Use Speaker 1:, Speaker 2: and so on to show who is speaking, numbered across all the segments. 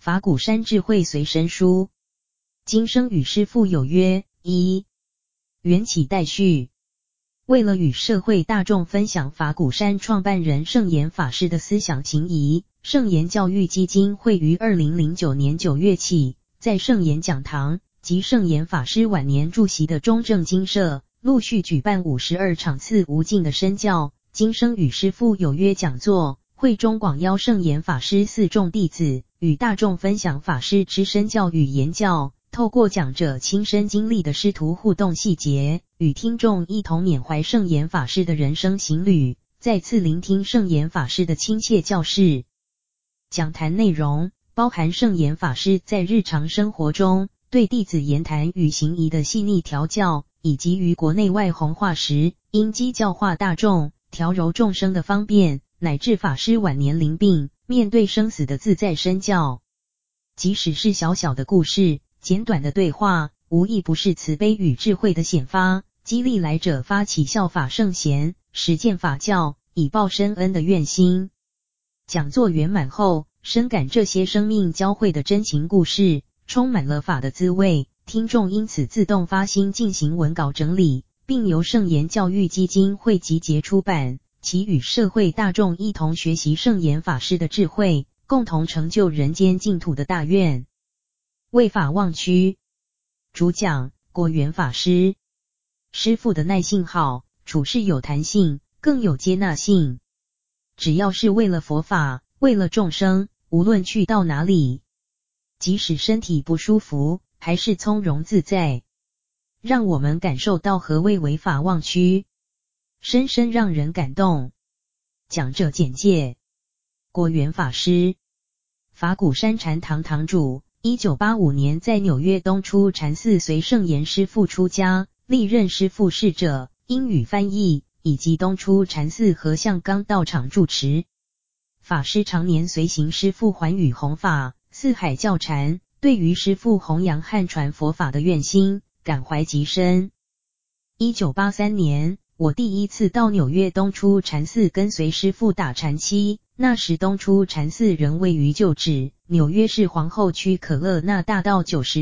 Speaker 1: 法鼓山智慧随身书，今生与师父有约。一、缘起待续。为了与社会大众分享法鼓山创办人圣严法师的思想情谊，圣严教育基金会于2009年9月起，在圣严讲堂及圣严法师晚年住席的中正精舍，陆续举办52场次无尽的身教、今生与师父有约讲座，会中广邀圣严法师4众弟子，与大众分享法师之身教与言教，透过讲者亲身经历的师徒互动细节，与听众一同缅怀圣严法师的人生行旅，再次聆听圣严法师的亲切教示。讲坛内容包含圣严法师在日常生活中对弟子言谈与行仪的细腻调教，以及于国内外弘化时因机教化大众、调柔众生的方便，乃至法师晚年临病面对生死的自在身教。即使是小小的故事、简短的对话，无一不是慈悲与智慧的显发，激励来者发起效法圣贤、实践法教，以报深恩的愿心。讲座圆满后，深感这些生命交汇的真情故事充满了法的滋味，听众因此自动发心进行文稿整理，并由圣严教育基金会集结出版，其与社会大众一同学习圣严法师的智慧，共同成就人间净土的大愿。为法忘躯。主讲国元法师。师父的耐性好，处事有弹性，更有接纳性。只要是为了佛法，为了众生，无论去到哪里，即使身体不舒服，还是从容自在。让我们感受到何谓为法忘躯，深深让人感动。讲者简介：国元法师，法鼓山禅堂堂主，1985年在纽约东出禅寺随圣严师父出家，历任师父侍者、英语翻译，以及东出禅寺和象冈道场住持。法师常年随行师父寰宇弘法，四海教禅，对于师父弘扬汉传佛法的愿心感怀极深。1983年，我第一次到纽约东出禅寺跟随师父打禅期，那时东出禅寺仍位于旧址，纽约市皇后区可勒纳大道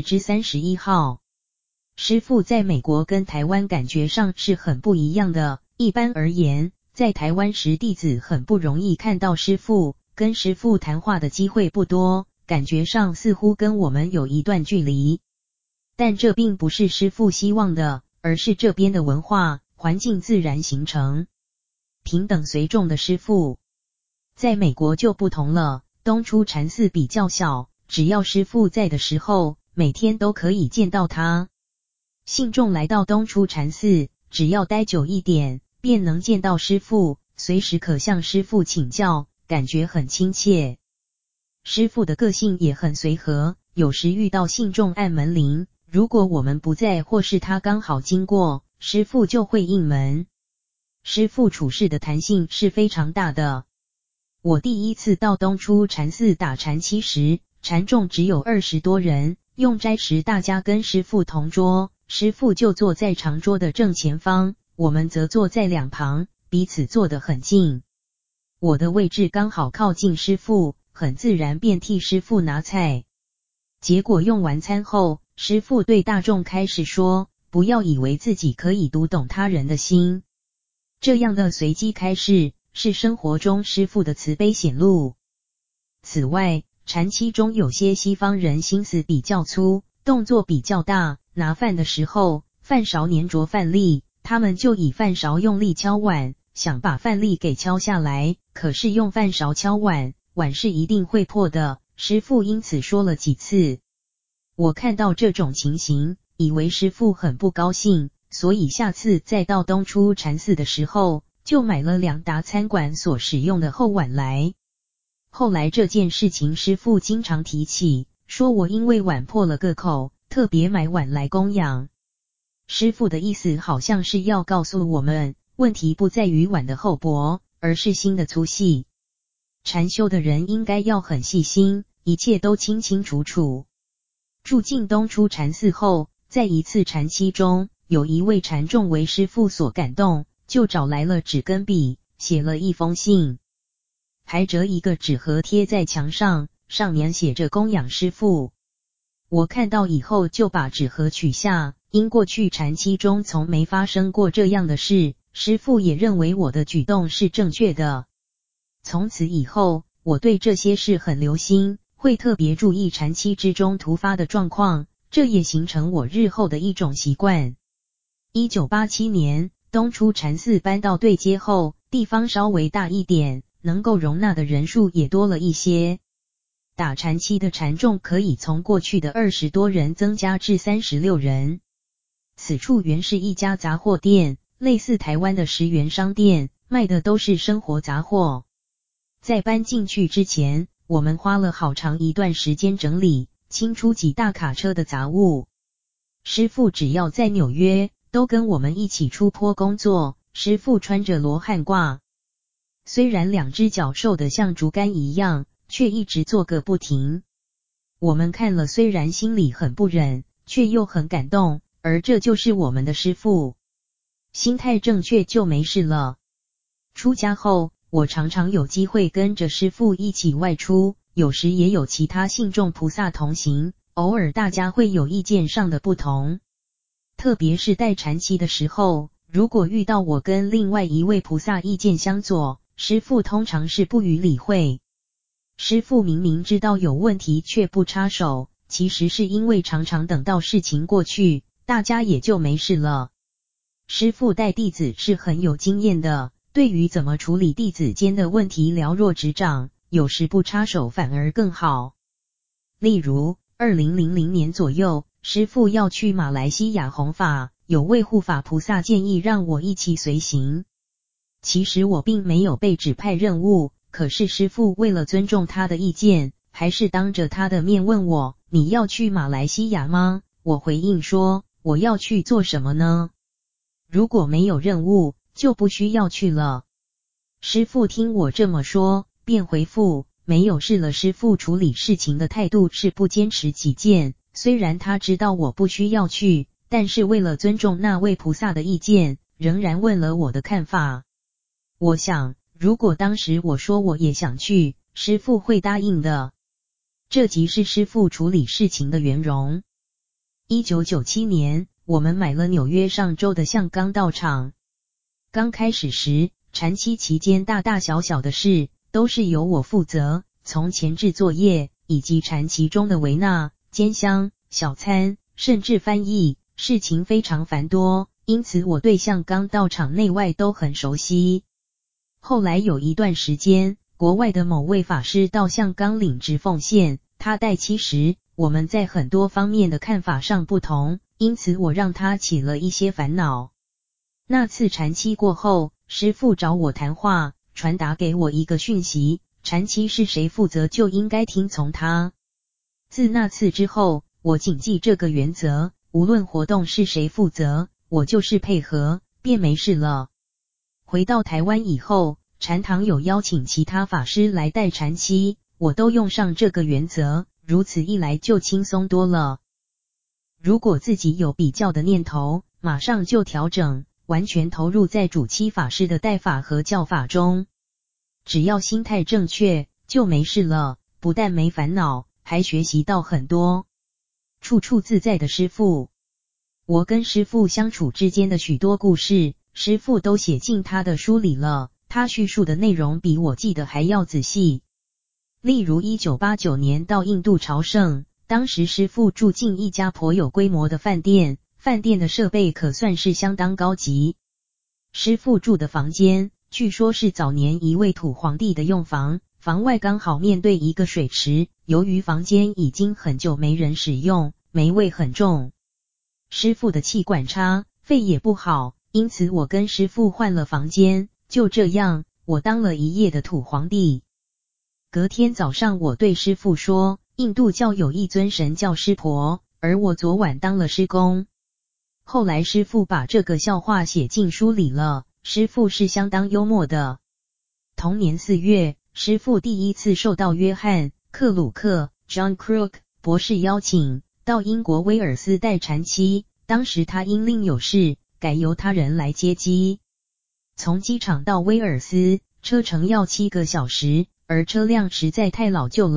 Speaker 1: 90-31号。师父在美国跟台湾感觉上是很不一样的，一般而言，在台湾时弟子很不容易看到师父，跟师父谈话的机会不多，感觉上似乎跟我们有一段距离。但这并不是师父希望的，而是这边的文化环境自然形成。平等随众的师父。在美国就不同了，东出禅寺比较小，只要师父在的时候，每天都可以见到他。信众来到东出禅寺，只要待久一点，便能见到师父，随时可向师父请教，感觉很亲切。师父的个性也很随和，有时遇到信众按门铃，如果我们不在或是他刚好经过，师父就会应门。师父处事的弹性是非常大的。我第一次到东出禅寺打禅期时，禅众只有20多人，用斋时大家跟师父同桌，师父就坐在长桌的正前方，我们则坐在两旁，彼此坐得很近。我的位置刚好靠近师父，很自然便替师父拿菜。结果用完餐后，师父对大众开始说，不要以为自己可以读懂他人的心。这样的随机开示，是生活中师父的慈悲显露。此外，禅期中有些西方人心思比较粗，动作比较大，拿饭的时候，饭勺粘着饭粒，他们就以饭勺用力敲碗，想把饭粒给敲下来，可是用饭勺敲碗，碗是一定会破的，师父因此说了几次。我看到这种情形，以为师父很不高兴，所以下次再到东出禅寺的时候，就买了2沓餐馆所使用的厚碗来。后来这件事情师父经常提起，说我因为碗破了个口，特别买碗来供养。师父的意思好像是要告诉我们，问题不在于碗的厚薄，而是心的粗细。禅修的人应该要很细心，一切都清清楚楚。住进东出禅寺后，在一次禅期中，有一位禅众为师父所感动，就找来了纸跟笔，写了一封信，还折一个纸盒贴在墙上， 上面写着供养师父。我看到以后就把纸盒取下，因过去禅期中从没发生过这样的事，师父也认为我的举动是正确的。从此以后，我对这些事很留心，会特别注意禅期之中突发的状况，这也形成我日后的一种习惯。1987年，东出禅寺搬到对街后，地方稍微大一点，能够容纳的人数也多了一些。打禅期的禅众可以从过去的20多人增加至36人。此处原是一家杂货店，类似台湾的10元商店，卖的都是生活杂货。在搬进去之前，我们花了好长一段时间整理，清出几大卡车的杂物。师父只要在纽约，都跟我们一起出坡工作。师父穿着罗汉褂，虽然2只脚瘦得像竹竿一样，却一直做个不停。我们看了虽然心里很不忍，却又很感动，而这就是我们的师父。心态正确就没事了。出家后，我常常有机会跟着师父一起外出，有时也有其他信众菩萨同行，偶尔大家会有意见上的不同。特别是带禅期的时候，如果遇到我跟另外一位菩萨意见相左，师父通常是不予理会。师父明明知道有问题却不插手，其实是因为常常等到事情过去，大家也就没事了。师父带弟子是很有经验的，对于怎么处理弟子间的问题了若指掌，有时不插手反而更好。例如2000年左右，师父要去马来西亚弘法，有位护法菩萨建议让我一起随行。其实我并没有被指派任务，可是师父为了尊重他的意见，还是当着他的面问我，你要去马来西亚吗？我回应说，我要去做什么呢？如果没有任务，就不需要去了。师父听我这么说，便回复，没有事了。师父处理事情的态度是不坚持己见，虽然他知道我不需要去，但是为了尊重那位菩萨的意见，仍然问了我的看法。我想，如果当时我说我也想去，师父会答应的。这即是师父处理事情的圆融。1997年，我们买了纽约上州的象冈道场。刚开始时，禅期期间大大小小的事都是由我负责，从前置作业以及禅期中的维纳、煎香、小餐，甚至翻译，事情非常繁多，因此我对象冈道场内外都很熟悉。后来有一段时间，国外的某位法师到象冈领职奉献，他代期时，我们在很多方面的看法上不同，因此我让他起了一些烦恼。那次禅期过后，师父找我谈话，传达给我一个讯息，禅期是谁负责就应该听从他。自那次之后，我谨记这个原则，无论活动是谁负责，我就是配合，便没事了。回到台湾以后，禅堂有邀请其他法师来带禅期，我都用上这个原则，如此一来就轻松多了。如果自己有比较的念头，马上就调整，完全投入在主七法师的带法和教法中。只要心态正确，就没事了，不但没烦恼，还学习到很多。处处自在的师父，我跟师父相处之间的许多故事，师父都写进他的书里了，他叙述的内容比我记得还要仔细。例如1989年到印度朝圣，当时师父住进一家颇有规模的饭店，饭店的设备可算是相当高级。师父住的房间，据说是早年一位土皇帝的用房，房外刚好面对一个水池，由于房间已经很久没人使用，霉味很重。师父的气管差，肺也不好，因此我跟师父换了房间，就这样，我当了一夜的土皇帝。隔天早上我对师父说，印度教有一尊神叫湿婆，而我昨晚当了师公。后来师父把这个笑话写进书里了，师父是相当幽默的。同年4月，师父第一次受到约翰·克鲁克 John Crook 博士邀请，到英国威尔斯带禅期，当时他因另有事，改由他人来接机。从机场到威尔斯，车程要7个小时，而车辆实在太老旧了，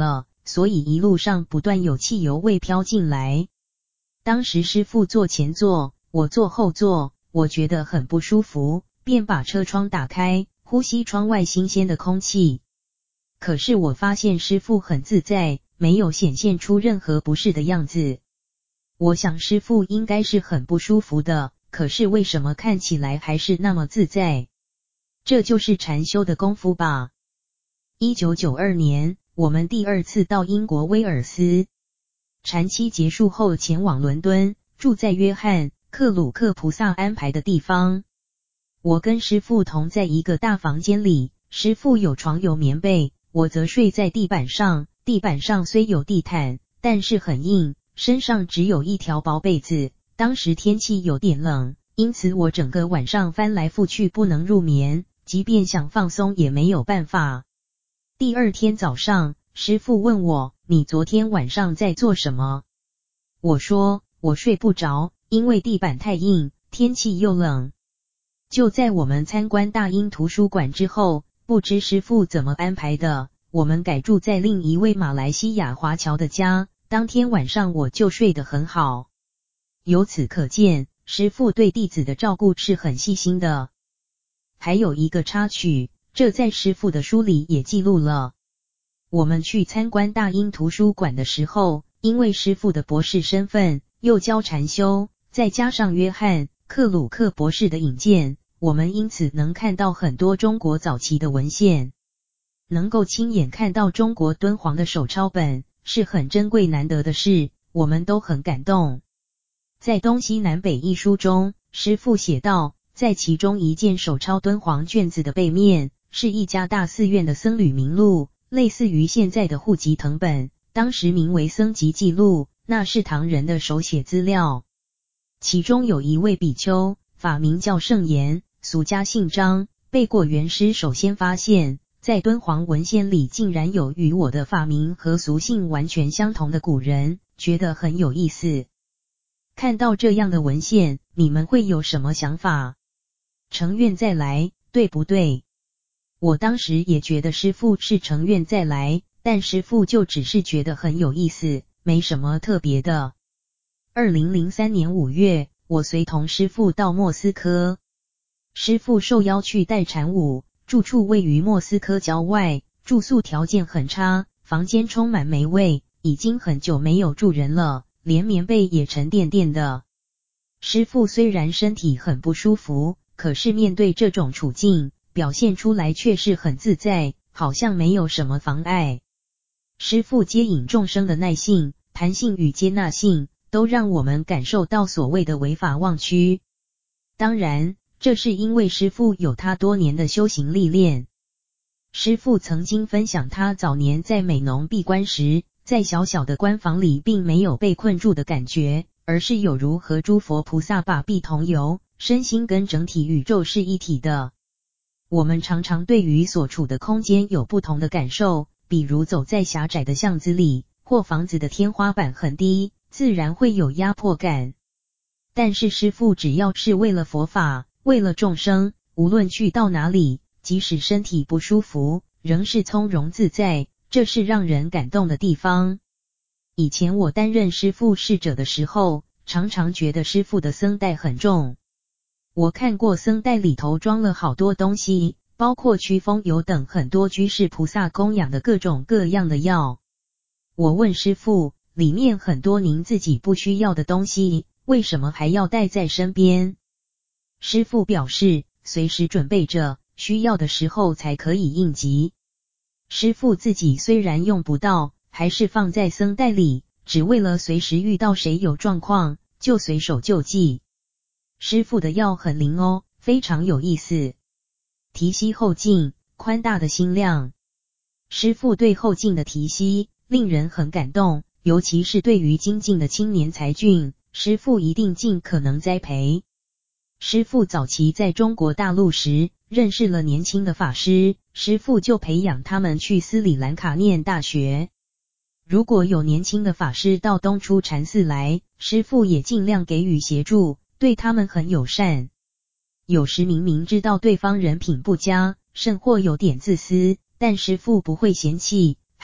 Speaker 1: 所以一路上不断有汽油味飘进来。当时师父坐前座，我坐后座，我觉得很不舒服，便把车窗打开，呼吸窗外新鲜的空气。可是我发现师父很自在，没有显现出任何不适的样子。我想师父应该是很不舒服的，可是为什么看起来还是那么自在？这就是禅修的功夫吧。1992年，我们第二次到英国威尔斯，禅期结束后前往伦敦，住在约翰·克鲁克菩萨安排的地方。我跟师父同在一个大房间里，师父有床有棉被，我则睡在地板上，地板上虽有地毯，但是很硬，身上只有一条薄被子。当时天气有点冷，因此我整个晚上翻来覆去不能入眠，即便想放松也没有办法。第二天早上，师父问我，你昨天晚上在做什么？我说，我睡不着，因为地板太硬，天气又冷。就在我们参观大英图书馆之后，不知师父怎么安排的，我们改住在另一位马来西亚华侨的家，当天晚上我就睡得很好。由此可见，师父对弟子的照顾是很细心的。还有一个插曲，这在师父的书里也记录了。我们去参观大英图书馆的时候，因为师父的博士身份，又教禅修，再加上约翰·克鲁克博士的引荐，我们因此能看到很多中国早期的文献。能够亲眼看到中国敦煌的手抄本，是很珍贵难得的事，我们都很感动。在东西南北一书中，师父写道，在其中一件手抄敦煌卷子的背面，是一家大寺院的僧侣名录，类似于现在的户籍誊本，当时名为僧籍记录，那是唐人的手写资料。其中有一位比丘，法名叫圣严，俗家姓张，被过元师首先发现，在敦煌文献里竟然有与我的法名和俗姓完全相同的古人，觉得很有意思。看到这样的文献，你们会有什么想法？成愿再来，对不对？我当时也觉得师父是成愿再来，但师父就只是觉得很有意思，没什么特别的。2003年5月，我随同师父到莫斯科。师父受邀去带禅舞，住处位于莫斯科郊外，住宿条件很差，房间充满霉味，已经很久没有住人了，连棉被也沉甸甸的。师父虽然身体很不舒服，可是面对这种处境，表现出来却是很自在，好像没有什么妨碍。师父接引众生的耐性、弹性与接纳性，都让我们感受到所谓的违法忘躯。当然，这是因为师父有他多年的修行历练。师父曾经分享他早年在美浓闭关时，在小小的关房里并没有被困住的感觉，而是有如和诸佛菩萨把臂同游，身心跟整体宇宙是一体的。我们常常对于所处的空间有不同的感受，比如走在狭窄的巷子里，或房子的天花板很低，自然会有压迫感。但是师父只要是为了佛法，为了众生，无论去到哪里，即使身体不舒服，仍是从容自在，这是让人感动的地方。以前我担任师父侍者的时候，常常觉得师父的僧袋很重。我看过僧袋里头装了好多东西，包括驱风油等很多居士菩萨供养的各种各样的药。我问师父，里面很多您自己不需要的东西，为什么还要带在身边？师父表示，随时准备着，需要的时候才可以应急。师父自己虽然用不到，还是放在僧袋里，只为了随时遇到谁有状况，就随手救济。师父的药很灵哦，非常有意思。提膝后进，宽大的心量。师父对后进的提膝，令人很感动，尤其是对于精进的青年才俊，师父一定尽可能栽培。师父早期在中国大陆时，认识了年轻的法师，师父就培养他们去斯里兰卡念大学。如果有年轻的法师到东出禅寺来，师父也尽量给予协助，对他们很友善。有时明明知道对方人品不佳，甚或有点自私，但师父不会嫌弃，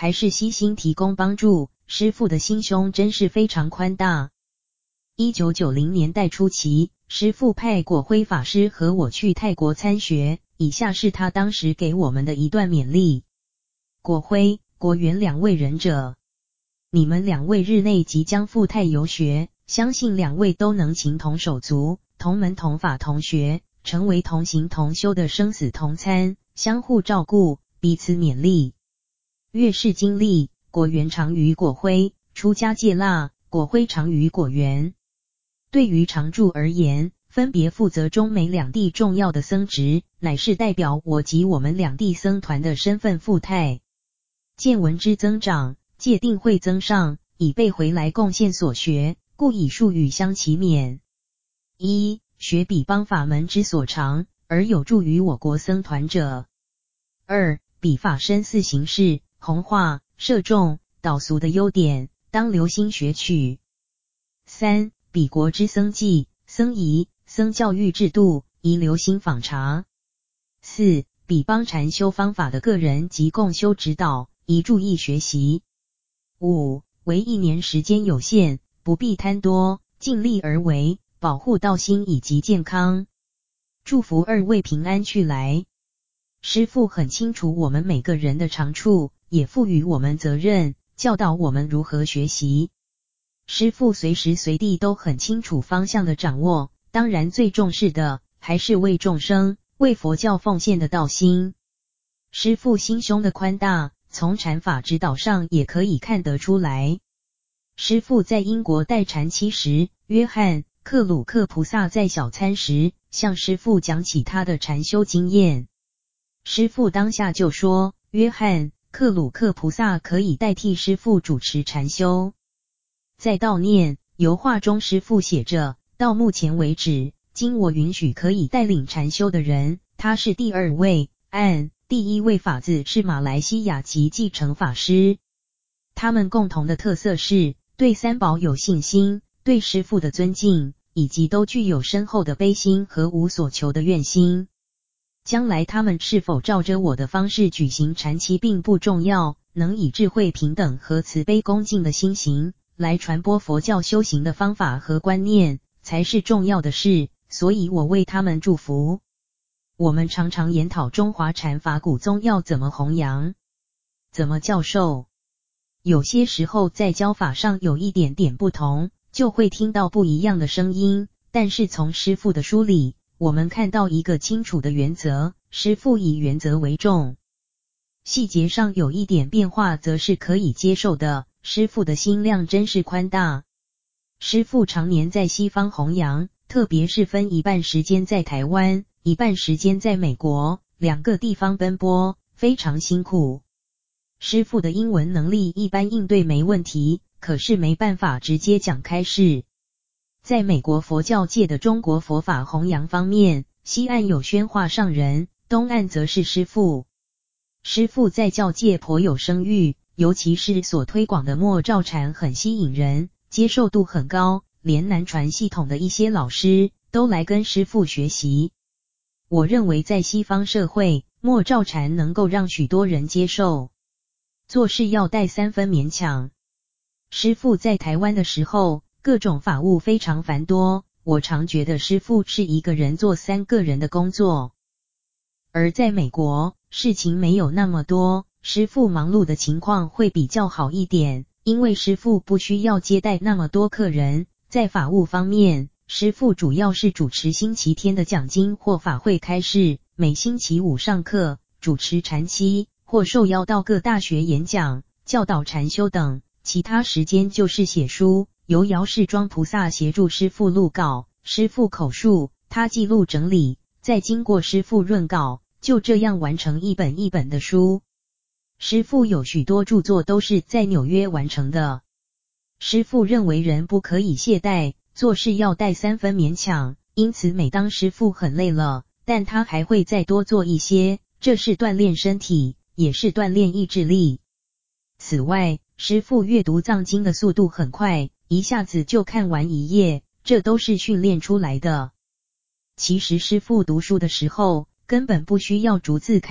Speaker 1: 还是悉心提供帮助，师父的心胸真是非常宽大。1990年代初期，师父派果辉法师和我去泰国参学，以下是他当时给我们的一段勉励。果辉、国元两位仁者，你们两位日内即将赴泰游学，相信两位都能情同手足，同门同法同学，成为同行同修的生死同参，相互照顾，彼此勉励。月事经历，果元长于果辉，出家戒腊，果辉长于果元。对于常住而言，分别负责中美两地重要的僧职，乃是代表我及我们两地僧团的身份赴泰。见闻之增长，戒定会增上，以备回来贡献所学，故以术语相齐勉。一、学彼邦法门之所长，而有助于我国僧团者。二、彼法身四行事、弘化、摄众、导俗的优点，当留心学取。三、彼国之僧纪、僧仪、僧教育制度，宜留心访查。四、彼邦禅修方法的个人及共修指导，宜注意学习。五、为一年时间有限，不必贪多，尽力而为，保护道心以及健康。祝福二位平安去来。师父很清楚我们每个人的长处，也赋予我们责任，教导我们如何学习。师父随时随地都很清楚方向的掌握，当然最重视的还是为众生、为佛教奉献的道心。师父心胸的宽大，从禅法指导上也可以看得出来。师父在英国待禅期时，约翰·克鲁克菩萨在小餐时向师父讲起他的禅修经验。师父当下就说，约翰·克鲁克菩萨可以代替师父主持禅修。在悼念油画中，师父写着，到目前为止，经我允许可以带领禅修的人，他是第二位，第一位法子是马来西亚籍继承法师。他们共同的特色是对三宝有信心，对师父的尊敬，以及都具有深厚的悲心和无所求的愿心。将来他们是否照着我的方式举行禅期并不重要，能以智慧平等和慈悲恭敬的心行来传播佛教修行的方法和观念，才是重要的事，所以我为他们祝福。我们常常研讨中华禅法古宗要怎么弘扬，怎么教授。有些时候在教法上有一点点不同，就会听到不一样的声音，但是从师父的书里，我们看到一个清楚的原则，师父以原则为重。细节上有一点变化则是可以接受的，师父的心量真是宽大。师父常年在西方弘扬，特别是分一半时间在台湾，一半时间在美国，两个地方奔波，非常辛苦。师父的英文能力一般应对没问题，可是没办法直接讲开示。在美国佛教界的中国佛法弘扬方面，西岸有宣化上人，东岸则是师父。师父在教界颇有声誉，尤其是所推广的默照禅很吸引人，接受度很高，连南传系统的一些老师都来跟师父学习。我认为在西方社会，默照禅能够让许多人接受。做事要带3分勉强。师父在台湾的时候，各种法务非常繁多，我常觉得师父是一个人做3个人的工作。而在美国，事情没有那么多，师父忙碌的情况会比较好一点，因为师父不需要接待那么多客人。在法务方面，师父主要是主持星期天的讲经或法会开示，每星期5上课，主持禅期，或受邀到各大学演讲，教导禅修等，其他时间就是写书，由姚世庄菩萨协助师父录稿，师父口述，他记录整理，再经过师父润稿，就这样完成一本一本的书。师父有许多著作都是在纽约完成的。师父认为人不可以懈怠，做事要带3分勉强，因此每当师父很累了，但他还会再多做一些，这是锻炼身体，也是锻炼意志力。此外，师父阅读藏经的速度很快，一下子就看完1页，这都是训练出来的。其实师父读书的时候，根本不需要逐字看，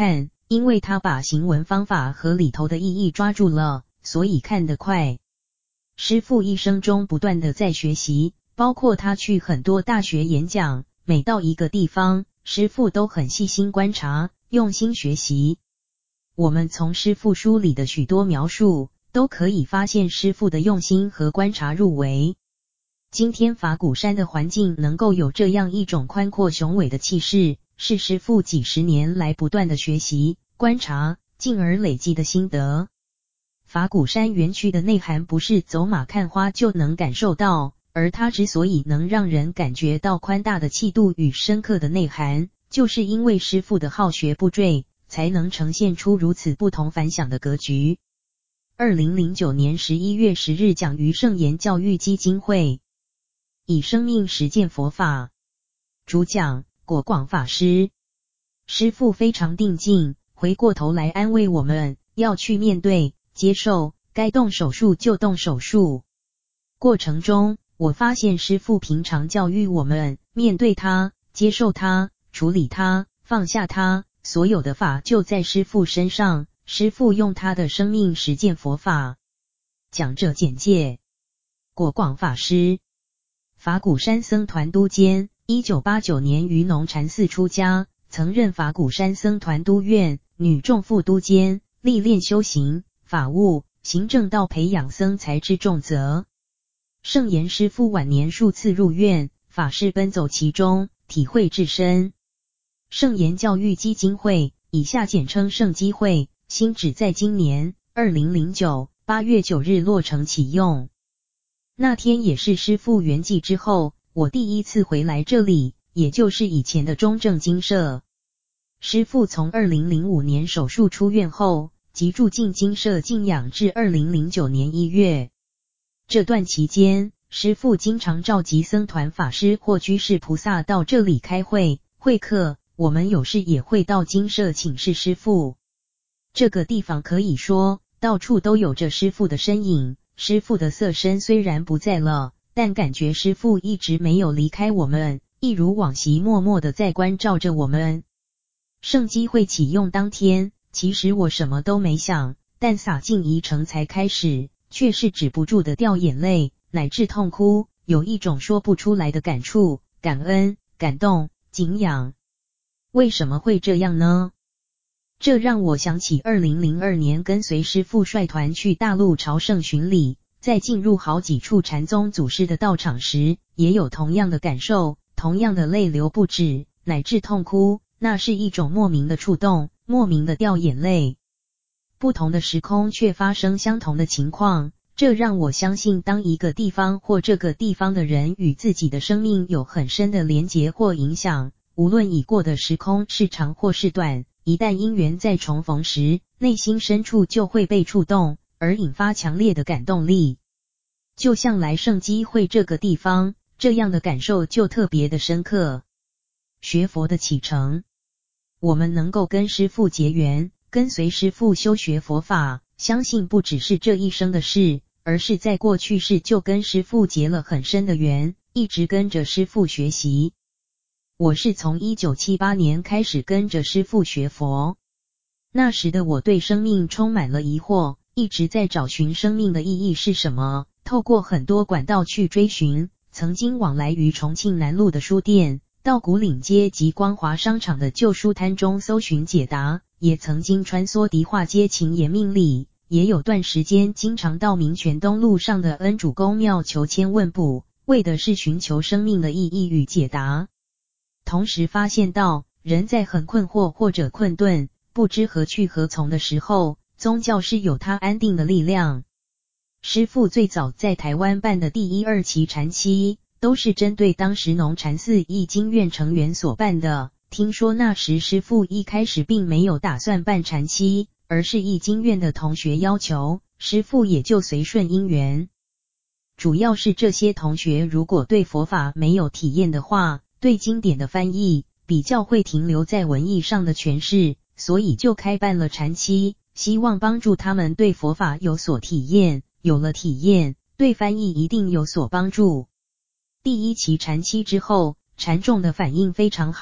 Speaker 1: 因为他把行文方法和里头的意义抓住了，所以看得快。师父一生中不断的在学习，包括他去很多大学演讲，每到一个地方，师父都很细心观察，用心学习。我们从师父书里的许多描述，都可以发现师父的用心和观察入微。今天法鼓山的环境能够有这样一种宽阔雄伟的气势，是师父几十年来不断的学习、观察，进而累积的心得。法鼓山园区的内涵不是走马看花就能感受到，而它之所以能让人感觉到宽大的气度与深刻的内涵，就是因为师父的好学不坠，才能呈现出如此不同凡响的格局。2009年11月10日讲于圣言教育基金会，以生命实践佛法。主讲果广法师。师父非常定静，回过头来安慰我们，要去面对、接受，该动手术就动手术。过程中，我发现师父平常教育我们，面对它、接受它、处理它、放下它，所有的法就在师父身上，师父用他的生命实践佛法。讲者简介：果广法师，法鼓山僧团督监，1989年于农禅寺出家，曾任法鼓山僧团督院女众副督监，历练修行、法务、行政道培养僧才之重责。圣严师父晚年数次入院，法事奔走其中，体会至深。圣严教育基金会，以下简称圣基会，新址在今年2009 8月9日落成启用。那天也是师父圆寂之后，我第一次回来这里，也就是以前的中正精舍。师父从2005年手术出院后，即住进精舍静养至2009年1月。这段期间，师父经常召集僧团法师或居士菩萨到这里开会、会客，我们有事也会到精舍请示师父。这个地方可以说，到处都有着师父的身影。师父的色身虽然不在了，但感觉师父一直没有离开我们，一如往昔默默地在关照着我们。圣基会启用当天，其实我什么都没想，但洒净仪程才开始，却是止不住的掉眼泪，乃至痛哭，有一种说不出来的感触、感恩、感动、敬仰。为什么会这样呢？这让我想起2002年跟随师父率团去大陆朝圣巡礼，在进入好几处禅宗祖师的道场时，也有同样的感受，同样的泪流不止，乃至痛哭，那是一种莫名的触动，莫名的掉眼泪。不同的时空却发生相同的情况，这让我相信，当一个地方或这个地方的人与自己的生命有很深的连结或影响，无论已过的时空是长或是短，一旦因缘再重逢时，内心深处就会被触动，而引发强烈的感动力。就像来圣基会这个地方，这样的感受就特别的深刻。学佛的启程，我们能够跟师父结缘，跟随师父修学佛法，相信不只是这一生的事，而是在过去世就跟师父结了很深的缘，一直跟着师父学习。我是从1978年开始跟着师父学佛，那时的我对生命充满了疑惑，一直在找寻生命的意义是什么，透过很多管道去追寻，曾经往来于重庆南路的书店，到古岭街及光华商场的旧书摊中搜寻解答，也曾经穿梭迪化街勤研命理，也有段时间经常到民权东路上的恩主公庙求签问卜，为的是寻求生命的意义与解答。同时发现到，人在很困惑或者困顿，不知何去何从的时候，宗教是有它安定的力量。师父最早在台湾办的第1、2期禅期，都是针对当时农禅寺义经院成员所办的。听说那时师父一开始并没有打算办禅期，而是义经院的同学要求，师父也就随顺因缘。主要是这些同学如果对佛法没有体验的话，对经典的翻译比较会停留在文艺上的诠释，所以就开办了禅期，希望帮助他们对佛法有所体验，有了体验，对翻译一定有所帮助。第1期禅期之后，禅众的反应非常好，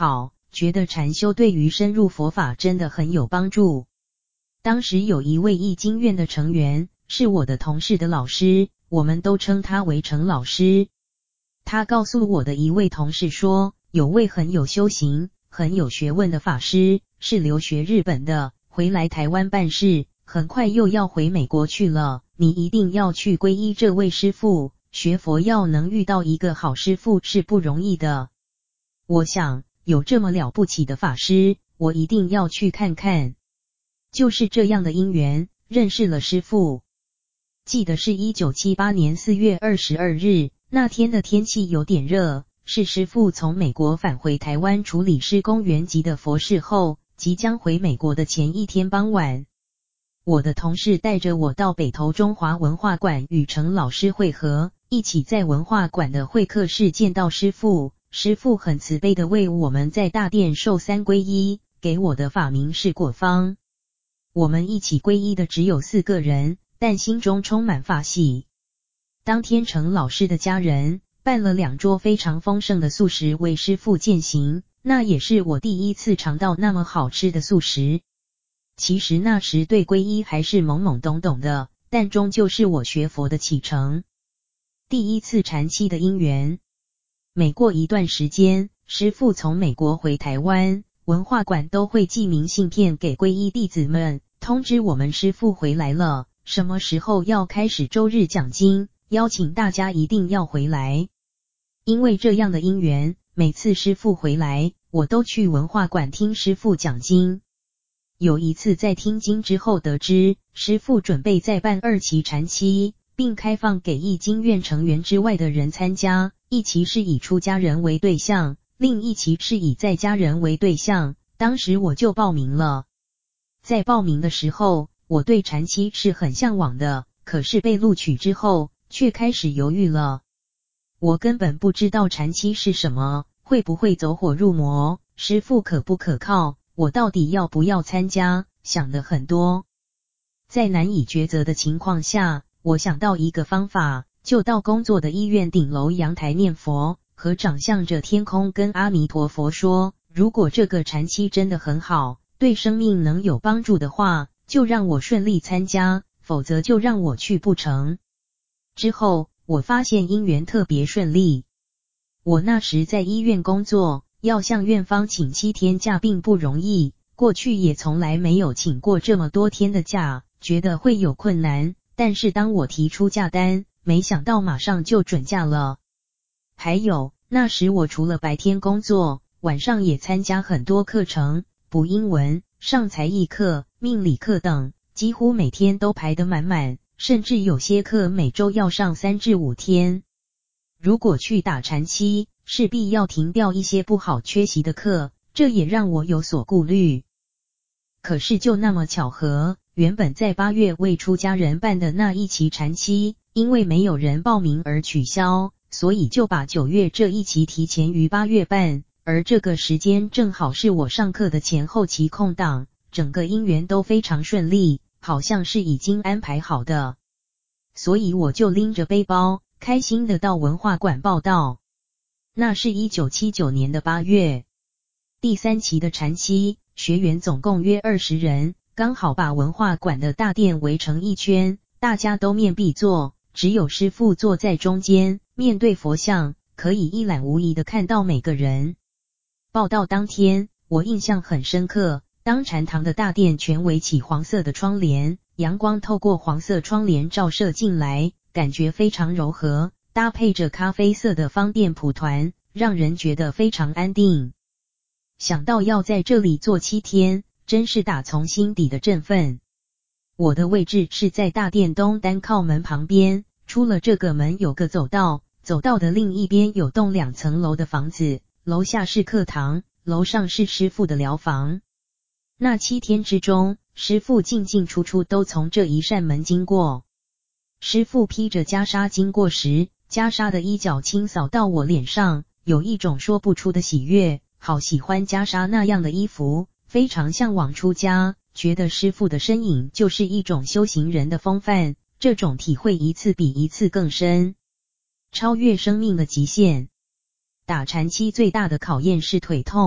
Speaker 1: 觉得禅修对于深入佛法真的很有帮助。当时有一位易经院的成员，是我的同事的老师，我们都称他为程老师。他告诉我的一位同事说，有位很有修行、很有学问的法师，是留学日本的，回来台湾办事，很快又要回美国去了，你一定要去皈依这位师父，学佛要能遇到一个好师父是不容易的。我想，有这么了不起的法师，我一定要去看看。就是这样的因缘，认识了师父。记得是1978年4月22日，那天的天气有点热，是师父从美国返回台湾处理施工原籍的佛事后，即将回美国的前一天傍晚。我的同事带着我到北投中华文化馆与程老师会合，一起在文化馆的会客室见到师父。师父很慈悲地为我们在大殿受三皈依，给我的法名是果方。我们一起皈依的只有4个人，但心中充满法喜。当天程老师的家人办了2桌非常丰盛的素食为师父饯行，那也是我第一次尝到那么好吃的素食。其实那时对皈依还是懵懵懂懂的，但终究是我学佛的启程。第一次禅期的因缘。每过一段时间，师父从美国回台湾，文化馆都会寄明信片给皈依弟子们，通知我们师父回来了，什么时候要开始周日讲经，邀请大家一定要回来。因为这样的因缘，每次师父回来，我都去文化馆听师父讲经。有一次在听经之后得知，师父准备再办2期禅期，并开放给易经院成员之外的人参加，一期是以出家人为对象，另一期是以在家人为对象，当时我就报名了。在报名的时候，我对禅期是很向往的，可是被录取之后，却开始犹豫了。我根本不知道禅期是什么，会不会走火入魔，师父可不可靠，我到底要不要参加，想得很多。在难以抉择的情况下，我想到一个方法，就到工作的医院顶楼阳台念佛，和长向着天空跟阿弥陀佛说，如果这个禅期真的很好，对生命能有帮助的话，就让我顺利参加，否则就让我去不成。之后，我发现因缘特别顺利。我那时在医院工作，要向院方请7天假并不容易，过去也从来没有请过这么多天的假，觉得会有困难，但是当我提出假单，没想到马上就准假了。还有，那时我除了白天工作，晚上也参加很多课程，补英文、上才艺课、命理课等，几乎每天都排得满满，甚至有些课每周要上3至5天。如果去打禅期，势必要停掉一些不好缺席的课，这也让我有所顾虑。可是就那么巧合，原本在8月为出家人办的那一期禅期，因为没有人报名而取消，所以就把9月这一期提前于8月办，而这个时间正好是我上课的前后期空档，整个因缘都非常顺利，好像是已经安排好的。所以我就拎着背包，开心的到文化馆报到。那是1979年的8月，第3期的禅期，学员总共约20人，刚好把文化馆的大殿围成一圈，大家都面壁坐，只有师父坐在中间，面对佛像，可以一览无遗的看到每个人。报到当天，我印象很深刻，当禅堂的大殿全围起黄色的窗帘，阳光透过黄色窗帘照射进来，感觉非常柔和，搭配着咖啡色的方便蒲团，让人觉得非常安定。想到要在这里坐7天，真是打从心底的振奋。我的位置是在大殿东单靠门旁边，出了这个门有个走道，走道的另一边有栋2层楼的房子，楼下是课堂，楼上是师父的疗房。那7天之中，师父进进出出都从这一扇门经过。师父披着袈裟经过时，袈裟的衣角轻扫到我脸上，有一种说不出的喜悦，好喜欢袈裟那样的衣服，非常向往出家，觉得师父的身影就是一种修行人的风范，这种体会一次比一次更深，超越生命的极限。打禅期最大的考验是腿痛，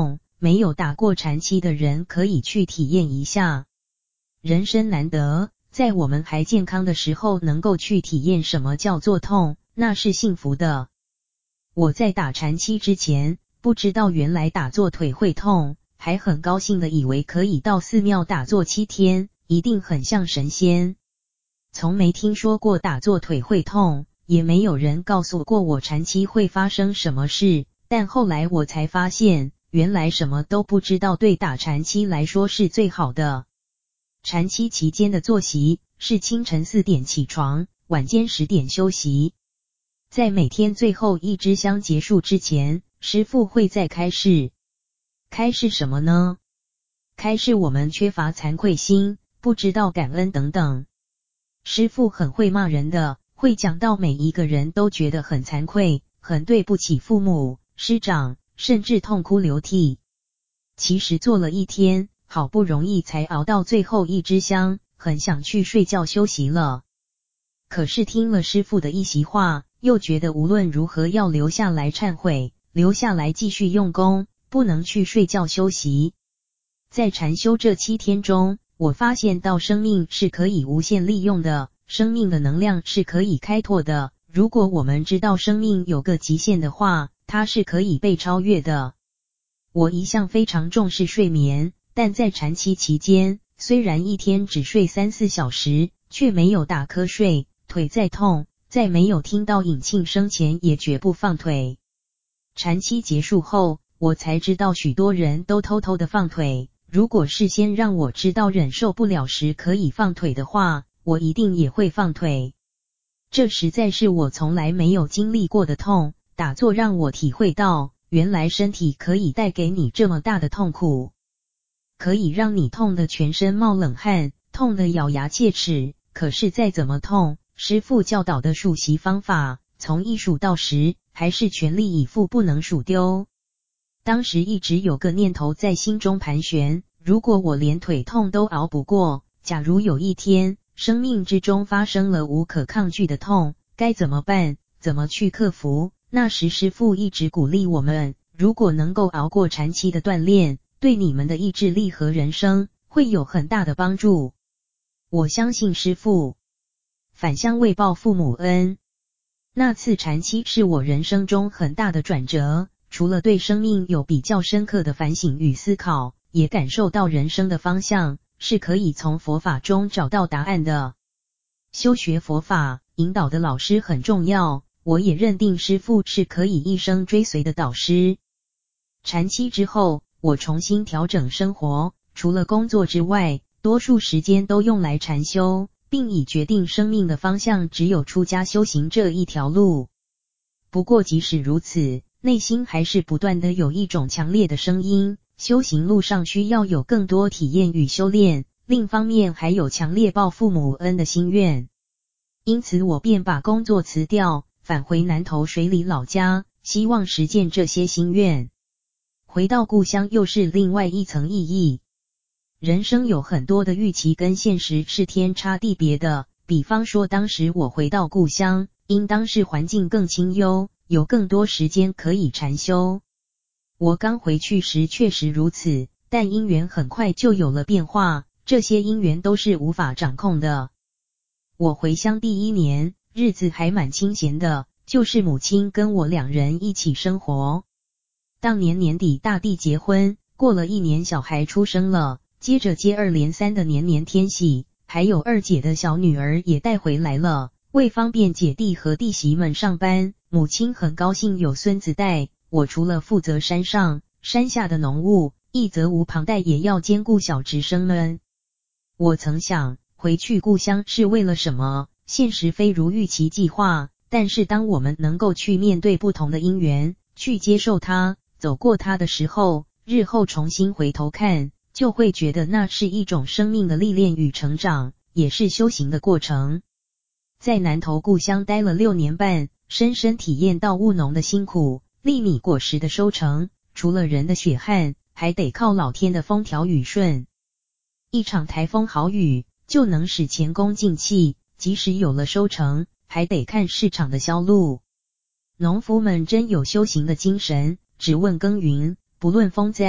Speaker 1: 没有打过禅期的人可以去体验一下。人生难得，在我们还健康的时候能够去体验什么叫做痛，那是幸福的。我在打禅期之前，不知道原来打坐腿会痛，还很高兴的以为可以到寺庙打坐7天，一定很像神仙。从没听说过打坐腿会痛，也没有人告诉过我禅期会发生什么事，但后来我才发现，原来什么都不知道对打禅期来说是最好的。禅期期间的作息是清晨4点起床，晚间10点休息。在每天最后一支香结束之前，师父会再开示。开示什么呢？开示我们缺乏惭愧心，不知道感恩等等。师父很会骂人的，会讲到每一个人都觉得很惭愧，很对不起父母、师长，甚至痛哭流涕。其实做了一天，好不容易才熬到最后一支香，很想去睡觉休息了。可是听了师父的一席话，又觉得无论如何要留下来忏悔，留下来继续用功，不能去睡觉休息。在禅修这7天中，我发现到生命是可以无限利用的，生命的能量是可以开拓的。如果我们知道生命有个极限的话，它是可以被超越的。我一向非常重视睡眠，但在禅期期间，虽然一天只睡3-4小时，却没有打瞌睡，腿再痛，在没有听到引磬声前也绝不放腿。禅期结束后，我才知道许多人都偷偷的放腿，如果事先让我知道忍受不了时可以放腿的话，我一定也会放腿。这实在是我从来没有经历过的痛，打坐让我体会到，原来身体可以带给你这么大的痛苦，可以让你痛得全身冒冷汗，痛得咬牙切齿。可是再怎么痛，师父教导的数息方法，从1数到10，还是全力以赴，不能数丢。当时一直有个念头在心中盘旋，如果我连腿痛都熬不过，假如有一天生命之中发生了无可抗拒的痛，该怎么办？怎么去克服？那时师父一直鼓励我们，如果能够熬过禅期的锻炼，对你们的意志力和人生会有很大的帮助。我相信师父。返乡为报父母恩。那次禅期是我人生中很大的转折，除了对生命有比较深刻的反省与思考，也感受到人生的方向是可以从佛法中找到答案的。修学佛法，引导的老师很重要，我也认定师父是可以一生追随的导师。禅期之后，我重新调整生活，除了工作之外，多数时间都用来禅修，并已决定生命的方向只有出家修行这一条路。不过即使如此，内心还是不断的有一种强烈的声音，修行路上需要有更多体验与修炼，另一方面还有强烈报父母恩的心愿。因此我便把工作辞掉，返回南投水里老家，希望实践这些心愿。回到故乡又是另外一层意义。人生有很多的预期跟现实是天差地别的，比方说当时我回到故乡，应当是环境更清幽，有更多时间可以禅修。我刚回去时确实如此，但因缘很快就有了变化，这些因缘都是无法掌控的。我回乡第1年，日子还蛮清闲的，就是母亲跟我2人一起生活。当年年底大弟结婚，过了1年小孩出生了，接着接二连三的年年天喜，还有二姐的小女儿也带回来了。为方便姐弟和弟媳们上班，母亲很高兴有孙子带，我除了负责山上山下的农务，一责无旁贷也要兼顾小侄生们。我曾想，回去故乡是为了什么？现实非如预期计划，但是当我们能够去面对不同的因缘，去接受它，走过它的时候，日后重新回头看，就会觉得那是一种生命的历练与成长，也是修行的过程。在南投故乡待了6年半，深深体验到务农的辛苦，粒米果实的收成，除了人的血汗，还得靠老天的风调雨顺。一场台风豪雨，就能使前功尽弃，即使有了收成，还得看市场的销路。农夫们真有修行的精神，只问耕耘，不论风灾，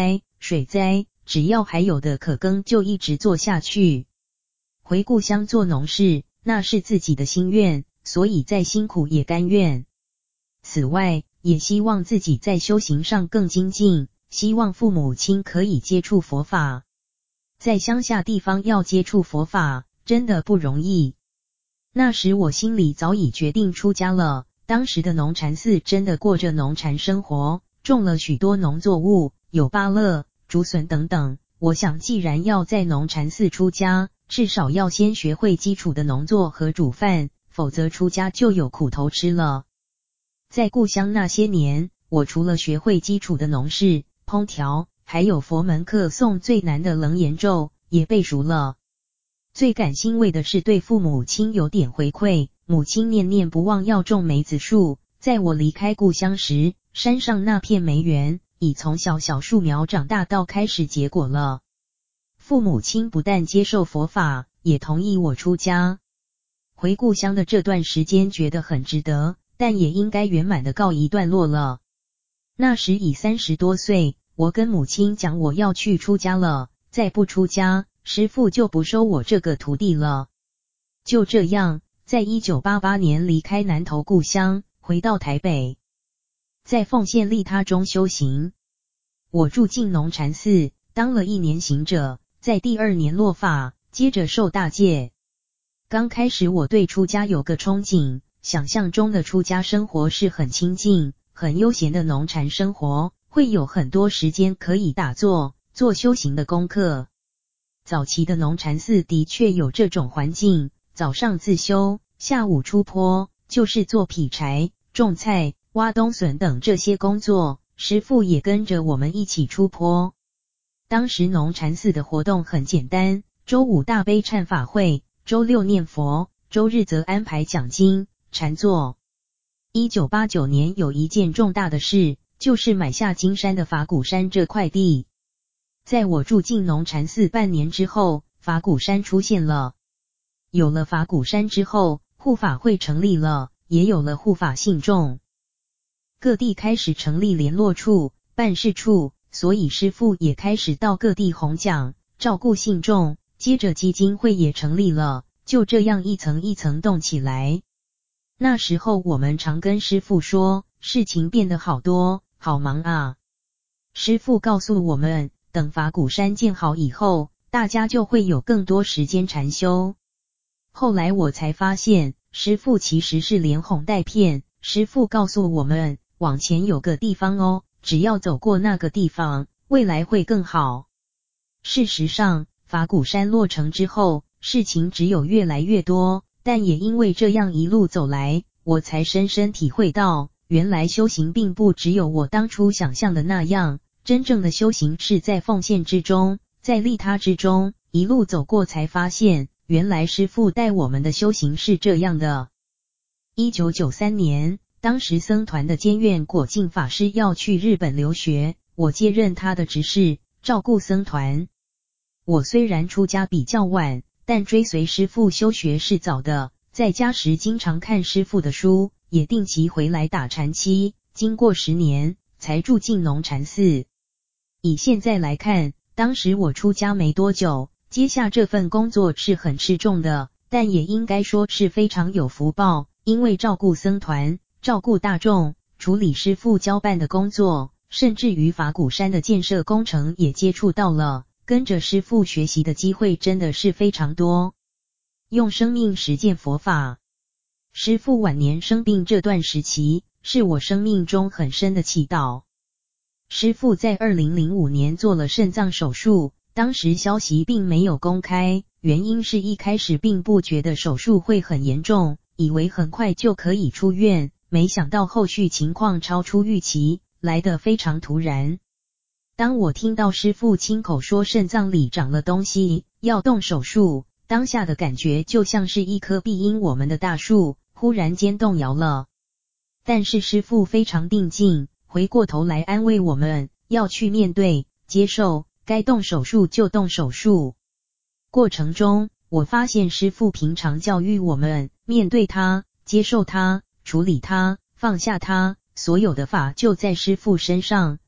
Speaker 1: 水灾，只要还有的可耕就一直做下去。回故乡做农事，那是自己的心愿，所以再辛苦也甘愿。此外，也希望自己在修行上更精进，希望父母亲可以接触佛法。在乡下地方要接触佛法，真的不容易。那时我心里早已决定出家了，当时的农禅寺真的过着农禅生活，种了许多农作物，有芭乐、竹笋等等。我想既然要在农禅寺出家，至少要先学会基础的农作和煮饭，否则出家就有苦头吃了。在故乡那些年，我除了学会基础的农事、烹调，还有佛门课诵最难的楞严咒也背熟了。最感欣慰的是对父母亲有点回馈，母亲念念不忘要种梅子树，在我离开故乡时，山上那片梅园已从小树苗长大到开始结果了。父母亲不但接受佛法，也同意我出家。回故乡的这段时间觉得很值得，但也应该圆满的告一段落了。那时已30多岁，我跟母亲讲我要去出家了，再不出家，师父就不收我这个徒弟了。就这样，在1988年离开南投故乡，回到台北，在奉献利他中修行。我住进农禅寺，当了1年行者，在第2年落发，接着受大戒。刚开始我对出家有个憧憬，想象中的出家生活是很清静、很悠闲的农禅生活，会有很多时间可以打坐，做修行的功课。早期的农禅寺的确有这种环境，早上自修，下午出坡，就是做劈柴、种菜、挖冬笋等这些工作，师父也跟着我们一起出坡。当时农禅寺的活动很简单，周5大悲忏法会，周6念佛，周日则安排讲经、禅坐。1989年有一件重大的事，就是买下金山的法鼓山这块地。在我住进农禅寺半年之后，法鼓山出现了。有了法鼓山之后，护法会成立了，也有了护法信众。各地开始成立联络处、办事处，所以师父也开始到各地弘讲，照顾信众。接着基金会也成立了，就这样一层一层动起来。那时候我们常跟师父说，事情变得好多，好忙啊。师父告诉我们，等法鼓山建好以后，大家就会有更多时间禅修。后来我才发现，师父其实是连哄带骗。师父告诉我们，往前有个地方哦，只要走过那个地方，未来会更好。事实上，法鼓山落成之后，事情只有越来越多，但也因为这样一路走来，我才深深体会到，原来修行并不只有我当初想象的那样，真正的修行是在奉献之中，在利他之中，一路走过才发现，原来师父带我们的修行是这样的。1993年，当时僧团的监院果净法师要去日本留学，我接任他的执事，照顾僧团。我虽然出家比较晚，但追随师父修学是早的，在家时经常看师父的书，也定期回来打禅期，经过10年，才住进农禅寺。以现在来看，当时我出家没多久，接下这份工作是很吃重的，但也应该说是非常有福报，因为照顾僧团、照顾大众、处理师父交办的工作，甚至于法鼓山的建设工程也接触到了，跟着师父学习的机会真的是非常多。用生命实践佛法。师父晚年生病这段时期，是我生命中很深的祈祷。师父在2005年做了肾脏手术，当时消息并没有公开，原因是一开始并不觉得手术会很严重，以为很快就可以出院，没想到后续情况超出预期，来得非常突然。当我听到师父亲口说肾脏里长了东西，要动手术，当下的感觉就像是一棵庇荫我们的大树，忽然间动摇了。但是师父非常定静，回过头来安慰我们，要去面对、接受，该动手术就动手术。过程中，我发现师父平常教育我们，面对它、接受它、处理它、放下它，所有的法就在师父身上，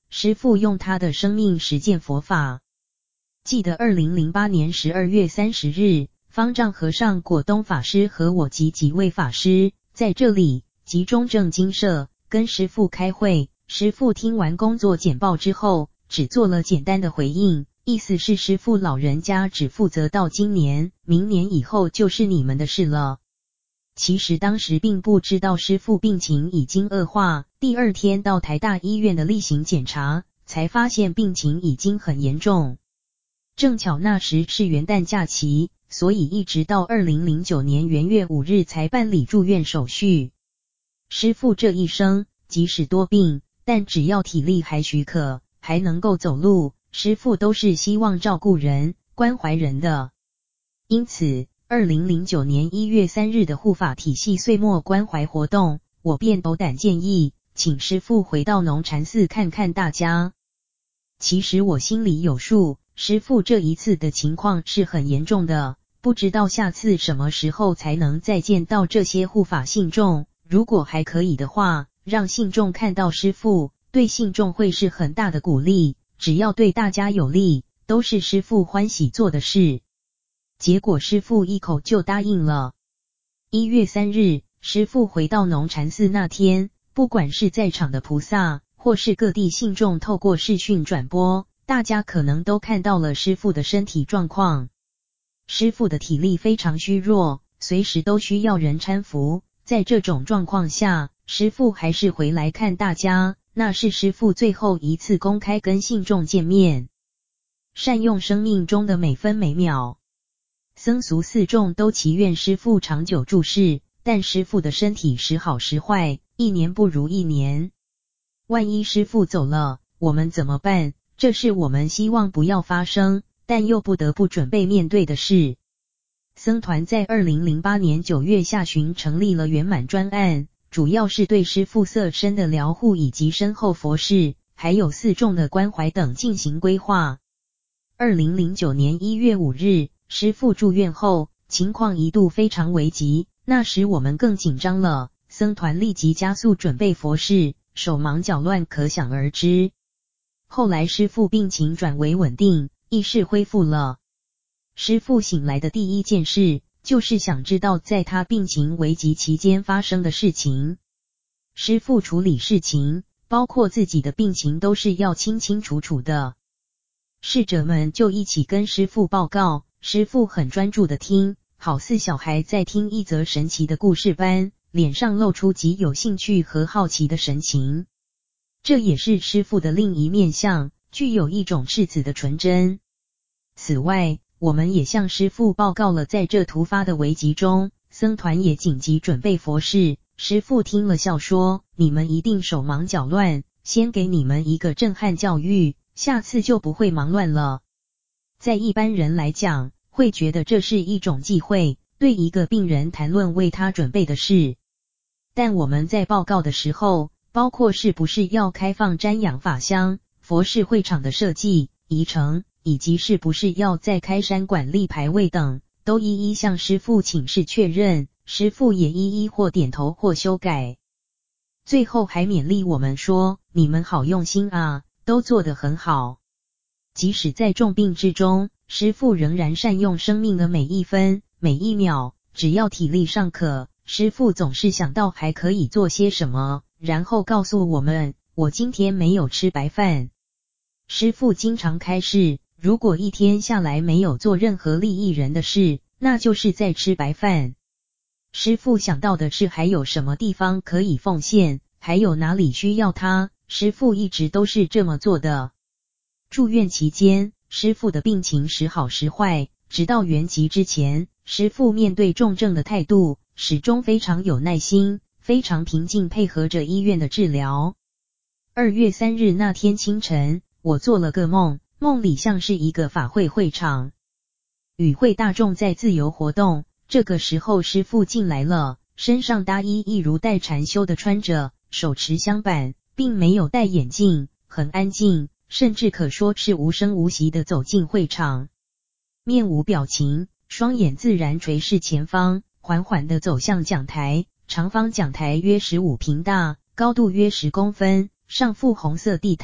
Speaker 1: 师父用他的生命实践佛法。记得2008年12月30日，方丈和尚果东法师和我及几位法师在这里集中正经社跟师父开会。师父听完工作简报之后，只做了简单的回应，意思是师父老人家只负责到今年，明年以后就是你们的事了。其实当时并不知道师父病情已经恶化，第二天到台大医院的例行检查，才发现病情已经很严重。正巧那时是元旦假期，所以一直到2009年元月5日才办理住院手续。师父这一生即使多病，但只要体力还许可，还能够走路，师父都是希望照顾人、关怀人的。因此2009年1月3日的护法体系岁末关怀活动，我便斗胆建议，请师父回到农禅寺看看大家。其实我心里有数，师父这一次的情况是很严重的，不知道下次什么时候才能再见到这些护法信众，如果还可以的话，让信众看到师父，对信众会是很大的鼓励，只要对大家有利，都是师父欢喜做的事。结果师父一口就答应了。1月3日，师父回到农禅寺那天，不管是在场的菩萨，或是各地信众透过视讯转播，大家可能都看到了师父的身体状况。师父的体力非常虚弱，随时都需要人搀扶，在这种状况下，师父还是回来看大家，那是师父最后一次公开跟信众见面。善用生命中的每分每秒。僧俗四众都祈愿师父长久住世，但师父的身体时好时坏，一年不如一年。万一师父走了，我们怎么办？这是我们希望不要发生，但又不得不准备面对的事。僧团在2008年9月下旬成立了圆满专案，主要是对师父色身的疗护以及身后佛事，还有四众的关怀等进行规划。2009年1月5日，师父住院后，情况一度非常危急，那时我们更紧张了，僧团立即加速准备佛事，手忙脚乱可想而知。后来师父病情转为稳定，意识恢复了。师父醒来的第一件事，就是想知道在他病情危急期间发生的事情。师父处理事情，包括自己的病情都是要清清楚楚的。侍者们就一起跟师父报告，师父很专注的听，好似小孩在听一则神奇的故事般，脸上露出极有兴趣和好奇的神情。这也是师父的另一面相，具有一种赤子的纯真。此外，我们也向师父报告了在这突发的危急中，僧团也紧急准备佛事。师父听了笑说，你们一定手忙脚乱，先给你们一个震撼教育，下次就不会忙乱了。在一般人来讲，会觉得这是一种忌讳，对一个病人谈论为他准备的事。但我们在报告的时候，包括是不是要开放瞻仰法香、佛事会场的设计、仪程，以及是不是要再开山馆立牌位等，都一一向师父请示确认，师父也一一或点头或修改。最后还勉励我们说，你们好用心啊，都做得很好。即使在重病之中，师父仍然善用生命的每一分每一秒，只要体力尚可，师父总是想到还可以做些什么，然后告诉我们，我今天没有吃白饭。师父经常开示，如果一天下来没有做任何利益人的事，那就是在吃白饭。师父想到的是还有什么地方可以奉献，还有哪里需要他，师父一直都是这么做的。住院期间，师父的病情时好时坏，直到圆寂之前，师父面对重症的态度始终非常有耐心，非常平静，配合着医院的治疗。2月3日那天清晨，我做了个梦，梦里像是一个法会会场，与会大众在自由活动。这个时候师父进来了，身上搭衣一如带禅修的穿着，手持香板，并没有戴眼镜，很安静，甚至可说是无声无息地走进会场，面无表情，双眼自然垂视前方，缓缓地走向讲台。长方讲台约15平大，高度约10公分，上覆红色地毯，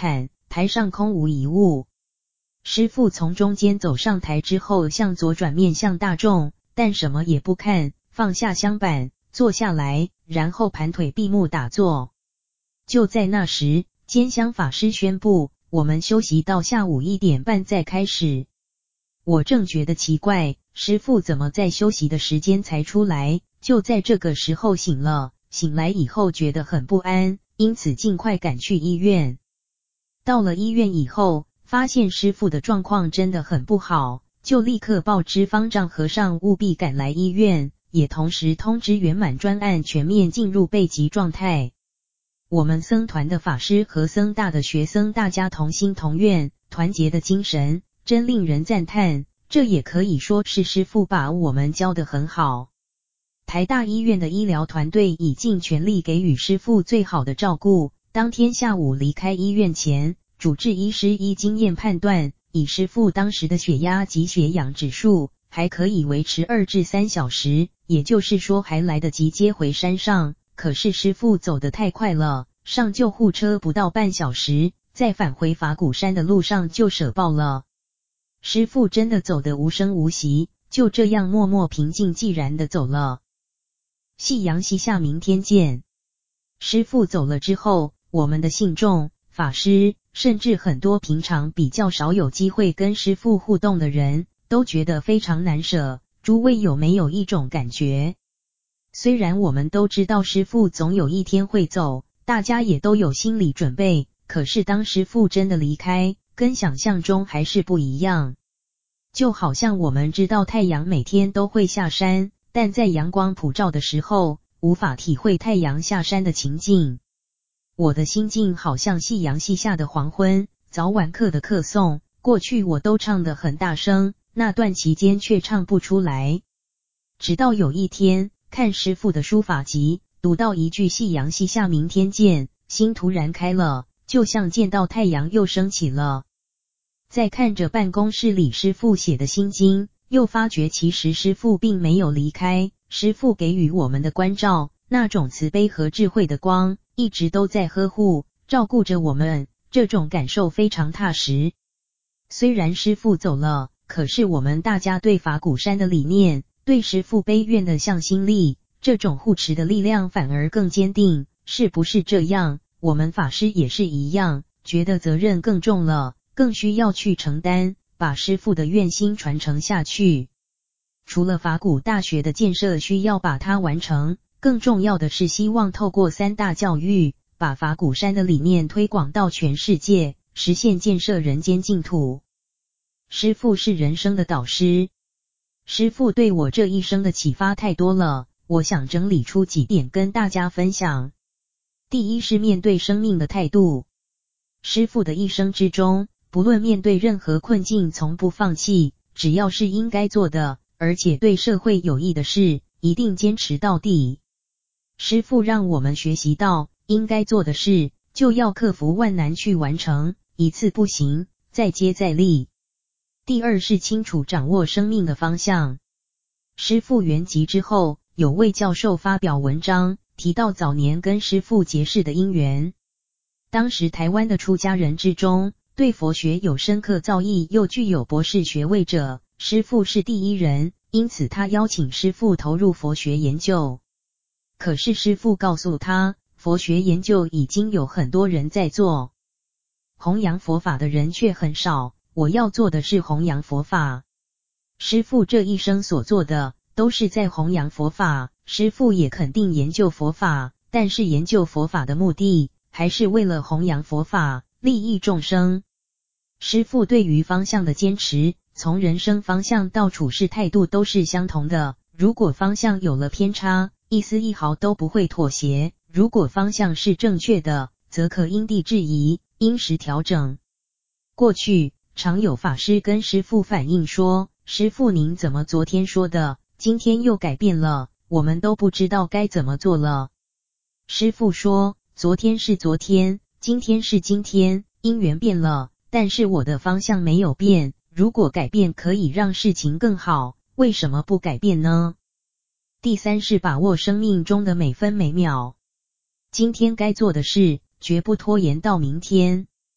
Speaker 1: 台上空无一物。师父从中间走上台之后，向左转面向大众，但什么也不看，放下香板，坐下来，然后盘腿闭目打坐。就在那时，监香法师宣布，我们休息到下午1点半再开始。我正觉得奇怪，师父怎么在休息的时间才出来，就在这个时候醒了。醒来以后觉得很不安，因此尽快赶去医院。到了医院以后，发现师父的状况真的很不好，就立刻报知方丈和尚务必赶来医院，也同时通知圆满专案全面进入备急状态。我们僧团的法师和僧大的学生大家同心同愿，团结的精神真令人赞叹，这也可以说是师父把我们教得很好。台大医院的医疗团队已尽全力给予师父最好的照顾。当天下午离开医院前，主治医师依经验判断，以师父当时的血压及血氧指数，还可以维持2至3小时，也就是说还来得及接回山上。可是师父走得太快了，上救护车不到半小时，在返回法鼓山的路上就舍报了。师父真的走得无声无息，就这样默默平静寂然地走了。夕阳西下，明天见。师父走了之后，我们的信众、法师，甚至很多平常比较少有机会跟师父互动的人，都觉得非常难舍。诸位有没有一种感觉？虽然我们都知道师父总有一天会走，大家也都有心理准备，可是当师父真的离开，跟想象中还是不一样。就好像我们知道太阳每天都会下山，但在阳光普照的时候，无法体会太阳下山的情境。我的心境好像夕阳西下的黄昏，早晚课的课诵，过去我都唱得很大声，那段期间却唱不出来。直到有一天，看师父的书法集，读到一句夕阳西下明天见，心突然开了，就像见到太阳又升起了。再看着办公室里师父写的心经，又发觉其实师父并没有离开，师父给予我们的关照，那种慈悲和智慧的光，一直都在呵护、照顾着我们，这种感受非常踏实。虽然师父走了，可是我们大家对法鼓山的理念，对师父悲愿的向心力，这种护持的力量反而更坚定，是不是这样？我们法师也是一样，觉得责任更重了，更需要去承担，把师父的愿心传承下去。除了法鼓大学的建设需要把它完成，更重要的是希望透过3大教育，把法鼓山的理念推广到全世界，实现建设人间净土。师父是人生的导师，师父对我这一生的启发太多了，我想整理出几点跟大家分享。第一是面对生命的态度。师父的一生之中，不论面对任何困境从不放弃，只要是应该做的，而且对社会有益的事，一定坚持到底。师父让我们学习到，应该做的事，就要克服万难去完成，一次不行，再接再厉。第二是清楚掌握生命的方向。师父圆寂之后，有位教授发表文章，提到早年跟师父结识的因缘。当时台湾的出家人之中，对佛学有深刻造诣又具有博士学位者，师父是第一人，因此他邀请师父投入佛学研究。可是师父告诉他，佛学研究已经有很多人在做，弘扬佛法的人却很少，我要做的是弘扬佛法。师父这一生所做的，都是在弘扬佛法，师父也肯定研究佛法，但是研究佛法的目的，还是为了弘扬佛法，利益众生。师父对于方向的坚持，从人生方向到处事态度都是相同的，如果方向有了偏差，一丝一毫都不会妥协，如果方向是正确的，则可因地制宜，因时调整。过去常有法师跟师父反映说，师父您怎么昨天说的，今天又改变了，我们都不知道该怎么做了。师父说，昨天是昨天，今天是今天，因缘变了，但是我的方向没有变，如果改变可以让事情更好，为什么不改变呢？第三是把握生命中的每分每秒，今天该做的事，绝不拖延到明天。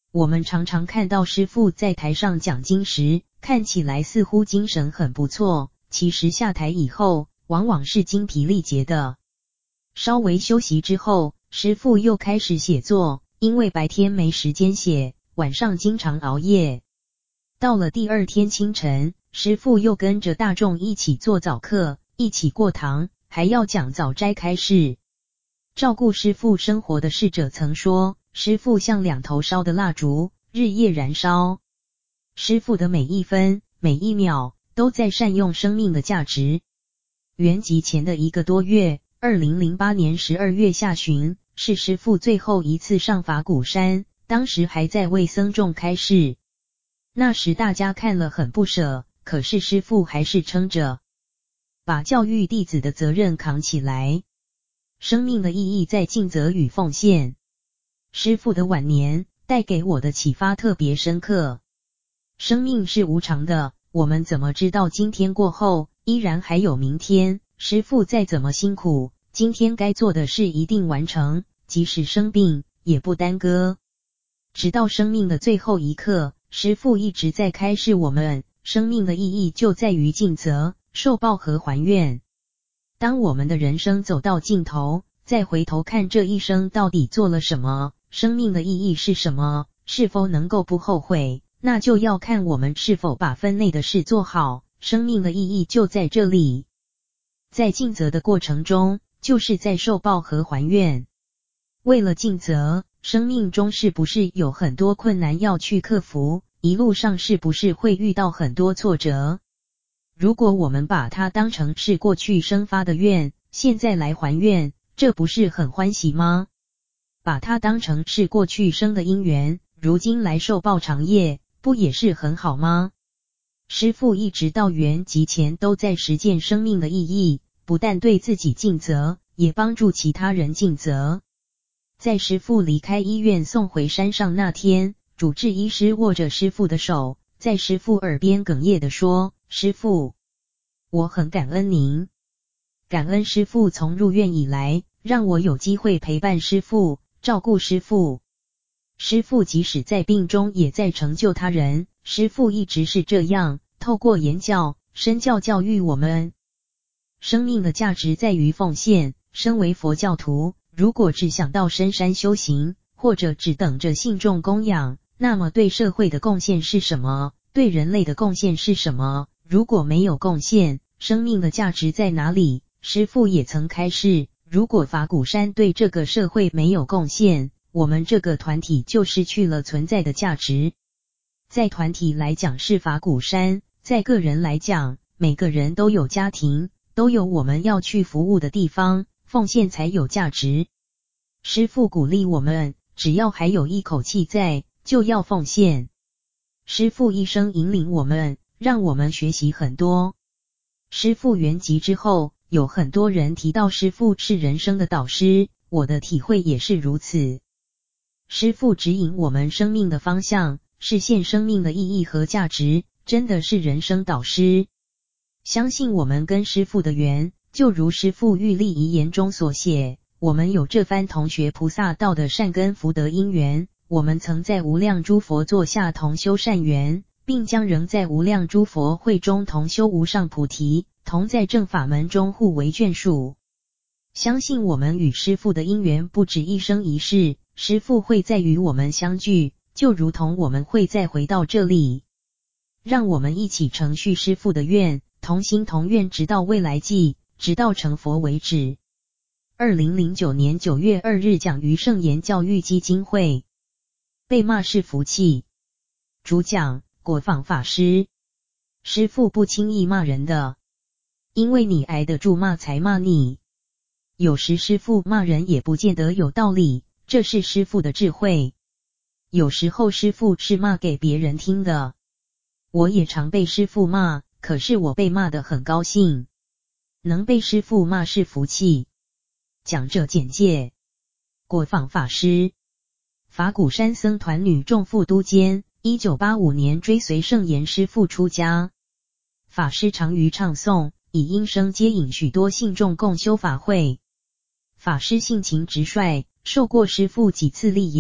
Speaker 1: 我们常常看到师父在台上讲经时，看起来似乎精神很不错，其实下台以后，往往是精疲力竭的。稍微休息之后，师父又开始写作，因为白天没时间写，晚上经常熬夜。到了第二天清晨，师父又跟着大众一起做早课，一起过堂，还要讲早斋开示。照顾师父生活的侍者曾说，师父像2头烧的蜡烛，日夜燃烧。师父的每一分每一秒都在善用生命的价值。圆寂前的1个多月，2008年12月下旬，是师父最后一次上法鼓山，当时还在为僧众开示。那时大家看了很不舍，可是师父还是撑着，把教育弟子的责任扛起来。生命的意义在尽责与奉献。师父的晚年带给我的启发特别深刻。生命是无常的，我们怎么知道今天过后依然还有明天？师父再怎么辛苦，今天该做的事一定完成，即使生病也不耽搁。直到生命的最后一刻，师父一直在开示我们，生命的意义就在于尽责、受报和还愿。当我们的人生走到尽头，再回头看这一生到底做了什么，生命的意义是什么，是否能够不后悔，那就要看我们是否把分内的事做好，生命的意义就在这里。在尽责的过程中，就是在受报和还愿。为了尽责，生命中是不是有很多困难要去克服？一路上是不是会遇到很多挫折？如果我们把它当成是过去生发的愿，现在来还愿，这不是很欢喜吗？把它当成是过去生的因缘，如今来受报偿业，不也是很好吗？师父一直到圆寂前都在实践生命的意义，不但对自己尽责，也帮助其他人尽责。在师父离开医院送回山上那天，主治医师握着师父的手，在师父耳边哽咽地说，师父，我很感恩您，感恩师父从入院以来，让我有机会陪伴师父，照顾师父。师父即使在病中也在成就他人，师父一直是这样，透过言教、身教教育我们。生命的价值在于奉献，身为佛教徒，如果只想到深山修行，或者只等着信众供养，那么对社会的贡献是什么？对人类的贡献是什么？如果没有贡献，生命的价值在哪里？师父也曾开示，如果法鼓山对这个社会没有贡献，我们这个团体就失去了存在的价值。在团体来讲是法鼓山，在个人来讲，每个人都有家庭，都有我们要去服务的地方，奉献才有价值。师父鼓励我们，只要还有一口气在，就要奉献。师父一生引领我们，让我们学习很多。师父圆寂之后，有很多人提到师父是人生的导师，我的体会也是如此。师父指引我们生命的方向，实现生命的意义和价值，真的是人生导师。相信我们跟师父的缘，就如师父玉历遗言中所写，我们有这番同学菩萨道的善根福德因缘，我们曾在无量诸佛座下同修善缘，并将仍在无量诸佛会中同修无上菩提，同在正法门中互为眷属。相信我们与师父的因缘不止一生一世，师父会再与我们相聚，就如同我们会再回到这里。让我们一起承续师父的愿，同心同愿直到未来际，直到成佛为止。2009年9月2日讲于圣言教育基金会。被骂是福气。主讲果坊法师。师父不轻易骂人的，因为你挨得住骂才骂你。有时师父骂人也不见得有道理，这是师父的智慧。有时候师父是骂给别人听的。我也常被师父骂，可是我被骂得很高兴。能被师父骂是福气。讲者简介：果坊法师，法鼓山僧团女众副都监，1985年追随圣严师父出家。法师常于唱诵，以音声接引许多信众共修法会。法师性情直率，受过师父几次力言，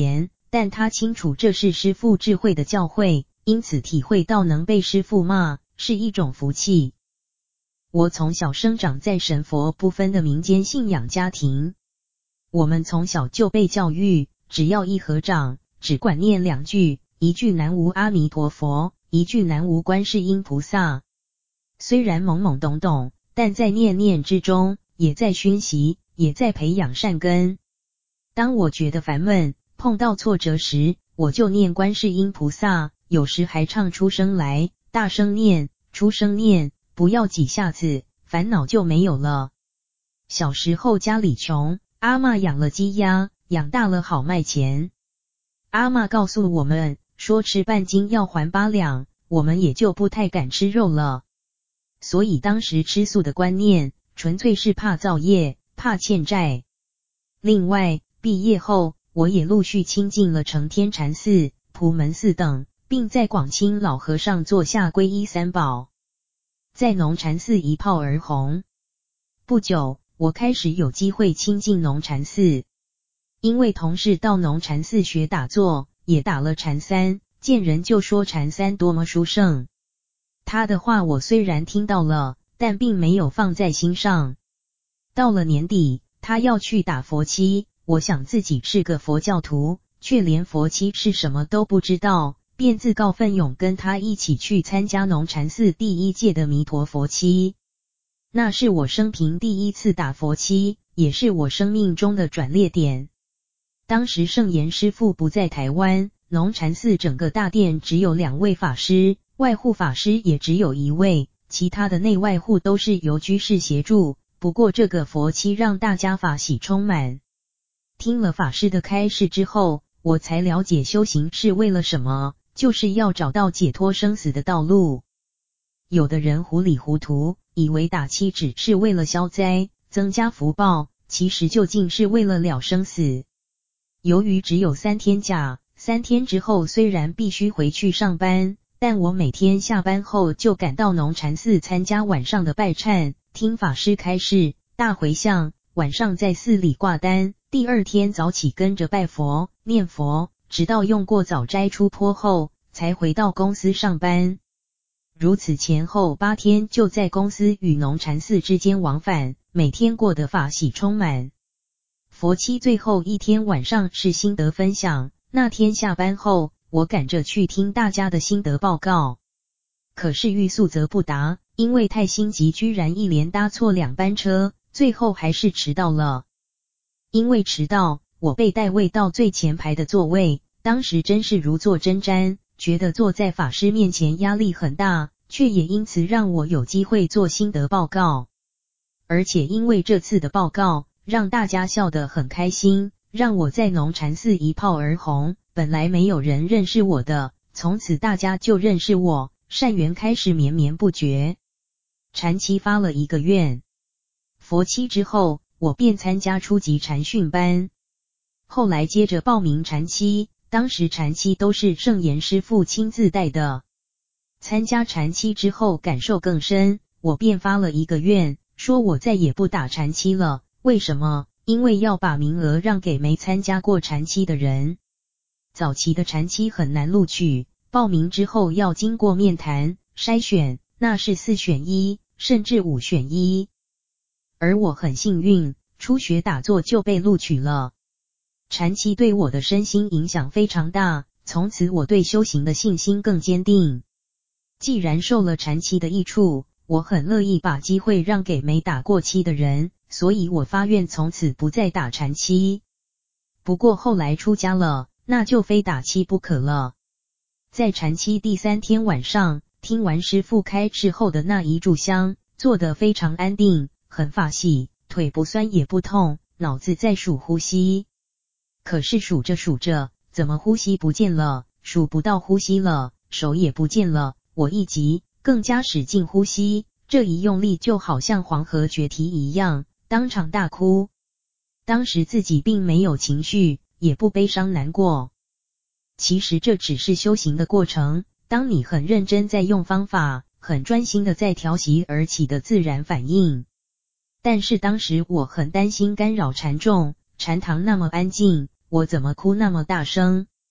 Speaker 1: 但他清楚这是师父智慧的教诲，因此体会到能被师父骂是一种福气。我从小生长在神佛不分的民间信仰家庭，我们从小就被教育，只要一合掌，只管念2句，一句南无阿弥陀佛，一句南无观世音菩萨。虽然懵懵懂懂，但在念念之中，也在熏习，也在培养善根。当我觉得烦闷，碰到挫折时，我就念观世音菩萨，有时还唱出声来，大声念，出声念，不要几下子，烦恼就没有了。小时候家里穷，阿嬷养了鸡鸭，养大了好卖钱。阿嬷告诉我们说吃半斤要还8两，我们也就不太敢吃肉了。所以当时吃素的观念纯粹是怕造业，怕欠债。另外，毕业后我也陆续亲近了承天禅寺、普门寺等，并在广清老和尚座下皈依三宝，在农禅寺一炮而红。不久，我开始有机会亲近农禅寺，因为同事到农禅寺学打坐，也打了禅三，见人就说禅三多么殊胜。他的话我虽然听到了，但并没有放在心上。到了年底，他要去打佛七，我想自己是个佛教徒，却连佛七是什么都不知道，便自告奋勇跟他一起去参加农禅寺第1届的弥陀佛七。那是我生平第一次打佛七，也是我生命中的转捩点。当时圣严师父不在台湾，农禅寺整个大殿只有2位法师，外护法师也只有1位，其他的内外护都是由居士协助。不过这个佛七让大家法喜充满。听了法师的开示之后，我才了解修行是为了什么，就是要找到解脱生死的道路。有的人糊里糊涂，以为打七只是为了消灾、增加福报，其实究竟是为了了生死。由于只有3天假，3天之后虽然必须回去上班，但我每天下班后就赶到农禅寺参加晚上的拜忏，听法师开示、大回向，晚上在寺里挂单，第2天早起跟着拜佛、念佛，直到用过早斋出坡后，才回到公司上班。如此前后8天就在公司与农禅寺之间往返，每天过得法喜充满。佛七最后1天晚上是心得分享，那天下班后，我赶着去听大家的心得报告。可是欲速则不达，因为太心急，居然一连搭错2班车，最后还是迟到了。因为迟到，我被带位到最前排的座位，当时真是如坐针毡，觉得坐在法师面前压力很大，却也因此让我有机会做心得报告。而且因为这次的报告，让大家笑得很开心，让我在农禅寺一炮而红。本来没有人认识我的，从此大家就认识我，善缘开始绵绵不绝。禅七发了1个愿，佛七之后，我便参加初级禅训班，后来接着报名禅七，当时禅七都是圣严师父亲自带的。参加禅七之后感受更深，我便发了1个愿，说我再也不打禅七了。为什么？因为要把名额让给没参加过禅七的人。早期的禅七很难录取，报名之后要经过面谈、筛选，那是4选1，甚至5选1。而我很幸运，初学打坐就被录取了。禅七对我的身心影响非常大，从此我对修行的信心更坚定。既然受了禅七的益处，我很乐意把机会让给没打过七的人，所以我发愿从此不再打禅七。不过后来出家了，那就非打七不可了。在禅七第3天晚上，听完师父开示后的那一炷香，坐得非常安定，很法喜，腿不酸也不痛，脑子在数呼吸。可是数着数着，怎么呼吸不见了，数不到呼吸了，手也不见了。我一急，更加使劲呼吸，这一用力就好像黄河决堤一样，当场大哭。当时自己并没有情绪，也不悲伤难过。其实这只是修行的过程，当你很认真在用方法，很专心的在调息而起的自然反应。但是当时我很担心干扰禅众，禅堂那么安静，我怎么哭那么大声？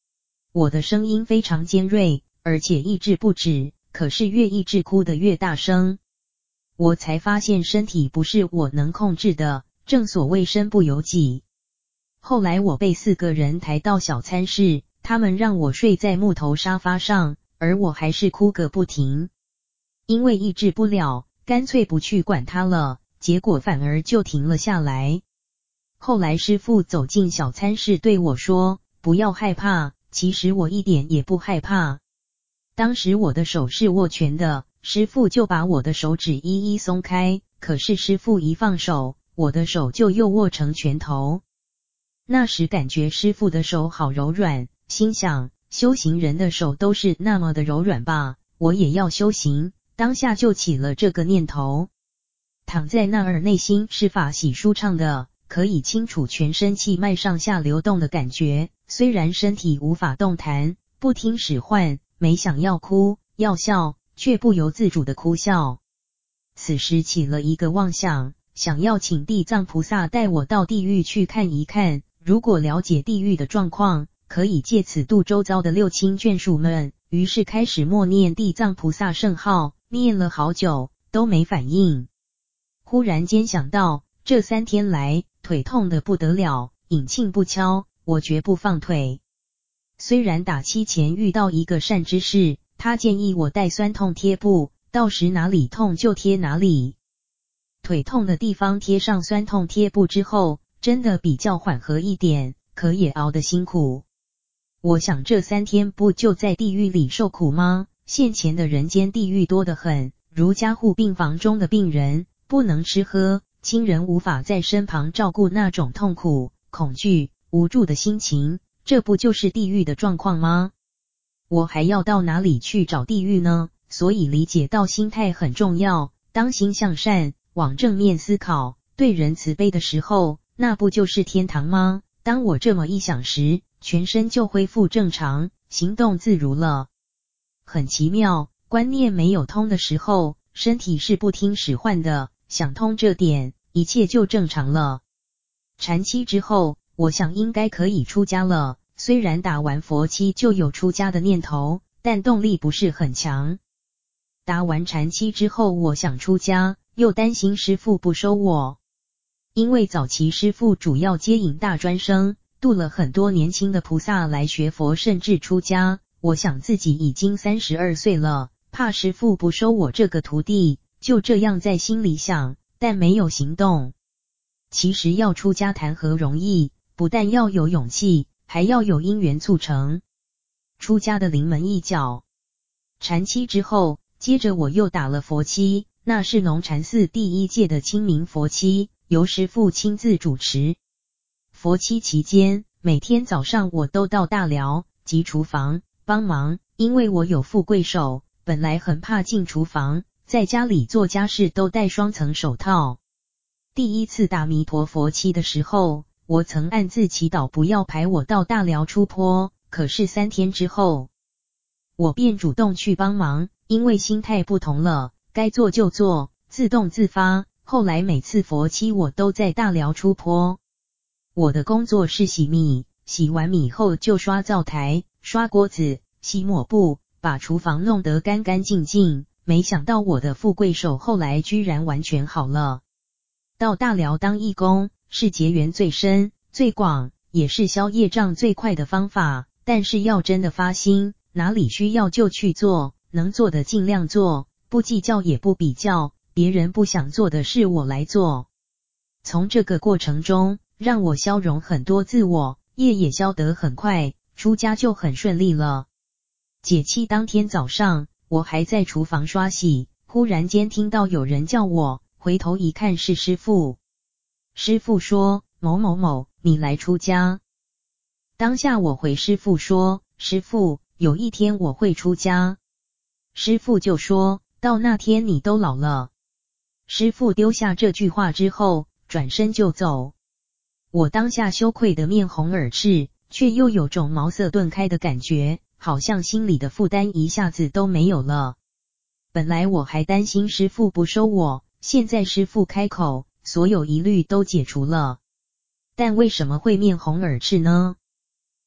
Speaker 1: 我的声音非常尖锐，而且抑制不止，可是越抑制哭得越大声。我才发现身体不是我能控制的，正所谓身不由己。后来我被4个人抬到小餐室，他们让我睡在木头沙发上，而我还是哭个不停。因为抑制不了，干脆不去管它了，结果反而就停了下来。后来师父走进小餐室对我说，不要害怕，其实我一点也不害怕。当时我的手是握拳的，师父就把我的手指一一松开，可是师父一放手，我的手就又握成拳头。那时感觉师父的手好柔软，心想，修行人的手都是那么的柔软吧，我也要修行，当下就起了这个念头。躺在那儿内心是法喜舒畅的，可以清楚全身气脉上下流动的感觉，虽然身体无法动弹，不听使唤，没想要哭要笑，却不由自主的哭笑。此时起了一个妄想，想要请地藏菩萨带我到地狱去看一看，如果了解地狱的状况，可以借此度周遭的六亲眷属们。于是开始默念地藏菩萨圣号，念了好久都没反应。忽然间想到，这3天来腿痛得不得了，引磬不敲，我绝不放腿。虽然打七前遇到一个善知识，他建议我带酸痛贴布，到时哪里痛就贴哪里。腿痛的地方贴上酸痛贴布之后，真的比较缓和一点，可也熬得辛苦。我想这3天不就在地狱里受苦吗？现前的人间地狱多得很，如加护病房中的病人，不能吃喝，亲人无法在身旁照顾，那种痛苦、恐惧、无助的心情，这不就是地狱的状况吗？我还要到哪里去找地狱呢？所以理解到心态很重要，当心向善，往正面思考，对人慈悲的时候，那不就是天堂吗？当我这么一想时，全身就恢复正常，行动自如了。很奇妙，观念没有通的时候，身体是不听使唤的，想通这点，一切就正常了。禅期之后，我想应该可以出家了，虽然打完佛七就有出家的念头，但动力不是很强。打完禅期之后，我想出家，又担心师父不收我。因为早期师父主要接引大专生，度了很多年轻的菩萨来学佛甚至出家，我想自己已经32岁了，怕师父不收我这个徒弟，就这样在心里想，但没有行动。其实要出家谈何容易，不但要有勇气，还要有因缘促成。出家的临门一脚。禅期之后，接着我又打了佛七，那是农禅寺第1届的清明佛七，由师父亲自主持。佛七期间，每天早上我都到大寮及厨房帮忙，因为我有富贵手，本来很怕进厨房，在家里做家事都戴双层手套。第一次打弥陀佛七的时候，我曾暗自祈祷不要排我到大寮出坡，可是3天之后，我便主动去帮忙，因为心态不同了，该做就做，自动自发。后来每次佛七我都在大寮出坡。我的工作是洗米，洗完米后就刷灶台、刷锅子、洗抹布，把厨房弄得干干净净。没想到我的富贵手后来居然完全好了。到大寮当义工，是结缘最深、最广，也是消业障最快的方法，但是要真的发心，哪里需要就去做，能做的尽量做，不计较也不比较，别人不想做的事我来做。从这个过程中，让我消融很多自我，业也消得很快，出家就很顺利了。解期当天早上，我还在厨房刷洗，忽然间听到有人叫我，回头一看是师父。师父说，某某某，你来出家。当下我回师父说，师父，有一天我会出家。师父就说，到那天你都老了。师父丢下这句话之后，转身就走。我当下羞愧得面红耳赤，却又有种茅塞顿开的感觉，好像心里的负担一下子都没有了。本来我还担心师父不收我，现在师父开口，所有疑虑都解除了。但为什么会面红耳赤呢？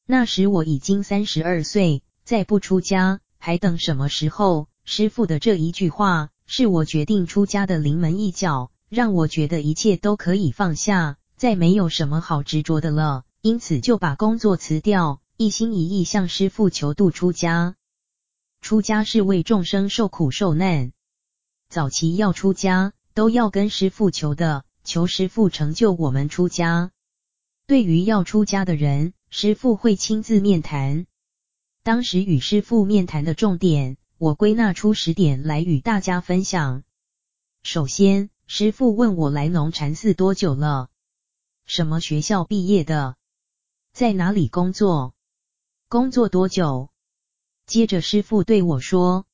Speaker 1: 那时我已经32岁，再不出家，还等什么时候？师父的这一句话，是我决定出家的临门一脚，让我觉得一切都可以放下，再没有什么好执着的了，因此就把工作辞掉，一心一意向师父求度出家。出家是为众生受苦受难，早期要出家，都要跟师父求的，求师父成就我们出家。对于要出家的人，师父会亲自面谈。当时与师父面谈的重点，我归纳出10点来与大家分享。首先，师父问我来农禅寺多久了？什么学校毕业的？在哪里工作？工作多久？接着师父对我说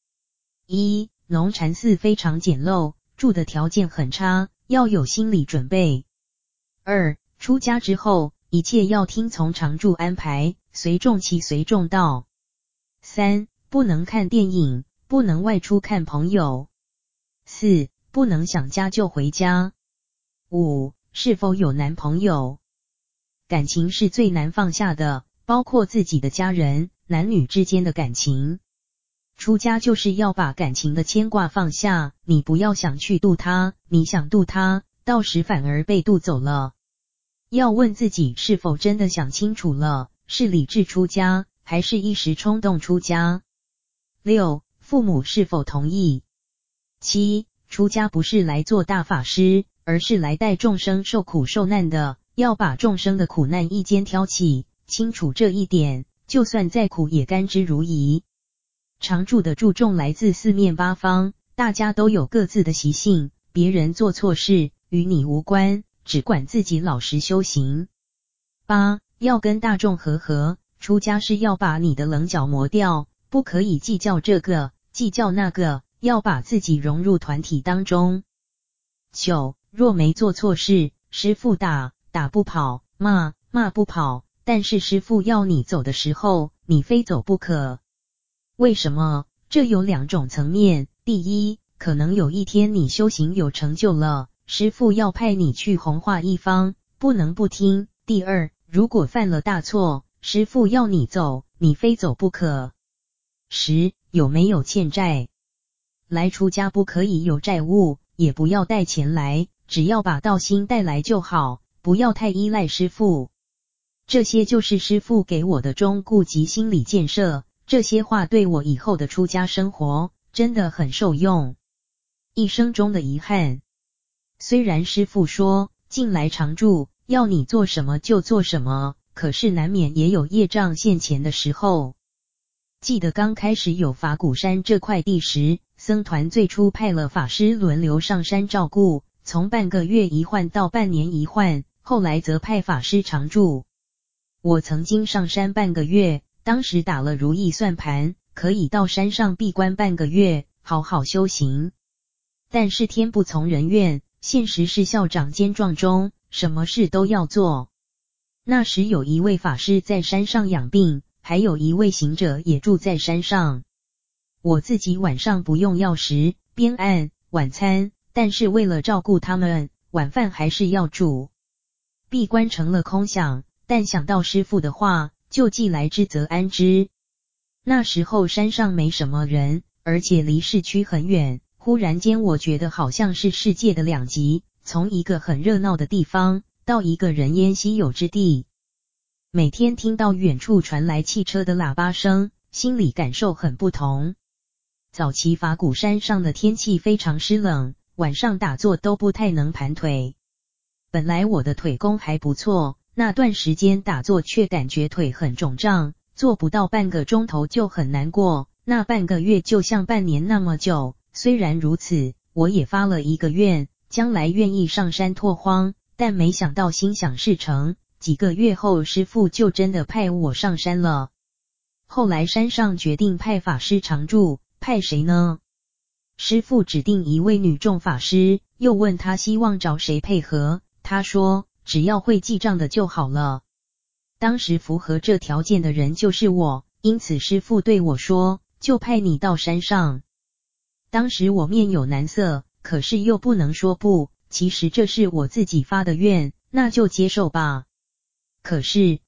Speaker 1: ：1. 农禅寺非常简陋，住的条件很差，要有心理准备。2. 出家之后，一切要听从常住安排，随众起随众到。3. 不能看电影，不能外出看朋友。4. 不能想家就回家。5. 是否有男朋友？感情是最难放下的，包括自己的家人，男女之间的感情。出家就是要把感情的牵挂放下，你不要想去度他，你想度他，到时反而被度走了。要问自己是否真的想清楚了，是理智出家，还是一时冲动出家。6. 父母是否同意。7. 出家不是来做大法师，而是来带众生受苦受难的，要把众生的苦难一肩挑起，清楚这一点，就算再苦也甘之如饴。常住的注重来自四面八方，大家都有各自的习性，别人做错事与你无关，只管自己老实修行。8. 要跟大众和合，出家是要把你的棱角磨掉，不可以计较这个，计较那个，要把自己融入团体当中。9. 若没做错事，师父打不跑，骂不跑，但是师父要你走的时候，你非走不可。为什么？这有2种层面。第一，可能有一天你修行有成就了，师父要派你去弘化一方，不能不听。第二，如果犯了大错，师父要你走，你非走不可。10. 有没有欠债？来出家不可以有债务，也不要带钱来，只要把道心带来就好，不要太依赖师父。这些就是师父给我的忠固及心理建设，这些话对我以后的出家生活真的很受用。一生中的遗憾，虽然师父说近来常住，要你做什么就做什么，可是难免也有业障现前的时候。记得刚开始有法鼓山这块地时，僧团最初派了法师轮流上山照顾，从半个月一换到半年一换，后来则派法师常住。我曾经上山半个月，当时打了如意算盘，可以到山上闭关半个月，好好修行。但是天不从人愿，现实是校长兼撞钟，什么事都要做。那时有一位法师在山上养病，还有一位行者也住在山上。我自己晚上不用药时，边按晚餐，但是为了照顾他们，晚饭还是要煮。闭关成了空想，但想到师父的话，就既来之则安之。那时候山上没什么人，而且离市区很远，忽然间我觉得好像是世界的两极，从一个很热闹的地方，到一个人烟稀有之地。每天听到远处传来汽车的喇叭声，心里感受很不同。早期法鼓山上的天气非常湿冷，晚上打坐都不太能盘腿。本来我的腿功还不错，那段时间打坐却感觉腿很肿胀，做不到半个钟头就很难过，那半个月就像半年那么久。虽然如此，我也发了一个愿，将来愿意上山拓荒，但没想到心想事成，几个月后师父就真的派我上山了。后来山上决定派法师常住，派谁呢？师父指定一位女众法师，又问他希望找谁配合，他说只要会记账的就好了。当时符合这条件的人就是我，因此师父对我说，就派你到山上。当时我面有难色，可是又不能说不，其实这是我自己发的愿，那就接受吧。可是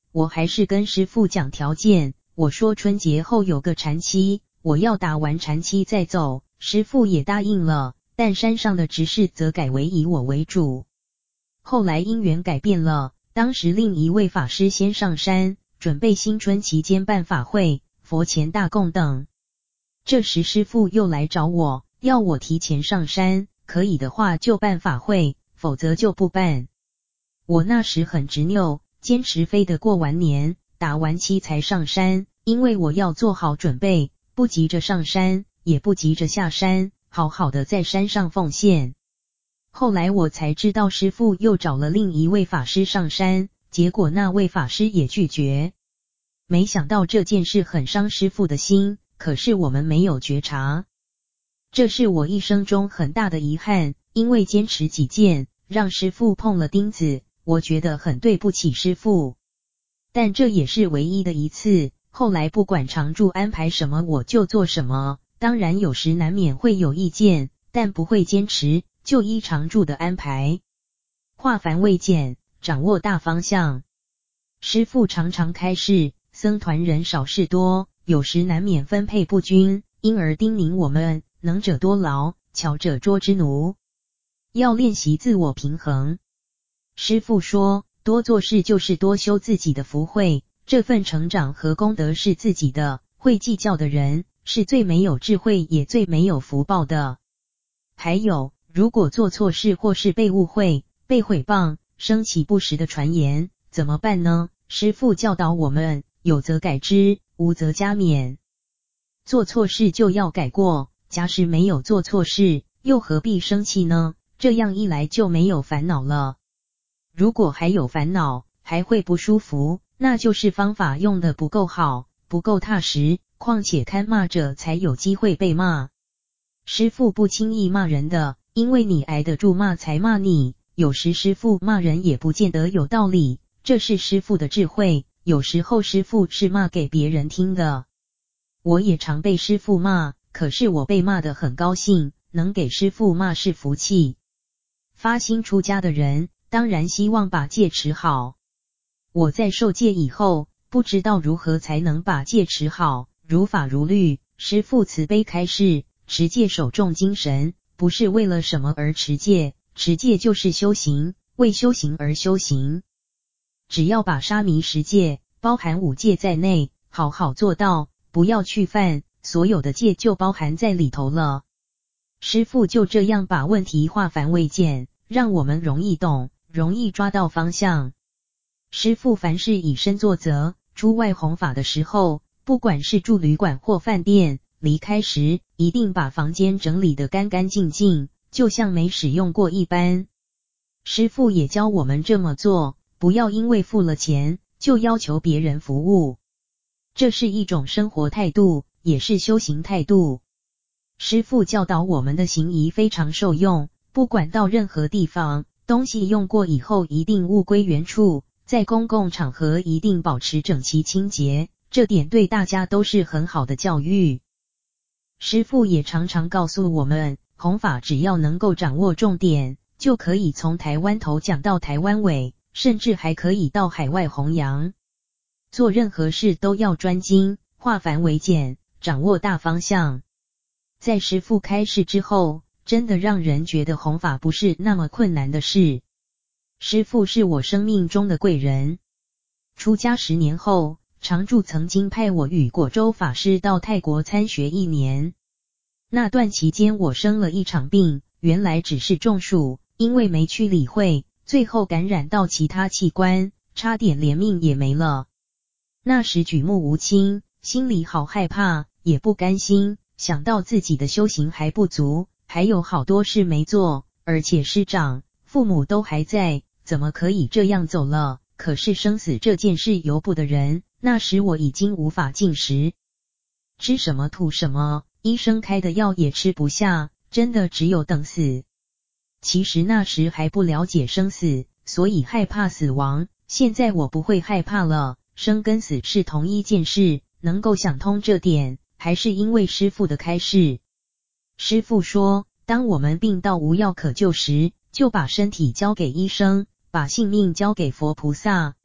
Speaker 1: 我还是跟师父讲条件，我说春节后有个禅期，我要打完禅期再走，师父也答应了，但山上的执事则改为以我为主。后来因缘改变了，当时另一位法师先上山，准备新春期间办法会、佛前大供等。这时师父又来找我，要我提前上山，可以的话就办法会，否则就不办。我那时很执拗，坚持非得过完年，打完期才上山，因为我要做好准备，不急着上山，也不急着下山，好好的在山上奉献。后来我才知道师父又找了另一位法师上山，结果那位法师也拒绝。没想到这件事很伤师父的心，可是我们没有觉察。这是我一生中很大的遗憾，因为坚持己见，让师父碰了钉子，我觉得很对不起师父。但这也是唯一的一次，后来不管常住安排什么我就做什么，当然有时难免会有意见，但不会坚持，就依常住的安排。化繁为简，掌握大方向。师父常常开示，僧团人少事多，有时难免分配不均，因而叮咛我们，能者多劳，巧者捉之奴，要练习自我平衡。师父说，多做事就是多修自己的福慧，这份成长和功德是自己的，会计较的人是最没有智慧也最没有福报的。还有，如果做错事或是被误会、被毁谤，升起不实的传言，怎么办呢？师父教导我们，有则改之，无则加勉。做错事就要改过，假使没有做错事，又何必生气呢？这样一来就没有烦恼了。如果还有烦恼，还会不舒服，那就是方法用得不够好，不够踏实，况且堪骂者才有机会被骂。师父不轻易骂人的，因为你挨得住骂才骂你，有时师父骂人也不见得有道理，这是师父的智慧，有时候师父是骂给别人听的。我也常被师父骂，可是我被骂得很高兴，能给师父骂是福气。发心出家的人，当然希望把戒持好。我在受戒以后，不知道如何才能把戒持好，如法如律。师父慈悲开示，持戒守重精神，不是为了什么而持戒，持戒就是修行，为修行而修行。只要把沙弥十戒，包含五戒在内，好好做到，不要去犯，所有的戒就包含在里头了。师父就这样把问题化繁为简，让我们容易懂，容易抓到方向。师父凡事以身作则，出外弘法的时候，不管是住旅馆或饭店，离开时一定把房间整理得干干净净，就像没使用过一般。师父也教我们这么做，不要因为付了钱，就要求别人服务。这是一种生活态度，也是修行态度。师父教导我们的行仪非常受用，不管到任何地方，东西用过以后一定物归原处，在公共场合一定保持整齐清洁，这点对大家都是很好的教育。师父也常常告诉我们，弘法只要能够掌握重点，就可以从台湾头讲到台湾尾，甚至还可以到海外弘扬。做任何事都要专精，化繁为简，掌握大方向。在师父开示之后，真的让人觉得弘法不是那么困难的事。师父是我生命中的贵人。出家10年后，常住曾经派我与果州法师到泰国参学1年。那段期间我生了一场病，原来只是中暑，因为没去理会，最后感染到其他器官，差点连命也没了。那时举目无亲，心里好害怕，也不甘心，想到自己的修行还不足，还有好多事没做，而且师长、父母都还在，怎么可以这样走了？可是生死这件事由不得人，那时我已经无法进食，吃什么吐什么，医生开的药也吃不下，真的只有等死。其实那时还不了解生死，所以害怕死亡，现在我不会害怕了，生跟死是同一件事，能够想通这点，还是因为师父的开示。师父说，当我们病到无药可救时，就把身体交给医生，把性命交给佛菩萨，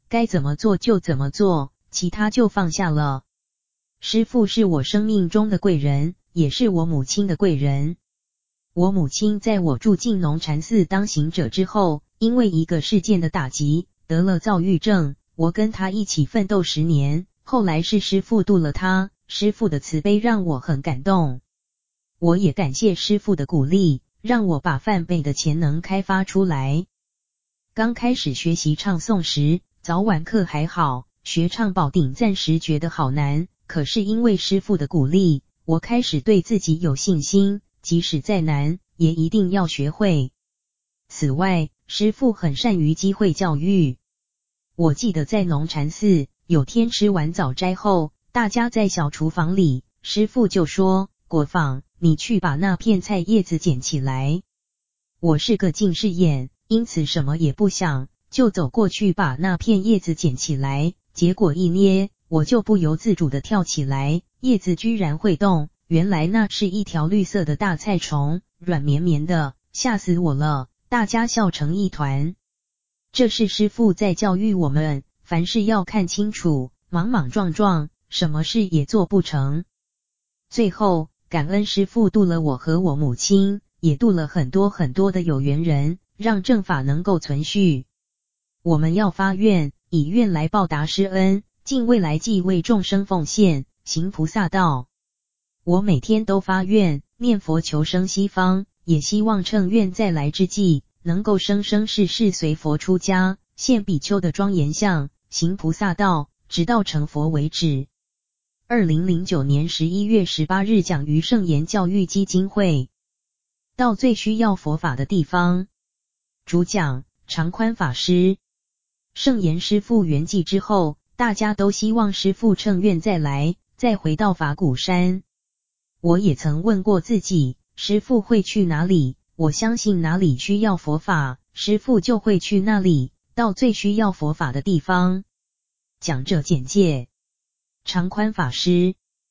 Speaker 1: 该怎么做就怎么做，其他就放下了。师父是我生命中的贵人，也是我母亲的贵人。我母亲在我住进农禅寺当行者之后，因为一个事件的打击，得了躁郁症。我跟她一起奋斗10年，后来是师父度了她，师父的慈悲让我很感动。我也感谢师父的鼓励，让我把梵呗的潜能开发出来。刚开始学习唱诵时，早晚课还好，学唱宝顶暂时觉得好难，可是因为师父的鼓励，我开始对自己有信心，即使再难，也一定要学会。此外，师父很善于机会教育。我记得在农禅寺，有天吃完早斋后，大家在小厨房里，师父就说：“国放，你去把那片菜叶子捡起来。”我是个近视眼，因此什么也不想，就走过去把那片叶子捡起来，结果一捏，我就不由自主地跳起来，叶子居然会动，原来那是一条绿色的大菜虫，软绵绵的，吓死我了，大家笑成一团。这是师父在教育我们，凡事要看清楚，莽莽撞撞，什么事也做不成。最后，感恩师父度了我和我母亲，也度了很多很多的有缘人，让正法能够存续。我们要发愿，以愿来报答师恩，尽未来际为众生奉献，行菩萨道。我每天都发愿，念佛求生西方，也希望趁愿再来之际，能够生生世世随佛出家，现比丘的庄严相，行菩萨道，直到成佛为止。2009年11月18日讲于圣言教育基金会。到最需要佛法的地方。主讲长宽法师。圣言师父圆寂之后，大家都希望师父乘愿再来，再回到法鼓山。我也曾问过自己，师父会去哪里？我相信哪里需要佛法，师父就会去那里，到最需要佛法的地方。讲者简介。长宽法师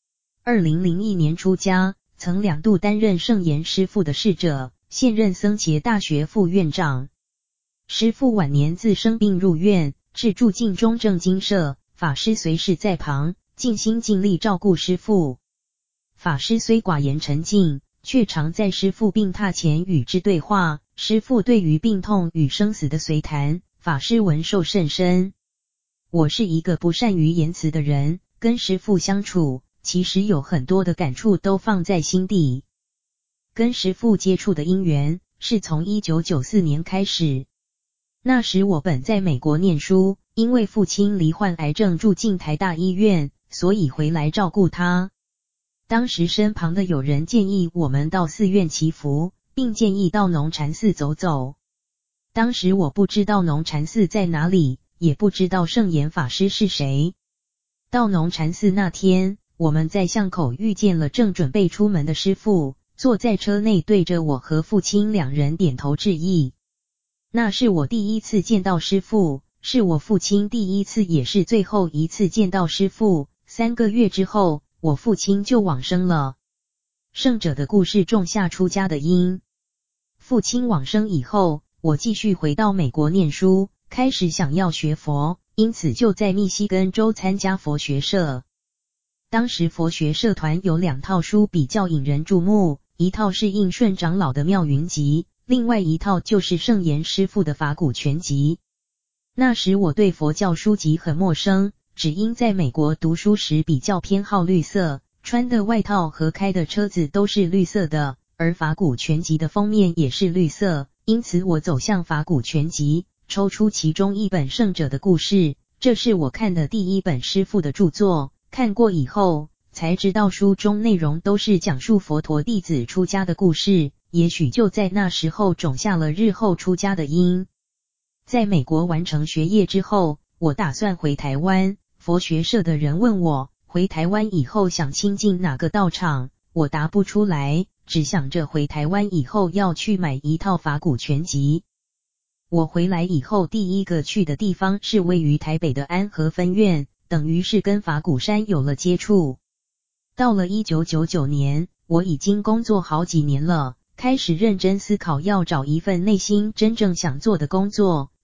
Speaker 1: 2001年出家，曾2度担任圣严师父的侍者，现任僧伽大学副院长。师父晚年自生病入院，至住进中正精舍，法师随时在旁，尽心尽力照顾师父。法师虽寡言沉静，却常在师父病榻前与之对话，师父对于病痛与生死的随谈，法师闻受甚深。我是一个不善于言辞的人，跟师父相处，其实有很多的感触都放在心底。跟师父接触的因缘，是从1994年开始。那时我本在美国念书，因为父亲罹患癌症住进台大医院，所以回来照顾他。当时身旁的友人建议我们到寺院祈福，并建议到农禅寺走走。当时我不知道农禅寺在哪里，也不知道圣严法师是谁。到农禅寺那天，我们在巷口遇见了正准备出门的师父，坐在车内对着我和父亲2人点头致意。那是我第一次见到师父，是我父亲第一次也是最后一次见到师父。3个月之后，我父亲就往生了。圣者的故事种下出家的因。父亲往生以后，我继续回到美国念书，开始想要学佛，因此就在密西根州参加佛学社。当时佛学社团有2套书比较引人注目，一套是应顺长老的妙云集，另外一套就是圣严师父的法鼓全集。那时我对佛教书籍很陌生，只因在美国读书时比较偏好绿色，穿的外套和开的车子都是绿色的，而法鼓全集的封面也是绿色，因此我走向法鼓全集，抽出其中一本圣者的故事，这是我看的第一本师父的著作。看过以后，才知道书中内容都是讲述佛陀弟子出家的故事，也许就在那时候种下了日后出家的因。在美国完成学业之后，我打算回台湾，佛学社的人问我，回台湾以后想亲近哪个道场，我答不出来，只想着回台湾以后要去买一套法鼓全集。我回来以后第一个去的地方是位于台北的安和分院，等于是跟法鼓山有了接触。到了1999年，我已经工作好几年了，开始认真思考要找一份内心真正想做的工作，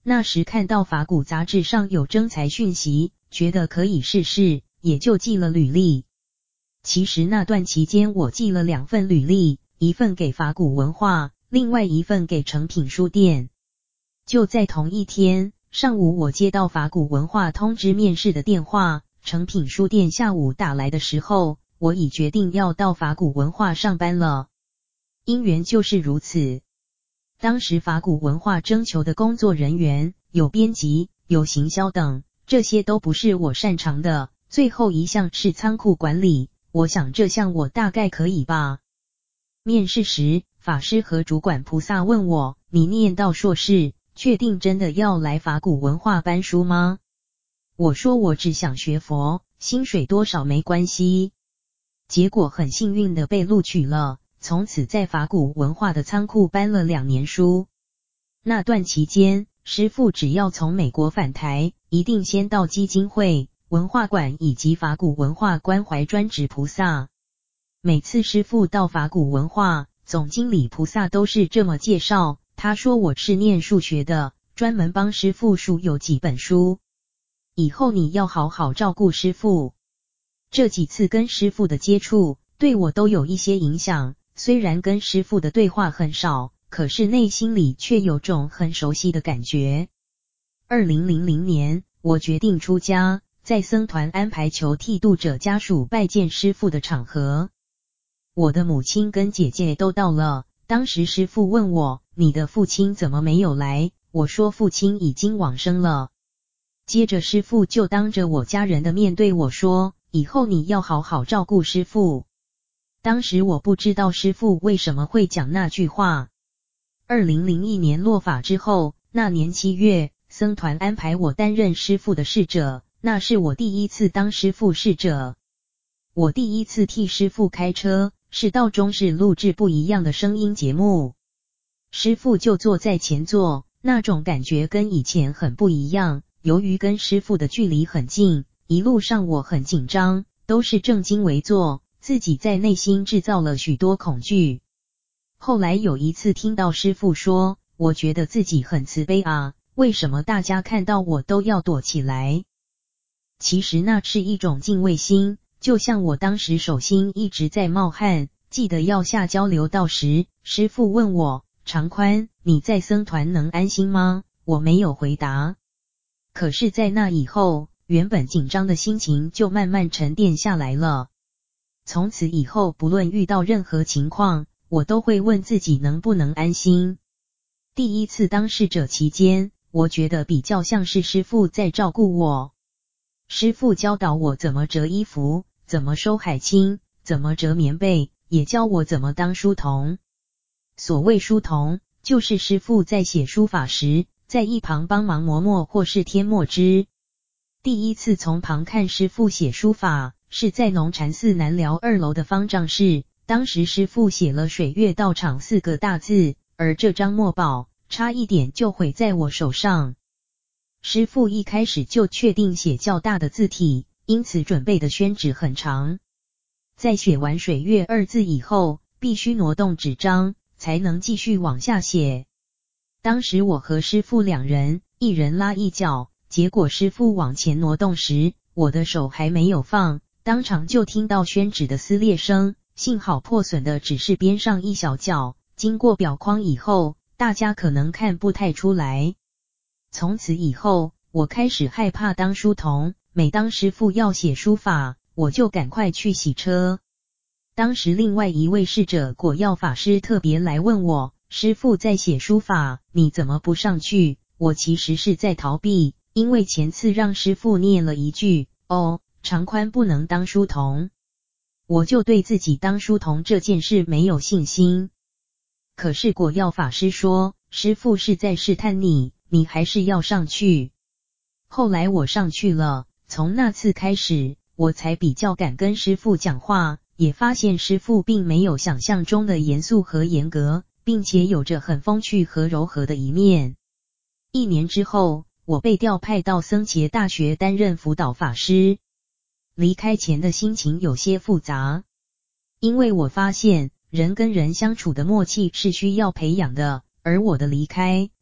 Speaker 1: 那时看到法古杂志上有征才讯息，觉得可以试试，也就寄了履历。其实那段期间我寄了2份履历，一份给法古文化，另外一份给诚品书店。就在同一天上午，我接到法古文化通知面试的电话，诚品书店下午打来的时候，我已决定要到法古文化上班了。因缘就是如此。当时法古文化征求的工作人员有编辑、有行销等，这些都不是我擅长的。最后一项是仓库管理，我想这项我大概可以吧。面试时，法师和主管菩萨问我：你念到硕士，确定真的要来法古文化搬书吗？我说我只想学佛，薪水多少没关系。结果很幸运的被录取了。从此在法古文化的仓库搬了2年书。那段期间，师父只要从美国返台，一定先到基金会、文化馆以及法古文化关怀专职菩萨。每次师父到法古文化，总经理菩萨都是这么介绍，他说我是念数学的，专门帮师父书有几本书，以后你要好好照顾师父。这几次跟师父的接触，对我都有一些影响。虽然跟师父的对话很少，可是内心里却有种很熟悉的感觉。2000年，我决定出家，在僧团安排求剃度者家属拜见师父的场合。我的母亲跟姐姐都到了，当时师父问我：你的父亲怎么没有来？我说父亲已经往生了。接着师父就当着我家人的面对我说：以后你要好好照顾师父。当时我不知道师父为什么会讲那句话。2001年落法之后，那年7月，僧团安排我担任师父的侍者，那是我第一次当师父侍者。我第一次替师父开车，是到中视录制不一样的声音节目。师父就坐在前座，那种感觉跟以前很不一样。由于跟师父的距离很近，一路上我很紧张，都是正襟危坐。自己在内心制造了许多恐惧。后来有一次听到师父说，我觉得自己很慈悲啊，为什么大家看到我都要躲起来？其实那是一种敬畏心，就像我当时手心一直在冒汗，记得要下交流道时，师父问我：长宽，你在僧团能安心吗？我没有回答。可是在那以后，原本紧张的心情就慢慢沉淀下来了。从此以后，不论遇到任何情况，我都会问自己能不能安心。第一次当侍者期间，我觉得比较像是师父在照顾我。师父教导我怎么折衣服，怎么收海青，怎么折棉被，也教我怎么当书童。所谓书童，就是师父在写书法时，在一旁帮忙磨墨或是添墨汁。第一次从旁看师父写书法，是在农禅寺南寮2楼的方丈室，当时师父写了水月道场4个大字，而这张墨宝差一点就毁在我手上。师父一开始就确定写较大的字体，因此准备的宣纸很长。在写完水月2字以后，必须挪动纸张，才能继续往下写。当时我和师父2人，一人拉一脚，结果师父往前挪动时，我的手还没有放，当场就听到宣纸的撕裂声，幸好破损的只是边上一小角，经过裱框以后，大家可能看不太出来。从此以后，我开始害怕当书童，每当师父要写书法，我就赶快去洗车。当时另外一位侍者果药法师特别来问我，师父在写书法，你怎么不上去？我其实是在逃避，因为前次让师父念了一句，长宽不能当书童，我就对自己当书童这件事没有信心。可是果药法师说，师父是在试探你，你还是要上去。后来我上去了，从那次开始，我才比较敢跟师父讲话，也发现师父并没有想象中的严肃和严格，并且有着很风趣和柔和的一面。1年之后，我被调派到僧伽大学担任辅导法师。离开前的心情有些复杂，因为我发现人跟人相处的默契是需要培养的，而我的离开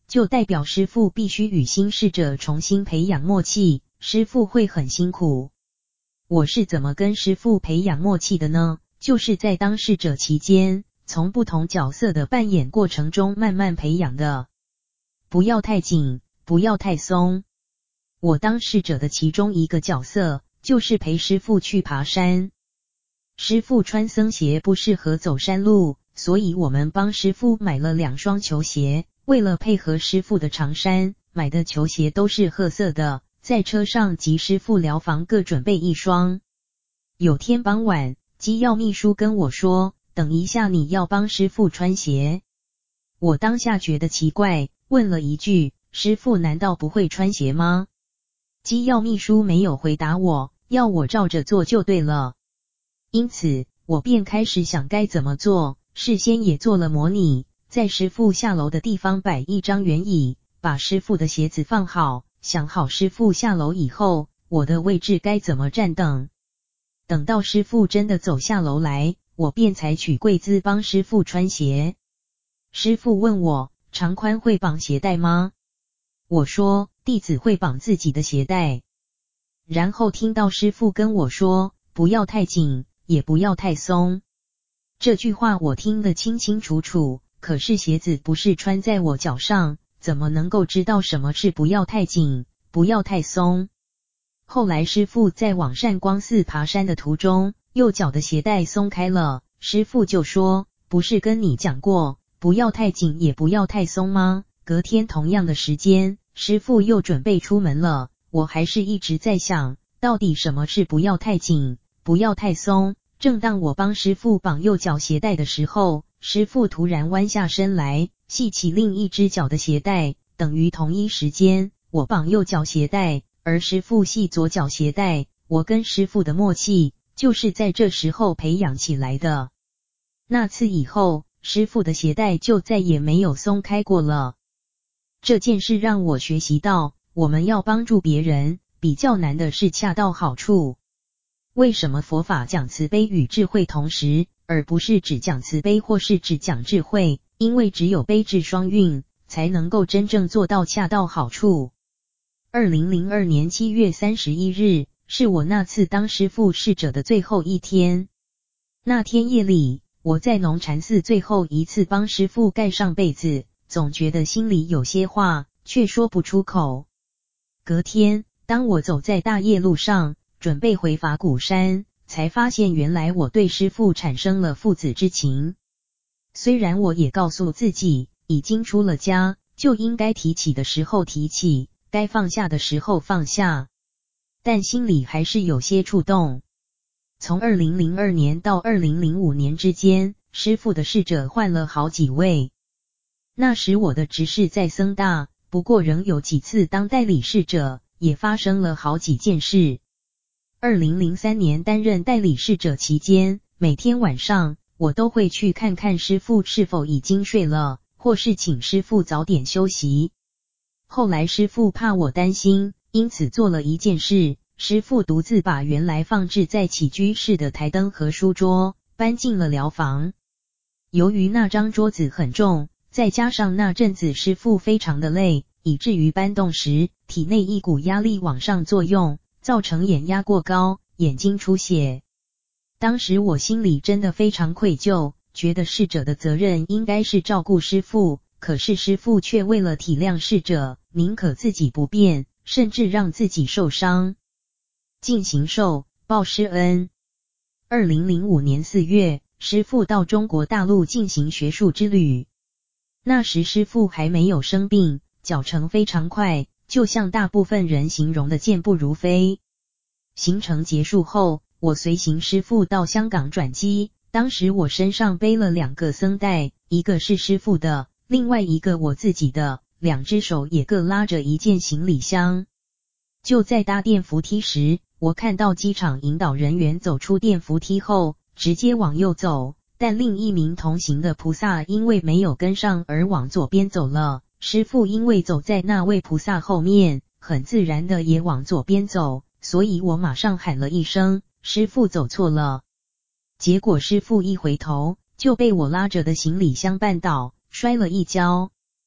Speaker 1: 就代表师父必须与新侍者重新培养默契，师父会很辛苦。我是怎么跟师父培养默契的呢？就是在当侍者期间，从不同角色的扮演过程中慢慢培养的。不要太紧，不要太松。我当侍者的其中一个角色，就是陪师父去爬山。师父穿僧鞋不适合走山路，所以我们帮师父买了2双球鞋，为了配合师父的长衫，买的球鞋都是褐色的，在车上及师父疗房各准备1双。有天傍晚，机要秘书跟我说，等一下你要帮师父穿鞋。我当下觉得奇怪，问了一句，师父难道不会穿鞋吗？机要秘书没有回答我，要我照着做就对了。因此，我便开始想该怎么做，事先也做了模拟，在师父下楼的地方摆1张圆椅，把师父的鞋子放好，想好师父下楼以后，我的位置该怎么站等。等到师父真的走下楼来，我便采取跪姿帮师父穿鞋。师父问我，长宽会绑鞋带吗？我说，弟子会绑自己的鞋带。然后听到师父跟我说，不要太紧，也不要太松。这句话我听得清清楚楚，可是鞋子不是穿在我脚上，怎么能够知道什么是不要太紧，不要太松？后来师父在往善光寺爬山的途中，右脚的鞋带松开了，师父就说，不是跟你讲过，不要太紧也不要太松吗？隔天同样的时间，师父又准备出门了，我还是一直在想，到底什么是不要太紧，不要太松？正当我帮师父绑右脚鞋带的时候，师父突然弯下身来，系起另一只脚的鞋带，等于同一时间，我绑右脚鞋带，而师父系左脚鞋带，我跟师父的默契，就是在这时候培养起来的。那次以后，师父的鞋带就再也没有松开过了。这件事让我学习到，我们要帮助别人，比较难的是恰到好处。为什么佛法讲慈悲与智慧同时，而不是只讲慈悲或是只讲智慧？因为只有悲智双运，才能够真正做到恰到好处。2002年7月31日，是我那次当师父侍者的最后一天。那天夜里，我在农禅寺最后一次帮师父盖上被子，总觉得心里有些话，却说不出口。隔天，当我走在大业路上，准备回法鼓山，才发现原来我对师父产生了父子之情。虽然我也告诉自己，已经出了家，就应该提起的时候提起，该放下的时候放下，但心里还是有些触动。从2002年到2005年之间，师父的侍者换了好几位。那时我的职事在僧大，不过仍有几次当代理侍者，也发生了好几件事。2003年担任代理侍者期间，每天晚上我都会去看看师父是否已经睡了，或是请师父早点休息。后来师父怕我担心，因此做了一件事，师父独自把原来放置在起居室的台灯和书桌搬进了疗房。由于那张桌子很重，再加上那阵子师父非常的累，以至于搬动时体内一股压力往上作用，造成眼压过高，眼睛出血。当时我心里真的非常愧疚，觉得侍者的责任应该是照顾师父，可是师父却为了体谅侍者，宁可自己不便，甚至让自己受伤。尽行寿，报师恩。2005年4月，师父到中国大陆进行学术之旅。那时师父还没有生病，脚程非常快，就像大部分人形容的健步如飞。行程结束后，我随行师父到香港转机，当时我身上背了2个僧袋，一个是师父的，另外一个我自己的，2只手也各拉着一件行李箱。就在搭电扶梯时，我看到机场引导人员走出电扶梯后，直接往右走，但另一名同行的菩萨因为没有跟上而往左边走了。师父因为走在那位菩萨后面，很自然的也往左边走，所以我马上喊了一声，师父走错了。结果师父一回头，就被我拉着的行李箱绊倒，摔了一跤。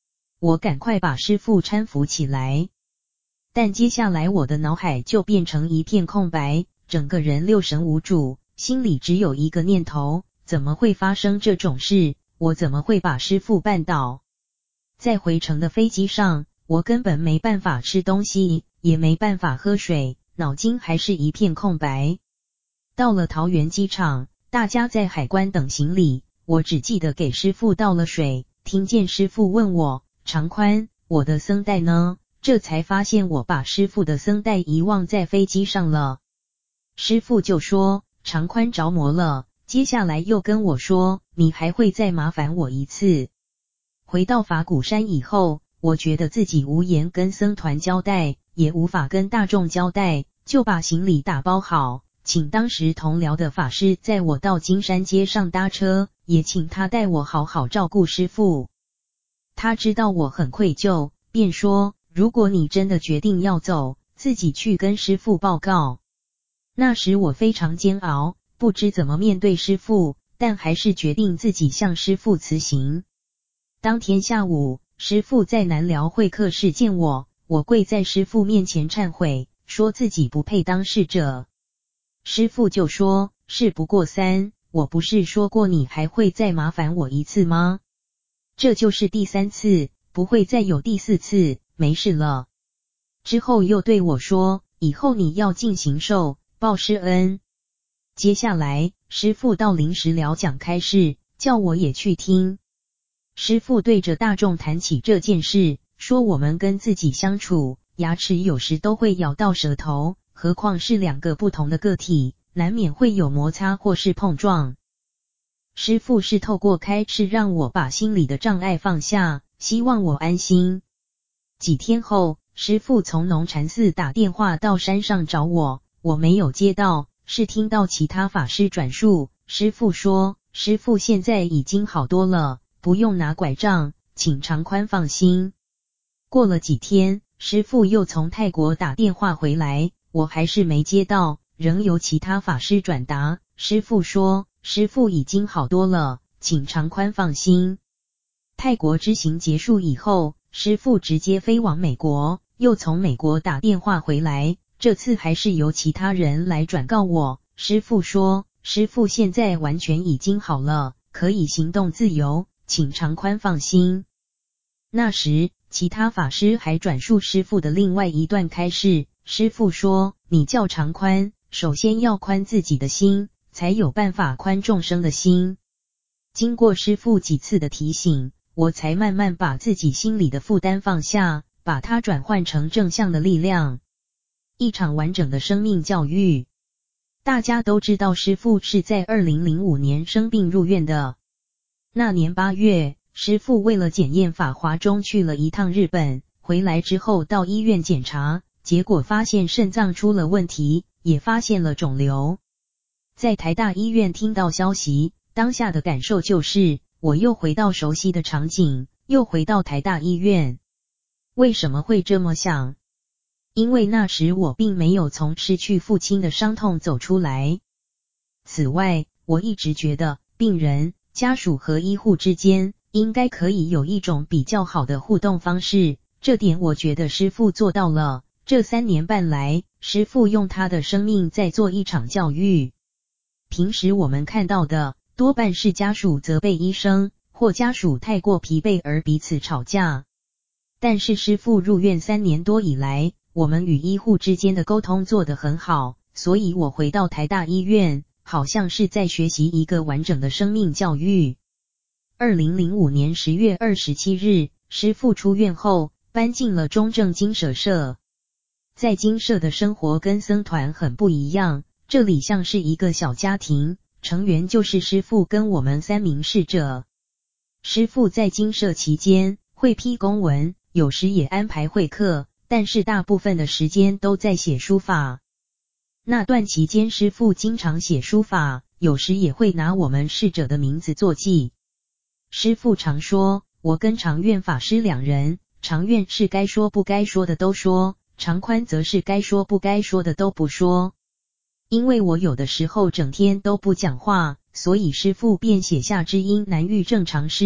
Speaker 1: 我赶快把师父搀扶起来。但接下来我的脑海就变成一片空白，整个人六神无主，心里只有一个念头，怎么会发生这种事？我怎么会把师父绊倒？在回程的飞机上，我根本没办法吃东西，也没办法喝水，脑筋还是一片空白。到了桃园机场，大家在海关等行李，我只记得给师父倒了水，听见师父问我，长宽，我的僧带呢？这才发现我把师父的僧带遗忘在飞机上了。师父就说，长宽着魔了，接下来又跟我说，你还会再麻烦我一次。回到法鼓山以后，我觉得自己无颜跟僧团交代，也无法跟大众交代，就把行李打包好，请当时同僚的法师载我到金山街上搭车，也请他带我好好照顾师父。他知道我很愧疚，便说，如果你真的决定要走，自己去跟师父报告。那时我非常煎熬，不知怎么面对师父，但还是决定自己向师父辞行。当天下午，师父在南寮会客室见我，我跪在师父面前忏悔，说自己不配当侍者。师父就说，事不过三，我不是说过你还会再麻烦我一次吗？这就是第3次，不会再有第4次，没事了。之后又对我说，以后你要尽行受，报师恩。接下来，师父到临时寮讲开示，叫我也去听。师父对着大众谈起这件事，说我们跟自己相处，牙齿有时都会咬到舌头，何况是2个不同的个体，难免会有摩擦或是碰撞。师父是透过开示让我把心里的障碍放下，希望我安心。几天后，师父从农禅寺打电话到山上找我，我没有接到，是听到其他法师转述，师父说，师父现在已经好多了，不用拿拐杖，请长宽放心。过了几天，师父又从泰国打电话回来，我还是没接到，仍由其他法师转达，师父说，师父已经好多了，请长宽放心。泰国之行结束以后，师父直接飞往美国，又从美国打电话回来，这次还是由其他人来转告我，师父说，师父现在完全已经好了，可以行动自由，请长宽放心。那时，其他法师还转述师父的另外一段开示，师父说，你叫长宽，首先要宽自己的心，才有办法宽众生的心。经过师父几次的提醒，我才慢慢把自己心里的负担放下，把它转换成正向的力量。一场完整的生命教育。大家都知道师父是在2005年生病入院的。那年8月，师父为了检验法华中去了一趟日本，回来之后到医院检查，结果发现肾脏出了问题，也发现了肿瘤。在台大医院听到消息，当下的感受就是我又回到熟悉的场景，又回到台大医院。为什么会这么想？因为那时我并没有从失去父亲的伤痛走出来。此外，我一直觉得病人、家属和医护之间应该可以有一种比较好的互动方式，这点我觉得师父做到了。这3年半来，师父用他的生命在做一场教育。平时我们看到的多半是家属责备医生，或家属太过疲惫而彼此吵架。但是师父入院3年多以来，我们与医护之间的沟通做得很好，所以我回到台大医院，好像是在学习一个完整的生命教育。2005年10月27日，师父出院后，搬进了中正精舍社。在精舍的生活跟僧团很不一样，这里像是一个小家庭，成员就是师父跟我们3名侍者。师父在精舍期间会批公文，有时也安排会客，但是大部分的时间都在写书法。那段期间师父经常写书法，有时也会拿我们侍者的名字作记。师父常说，我跟常愿法师2人，常愿是该说不该说的都说，常宽则是该说不该说的都不说。因为我有的时候整天都不讲话，所以师父便写下知音难遇正常事，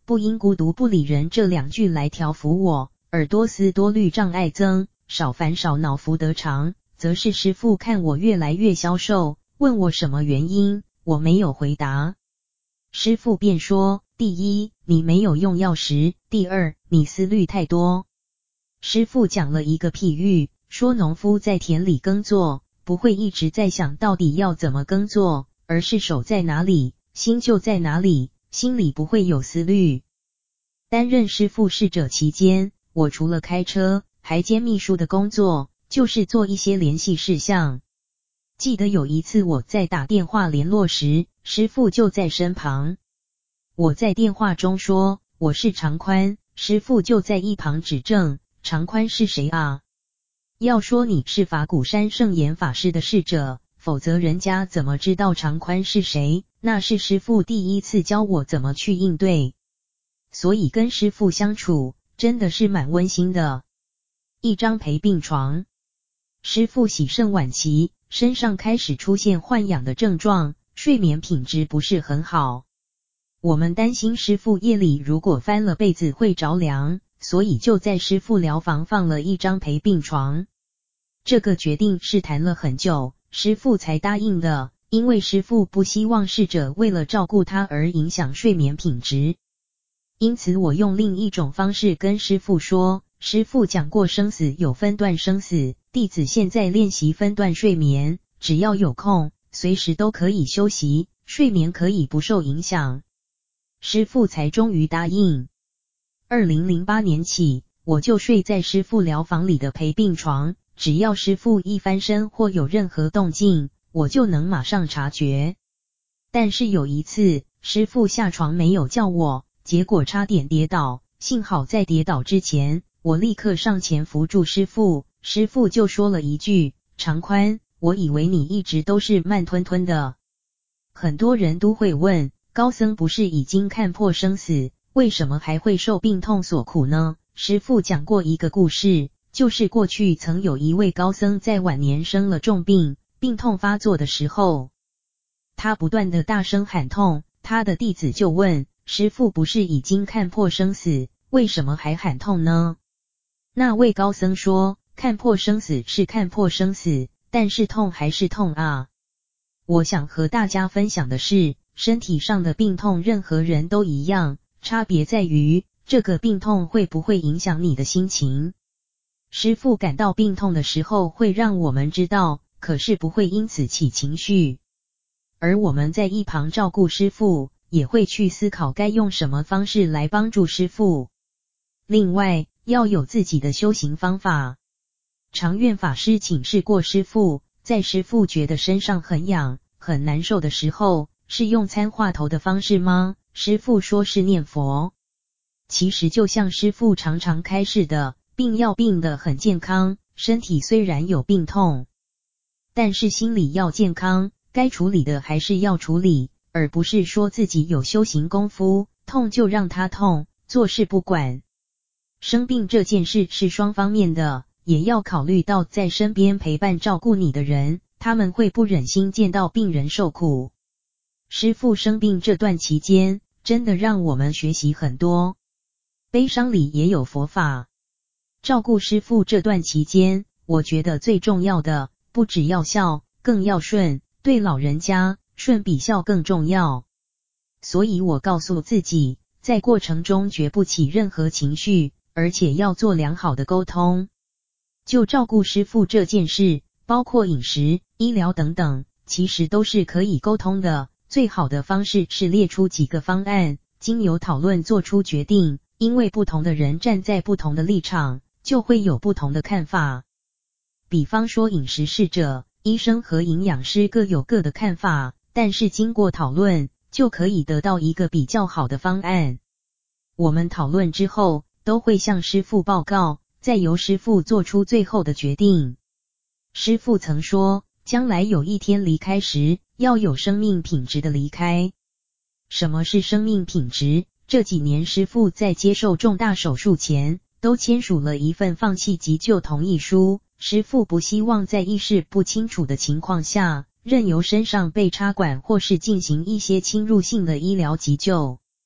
Speaker 1: 不因孤独不理人这2句来调伏我，而多思多虑障碍增，少烦少恼福得长，则是师父看我越来越消瘦，问我什么原因，我没有回答。师父便说，第一，你没有用药时，第二，你思虑太多。师父讲了一个譬喻，说农夫在田里耕作，不会一直在想到底要怎么耕作，而是手在哪里，心就在哪里，心里不会有思虑。担任师父侍者期间，我除了开车，还兼秘书的工作，就是做一些联系事项。记得有一次我在打电话联络时，师父就在身旁。我在电话中说，我是常宽，师父就在一旁指正，常宽是谁啊？要说你是法鼓山圣严法师的侍者，否则人家怎么知道常宽是谁？那是师父第一次教我怎么去应对。所以跟师父相处，真的是蛮温馨的。一张陪病床，师父喜肾晚期，身上开始出现幻痒的症状，睡眠品质不是很好。我们担心师父夜里如果翻了被子会着凉，所以就在师父疗房放了一张陪病床。这个决定是谈了很久，师父才答应的，因为师父不希望侍者为了照顾他而影响睡眠品质。因此我用另一种方式跟师父说，师父讲过生死有分段生死，弟子现在练习分段睡眠，只要有空，随时都可以休息，睡眠可以不受影响。师父才终于答应。2008年起，我就睡在师父疗房里的陪病床，只要师父一翻身或有任何动静，我就能马上察觉。但是有一次，师父下床没有叫我，结果差点跌倒，幸好在跌倒之前，我立刻上前扶住师父，师父就说了一句，常宽，我以为你一直都是慢吞吞的。很多人都会问，高僧不是已经看破生死，为什么还会受病痛所苦呢？师父讲过一个故事，就是过去曾有一位高僧在晚年生了重病，病痛发作的时候，他不断的大声喊痛，他的弟子就问，师父不是已经看破生死，为什么还喊痛呢？那位高僧说，看破生死是看破生死，但是痛还是痛啊。我想和大家分享的是，身体上的病痛任何人都一样，差别在于这个病痛会不会影响你的心情。师父感到病痛的时候会让我们知道，可是不会因此起情绪。而我们在一旁照顾师父，也会去思考该用什么方式来帮助师父。另外，要有自己的修行方法。常愿法师请示过师父，在师父觉得身上很痒、很难受的时候，是用参话头的方式吗？师父说是念佛。其实就像师父常常开示的，病要病得很健康，身体虽然有病痛，但是心理要健康，该处理的还是要处理，而不是说自己有修行功夫，痛就让它痛，做事不管。生病这件事是双方面的，也要考虑到在身边陪伴照顾你的人，他们会不忍心见到病人受苦。师父生病这段期间，真的让我们学习很多。悲伤里也有佛法。照顾师父这段期间，我觉得最重要的，不只要孝，更要顺，对老人家，顺比孝更重要。所以我告诉自己，在过程中绝不起任何情绪，而且要做良好的沟通。就照顾师父这件事，包括饮食、医疗等等，其实都是可以沟通的。最好的方式是列出几个方案，经由讨论做出决定，因为不同的人站在不同的立场，就会有不同的看法。比方说饮食侍者，医生和营养师各有各的看法，但是经过讨论，就可以得到一个比较好的方案。我们讨论之后，都会向师父报告，再由师父做出最后的决定。师父曾说，将来有一天离开时，要有生命品质的离开。什么是生命品质？这几年师父在接受重大手术前，都签署了一份放弃急救同意书。师父不希望在意识不清楚的情况下，任由身上被插管或是进行一些侵入性的医疗急救。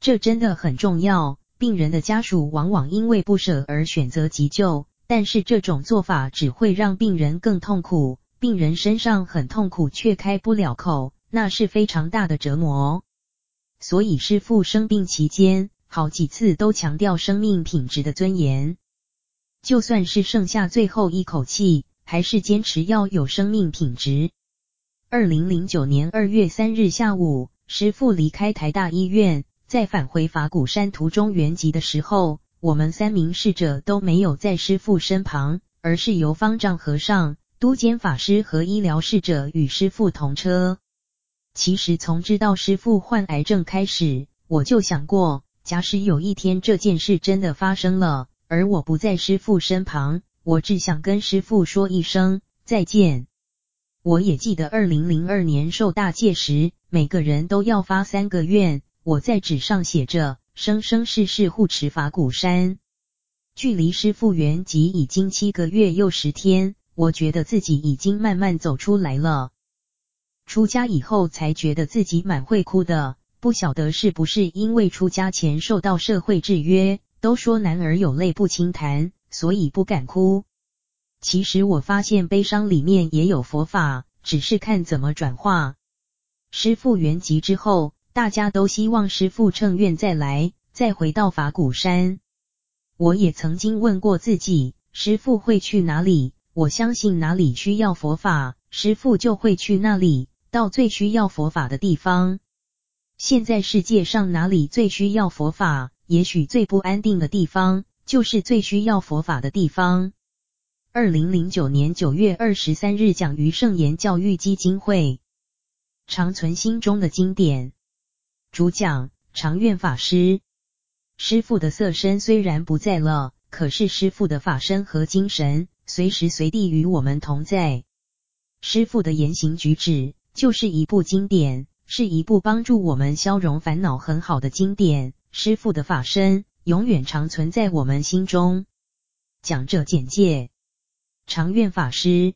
Speaker 1: 这真的很重要，病人的家属往往因为不舍而选择急救，但是这种做法只会让病人更痛苦，病人身上很痛苦却开不了口，那是非常大的折磨。所以师父生病期间，好几次都强调生命品质的尊严。就算是剩下最后一口气，还是坚持要有生命品质。2009年2月3日下午，师父离开台大医院，在返回法鼓山途中圆寂的时候，我们3名侍者都没有在师父身旁，而是由方丈和尚、督监法师和医疗侍者与师父同车。其实从知道师父患癌症开始，我就想过，假使有一天这件事真的发生了，而我不在师父身旁，我只想跟师父说一声再见。我也记得2002年受大戒时，每个人都要发3个愿，我在纸上写着生生世世护持法鼓山。距离师父圆寂已经7个月又10天，我觉得自己已经慢慢走出来了。出家以后才觉得自己蛮会哭的，不晓得是不是因为出家前受到社会制约，都说男儿有泪不轻弹，所以不敢哭。其实我发现悲伤里面也有佛法，只是看怎么转化。师父圆寂之后，大家都希望师父乘愿再来，再回到法鼓山。我也曾经问过自己，师父会去哪里？我相信哪里需要佛法，师父就会去那里，到最需要佛法的地方。现在世界上哪里最需要佛法？也许最不安定的地方，就是最需要佛法的地方。2009年9月23日讲于圣言教育基金会。常存心中的经典。主讲常愿法师。师父的色身虽然不在了，可是师父的法身和精神随时随地与我们同在。师父的言行举止就是一部经典，是一部帮助我们消融烦恼很好的经典。师父的法身永远常存在我们心中。讲者简介。常愿法师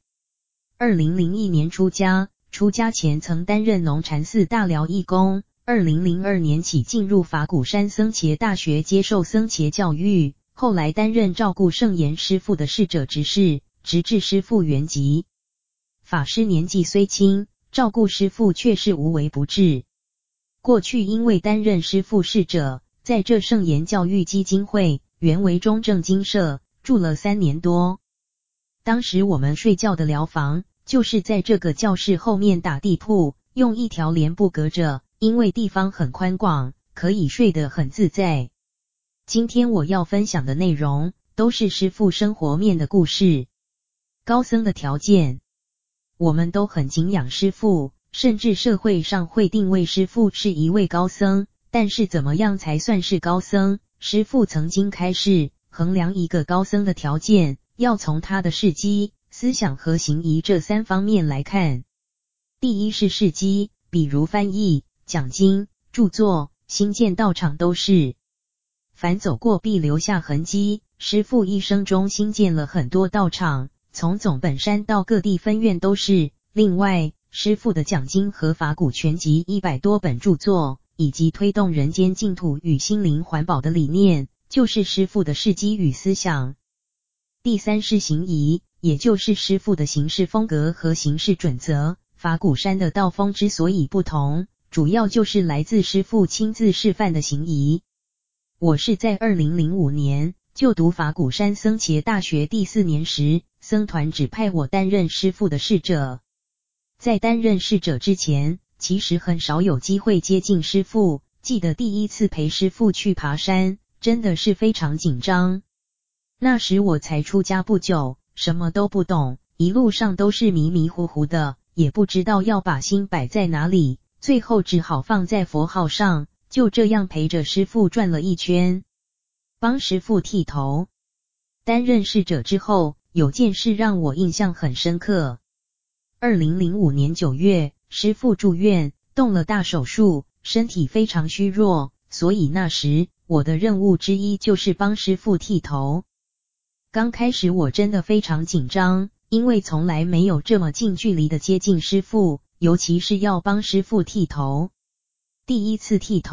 Speaker 1: 2001年出家，出家前曾担任农禅寺大寮义工，2002年起进入法鼓山僧伽大学接受僧伽教育，后来担任照顾圣严师父的侍者执事，直至师父圆寂。法师年纪虽轻，照顾师父却是无微不至。过去因为担任师父侍者，在这圣严教育基金会原为中正精舍住了3年多。当时我们睡觉的寮房就是在这个教室后面打地铺，用一条帘布隔着，因为地方很宽广，可以睡得很自在。今天我要分享的内容都是师父生活面的故事。高僧的条件。我们都很敬仰师父，甚至社会上会定位师父是一位高僧，但是怎么样才算是高僧？师父曾经开示，衡量一个高僧的条件，要从他的事迹、思想和行仪这3方面来看。第一是事迹，比如翻译、讲经、著作、兴建道场都是。凡走过必留下痕迹，师父一生中兴建了很多道场，从总本山到各地分院都是。另外，师父的讲经和法鼓全集100多本著作，以及推动人间净土与心灵环保的理念，就是师父的事迹与思想。第三是行仪，也就是师父的行事风格和行事准则。法鼓山的道风之所以不同，主要就是来自师父亲自示范的行仪。我是在2005年就读法鼓山僧伽大学第4年时，僧团指派我担任师父的侍者。在担任侍者之前，其实很少有机会接近师父，记得第一次陪师父去爬山，真的是非常紧张。那时我才出家不久，什么都不懂，一路上都是迷迷糊糊的，也不知道要把心摆在哪里，最后只好放在佛号上，就这样陪着师父转了一圈，帮师父剃头。担任侍者之后，有件事让我印象很深刻。2005年9月，师父住院，动了大手术，身体非常虚弱，所以那时我的任务之一就是帮师父剃头。刚开始我真的非常紧张，因为从来没有这么近距离的接近师父，尤其是要帮师父剃头。第一次剃头，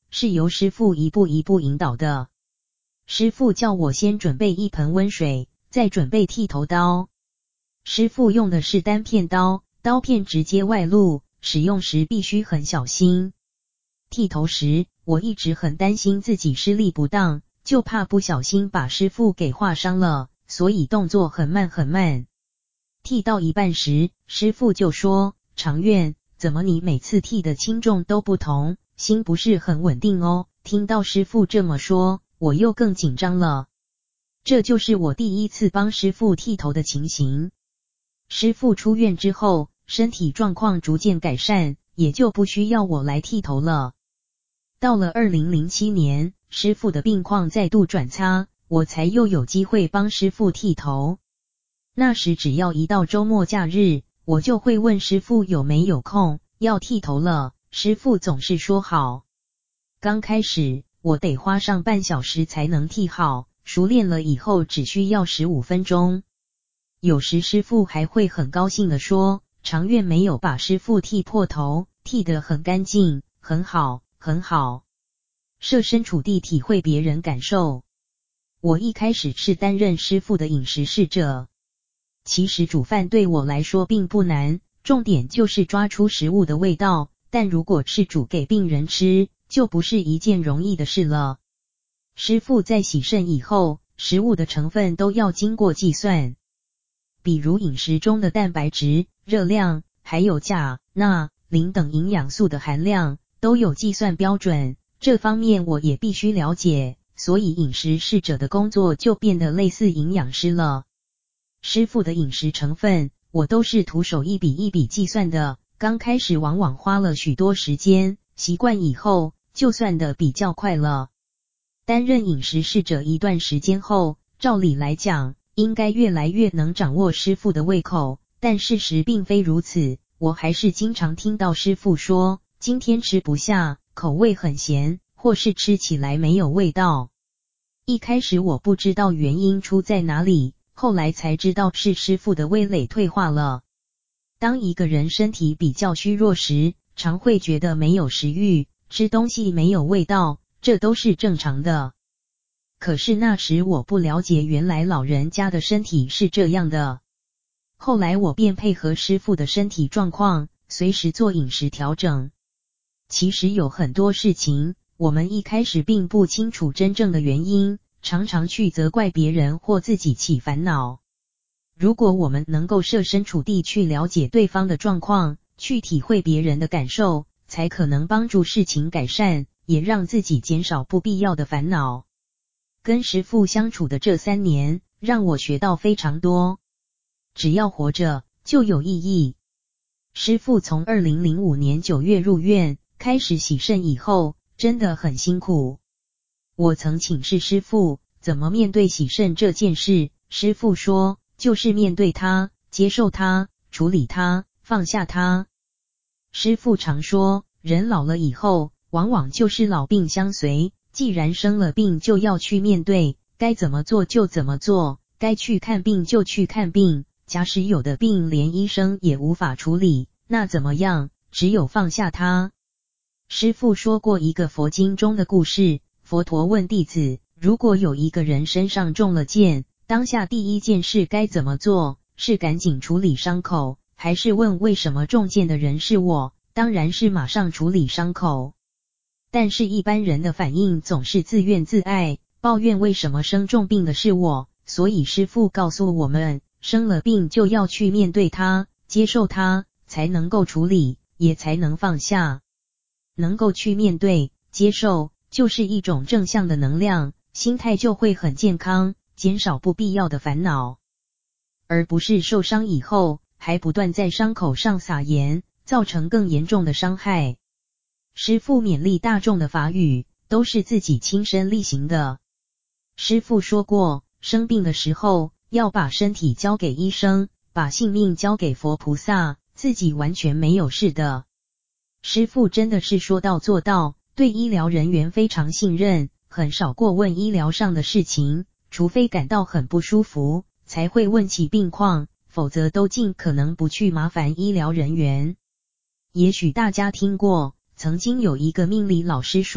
Speaker 1: 是由师父一步一步引导的。师父叫我先准备一盆温水，再准备剃头刀。师父用的是单片刀，刀片直接外露，使用时必须很小心。剃头时，我一直很担心自己施力不当，就怕不小心把师父给划伤了，所以动作很慢很慢。剃到一半时，师父就说：常愿，怎么你每次剃的轻重都不同，心不是很稳定哦。听到师父这么说，我又更紧张了。这就是我第一次帮师父剃头的情形。师父出院之后，身体状况逐渐改善，也就不需要我来剃头了。到了2007年，师父的病况再度转差，我才又有机会帮师父剃头。那时只要一到周末假日，我就会问师父有没有空，要剃头了，师父总是说好。刚开始，我得花上半小时才能剃好，熟练了以后只需要15分钟。有时师父还会很高兴地说，常愿没有把师父剃破头，剃得很干净，很好，很好。设身处地体会别人感受。我一开始是担任师父的饮食侍者。其实煮饭对我来说并不难，重点就是抓出食物的味道，但如果是煮给病人吃，就不是一件容易的事了。师父在洗肾以后，食物的成分都要经过计算，比如饮食中的蛋白质、热量，还有钾、钠、磷等营养素的含量，都有计算标准，这方面我也必须了解，所以饮食侍者的工作就变得类似营养师了。师父的饮食成分，我都是徒手一笔一笔计算的，刚开始往往花了许多时间，习惯以后就算得比较快了。担任饮食侍者一段时间后，照理来讲，应该越来越能掌握师父的胃口，但事实并非如此，我还是经常听到师父说，今天吃不下，口味很咸，或是吃起来没有味道。一开始我不知道原因出在哪里，后来才知道是师父的味蕾退化了。当一个人身体比较虚弱时，常会觉得没有食欲，吃东西没有味道，这都是正常的。可是那时我不了解，原来老人家的身体是这样的。后来我便配合师父的身体状况，随时做饮食调整。其实有很多事情，我们一开始并不清楚真正的原因，常常去责怪别人或自己起烦恼。如果我们能够设身处地去了解对方的状况，去体会别人的感受，才可能帮助事情改善，也让自己减少不必要的烦恼。跟师父相处的这3年，让我学到非常多。只要活着，就有意义。师父从2005年9月入院，开始洗肾以后，真的很辛苦。我曾请示师父，怎么面对洗肾这件事，师父说，就是面对它，接受它，处理它，放下它。师父常说，人老了以后，往往就是老病相随，既然生了病就要去面对，该怎么做就怎么做，该去看病就去看病，假使有的病连医生也无法处理，那怎么样？只有放下它。师父说过一个佛经中的故事，佛陀问弟子，如果有一个人身上中了箭，当下第一件事该怎么做？是赶紧处理伤口，还是问为什么中箭的人是我？当然是马上处理伤口。但是一般人的反应总是自怨自艾，抱怨为什么生重病的是我，所以师父告诉我们，生了病就要去面对它，接受它，才能够处理，也才能放下。能够去面对、接受，就是一种正向的能量，心态就会很健康，减少不必要的烦恼，而不是受伤以后还不断在伤口上撒盐，造成更严重的伤害。师父勉励大众的法语，都是自己亲身力行的。师父说过，生病的时候，要把身体交给医生，把性命交给佛菩萨，自己完全没有事的。师父真的是说到做到，对医疗人员非常信任，很少过问医疗上的事情，除非感到很不舒服，才会问起病况，否则都尽可能不去麻烦医疗人员。也许大家听过，曾经有一个命理老师说，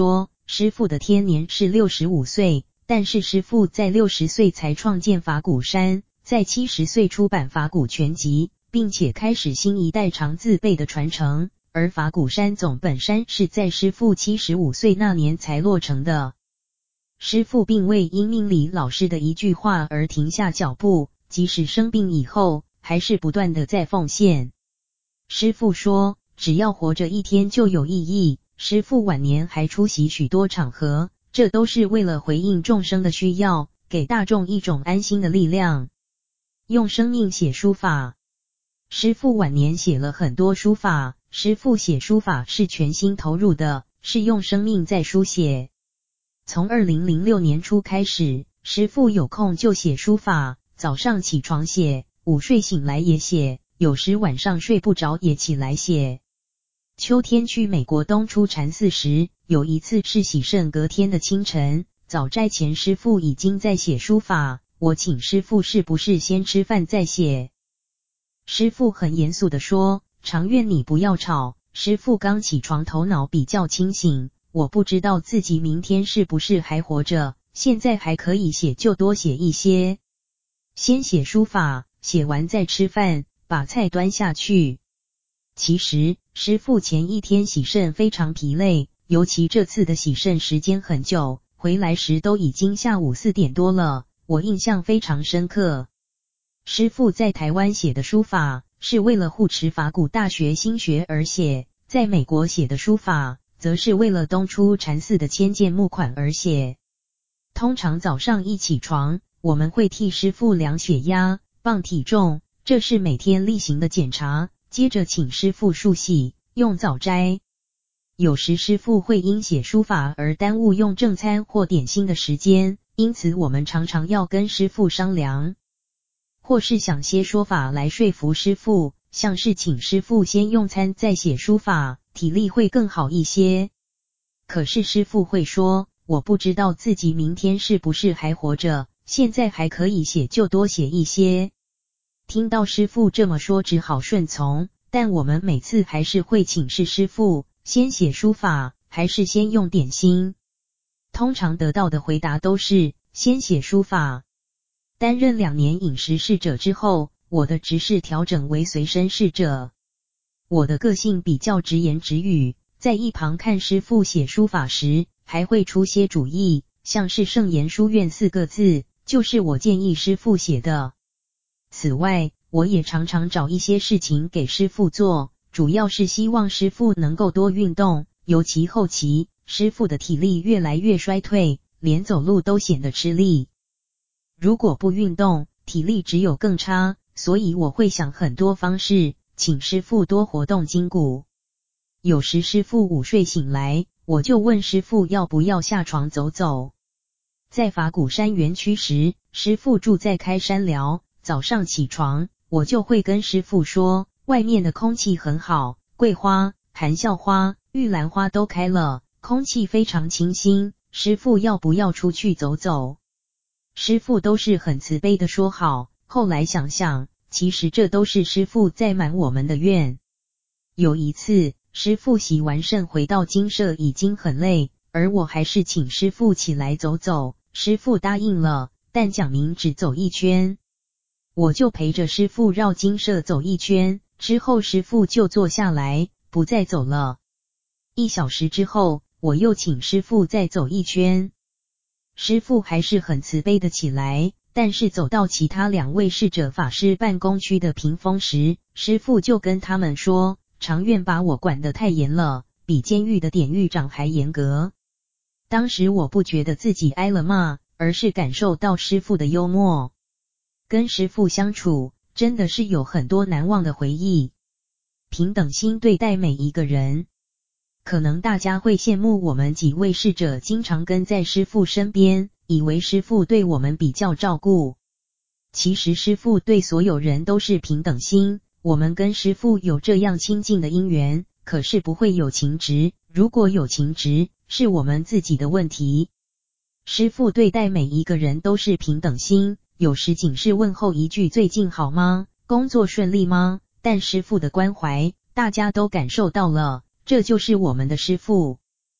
Speaker 1: 师父的天年是65岁，但是师父在60岁才创建法鼓山，在70岁出版法鼓全集，并且开始新一代长字辈的传承，而法鼓山总本山是在师父75岁那年才落成的。师父并未因命理老师的一句话而停下脚步，即使生病以后，还是不断的在奉献。师父说，只要活着一天就有意义。师父晚年还出席许多场合，这都是为了回应众生的需要，给大众一种安心的力量。用生命写书法。师父晚年写了很多书法，师父写书法是全心投入的，是用生命在书写。从2006年初开始，师父有空就写书法，早上起床写，午睡醒来也写，有时晚上睡不着也起来写。秋天去美国东出禅寺时，有一次是喜圣隔天的清晨，早斋前师父已经在写书法，我请师父是不是先吃饭再写。师父很严肃地说，常愿你不要吵。师父刚起床，头脑比较清醒，我不知道自己明天是不是还活着，现在还可以写就多写一些。先写书法，写完再吃饭，把菜端下去。其实，师父前一天洗肾非常疲累，尤其这次的洗肾时间很久，回来时都已经下午4点多了，我印象非常深刻。师父在台湾写的书法，是为了护持法鼓大学心学而写，在美国写的书法，则是为了东出禅寺的迁建募款而写。通常早上一起床，我们会替师父量血压、磅体重，这是每天例行的检查。接着请师父漱洗，用早斋。有时师父会因写书法而耽误用正餐或点心的时间，因此我们常常要跟师父商量，或是想些说法来说服师父，像是请师父先用餐再写书法，体力会更好一些。可是师父会说，我不知道自己明天是不是还活着，现在还可以写就多写一些。听到师父这么说，只好顺从，但我们每次还是会请示师父，先写书法，还是先用点心？通常得到的回答都是先写书法。担任2年饮食侍者之后，我的职事调整为随身侍者。我的个性比较直言直语，在一旁看师父写书法时，还会出些主意，像是圣严书院4个字，就是我建议师父写的。此外，我也常常找一些事情给师父做，主要是希望师父能够多运动，尤其后期，师父的体力越来越衰退，连走路都显得吃力。如果不运动，体力只有更差，所以我会想很多方式，请师父多活动筋骨。有时师父午睡醒来，我就问师父要不要下床走走。在法鼓山园区时，师父住在开山寮，早上起床，我就会跟师父说，外面的空气很好，桂花、含笑花、玉兰花都开了，空气非常清新，师父要不要出去走走？师父都是很慈悲的说好，后来想想，其实这都是师父在满我们的愿。有一次，师父洗完肾回到精舍已经很累，而我还是请师父起来走走，师父答应了，但讲明只走1圈。我就陪着师父绕精舍走1圈，之后师父就坐下来，不再走了。1小时之后，我又请师父再走1圈。师父还是很慈悲的起来，但是走到其他2位侍者法师办公区的屏风时，师父就跟他们说，常院把我管得太严了，比监狱的典狱长还严格。当时我不觉得自己挨了骂，而是感受到师父的幽默。跟师父相处，真的是有很多难忘的回忆。平等心对待每一个人。可能大家会羡慕我们几位侍者经常跟在师父身边，以为师父对我们比较照顾。其实师父对所有人都是平等心，我们跟师父有这样亲近的因缘，可是不会有情执，如果有情执，是我们自己的问题。师父对待每一个人都是平等心，有时仅是问候一句最近好吗？工作顺利吗？但师父的关怀，大家都感受到了，这就是我们的师父。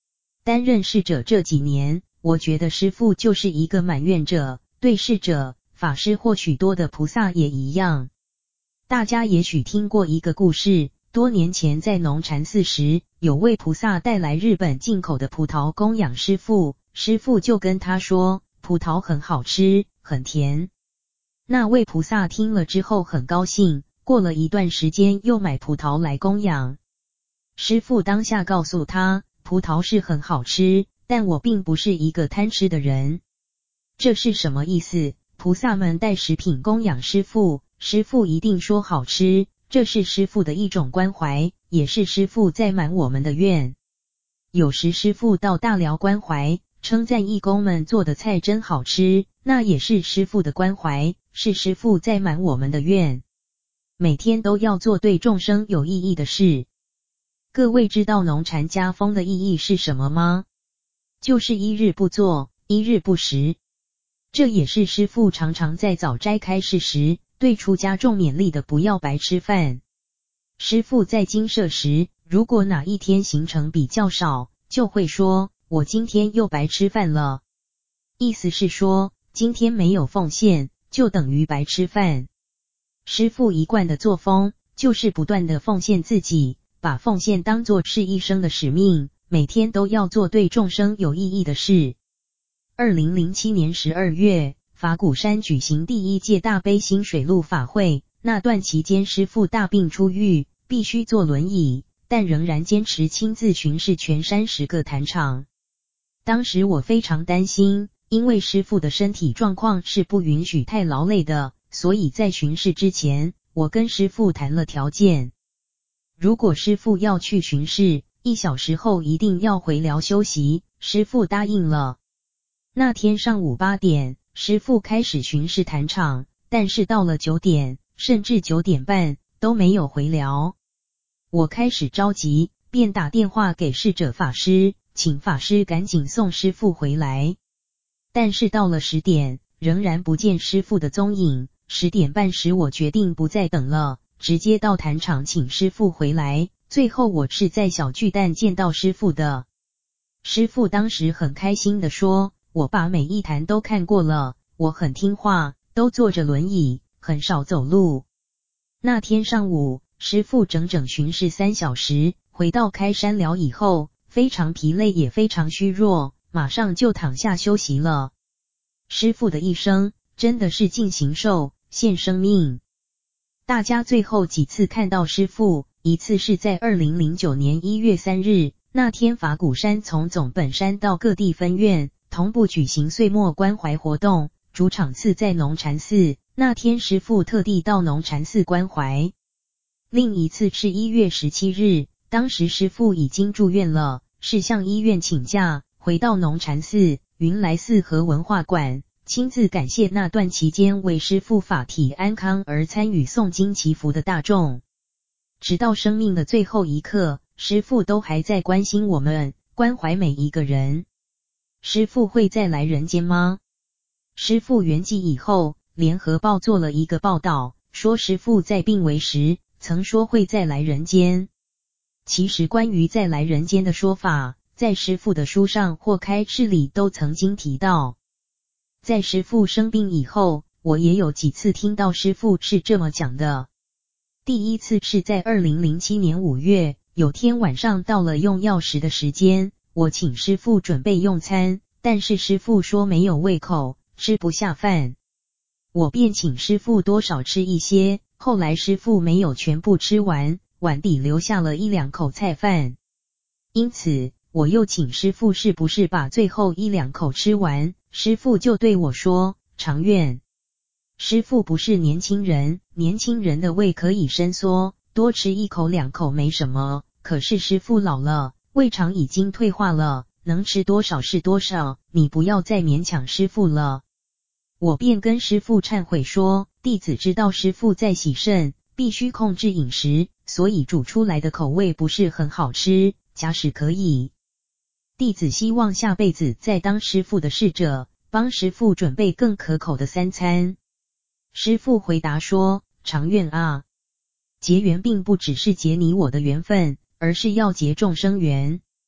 Speaker 1: 担任侍者这几年，我觉得师父就是一个满愿者，对侍者、法师或许多的菩萨也一样。大家也许听过一个故事，多年前在农禅寺时，有位菩萨带来日本进口的葡萄供养师父，师父就跟他说，葡萄很好吃，很甜。那位菩萨听了之后很高兴，过了一段时间又买葡萄来供养。师父当下告诉他，葡萄是很好吃，但我并不是一个贪吃的人。这是什么意思？菩萨们带食品供养师父，师父一定说好吃，这是师父的一种关怀，也是师父在满我们的愿。有时师父到大寮关怀，称赞义工们做的菜真好吃，那也是师父的关怀，是师父在满我们的愿。每天都要做对众生有意义的事。各位知道农禅家风的意义是什么吗？就是一日不做，一日不食。这也是师父常常在早斋开示时，对出家众勉励的不要白吃饭。师父在精舍时，如果哪一天行程比较少，就会说，我今天又白吃饭了。意思是说，今天没有奉献，就等于白吃饭。师父一贯的作风，就是不断的奉献自己，把奉献当作是一生的使命，每天都要做对众生有意义的事。2007年12月，法鼓山举行第一届大悲心水陆法会，那段期间师父大病初愈，必须坐轮椅，但仍然坚持亲自巡视全山10个坛场。当时我非常担心，因为师父的身体状况是不允许太劳累的，所以在巡视之前，我跟师父谈了条件。如果师父要去巡视，1小时后一定要回寮休息，师父答应了。那天上午8点，师父开始巡视坛场，但是到了9点，甚至9点半都没有回寮。我开始着急，便打电话给侍者法师，请法师赶紧送师父回来。但是到了10点，仍然不见师父的踪影。10点半时，我决定不再等了，直接到坛场请师父回来。最后我是在小巨蛋见到师父的。师父当时很开心地说，我把每一坛都看过了，我很听话，都坐着轮椅，很少走路。那天上午，师父整整巡视3小时，回到开山寮以后，非常疲累也非常虚弱，马上就躺下休息了。师父的一生真的是尽形寿，献生命。大家最后几次看到师父，一次是在2009年1月3日，那天法鼓山从总本山到各地分院同步举行岁末关怀活动，主场次在农禅寺，那天师父特地到农禅寺关怀。另一次是1月17日，当时师父已经住院了，是向医院请假，回到农禅寺、云来寺和文化馆，亲自感谢那段期间为师父法体安康而参与诵经祈福的大众。直到生命的最后一刻，师父都还在关心我们，关怀每一个人。师父会再来人间吗？师父圆寂以后，联合报做了一个报道，说师父在病危时曾说会再来人间。其实关于再来人间的说法，在师父的书上或开示里都曾经提到。在师父生病以后，我也有几次听到师父是这么讲的。第一次是在2007年5月，有天晚上到了用药时的时间，我请师父准备用餐，但是师父说没有胃口，吃不下饭。我便请师父多少吃一些，后来师父没有全部吃完，碗底留下了1-2口菜饭。因此，我又请师父是不是把最后1-2口吃完，师父就对我说，常愿。师父不是年轻人，年轻人的胃可以伸缩，多吃1口2口没什么，可是师父老了，胃肠已经退化了，能吃多少是多少，你不要再勉强师父了。我便跟师父忏悔说，弟子知道师父在洗肾，必须控制饮食，所以煮出来的口味不是很好吃，假使可以，弟子希望下辈子再当师父的侍者，帮师父准备更可口的3餐。师父回答说，常愿啊。结缘并不只是结你我的缘分，而是要结众生缘。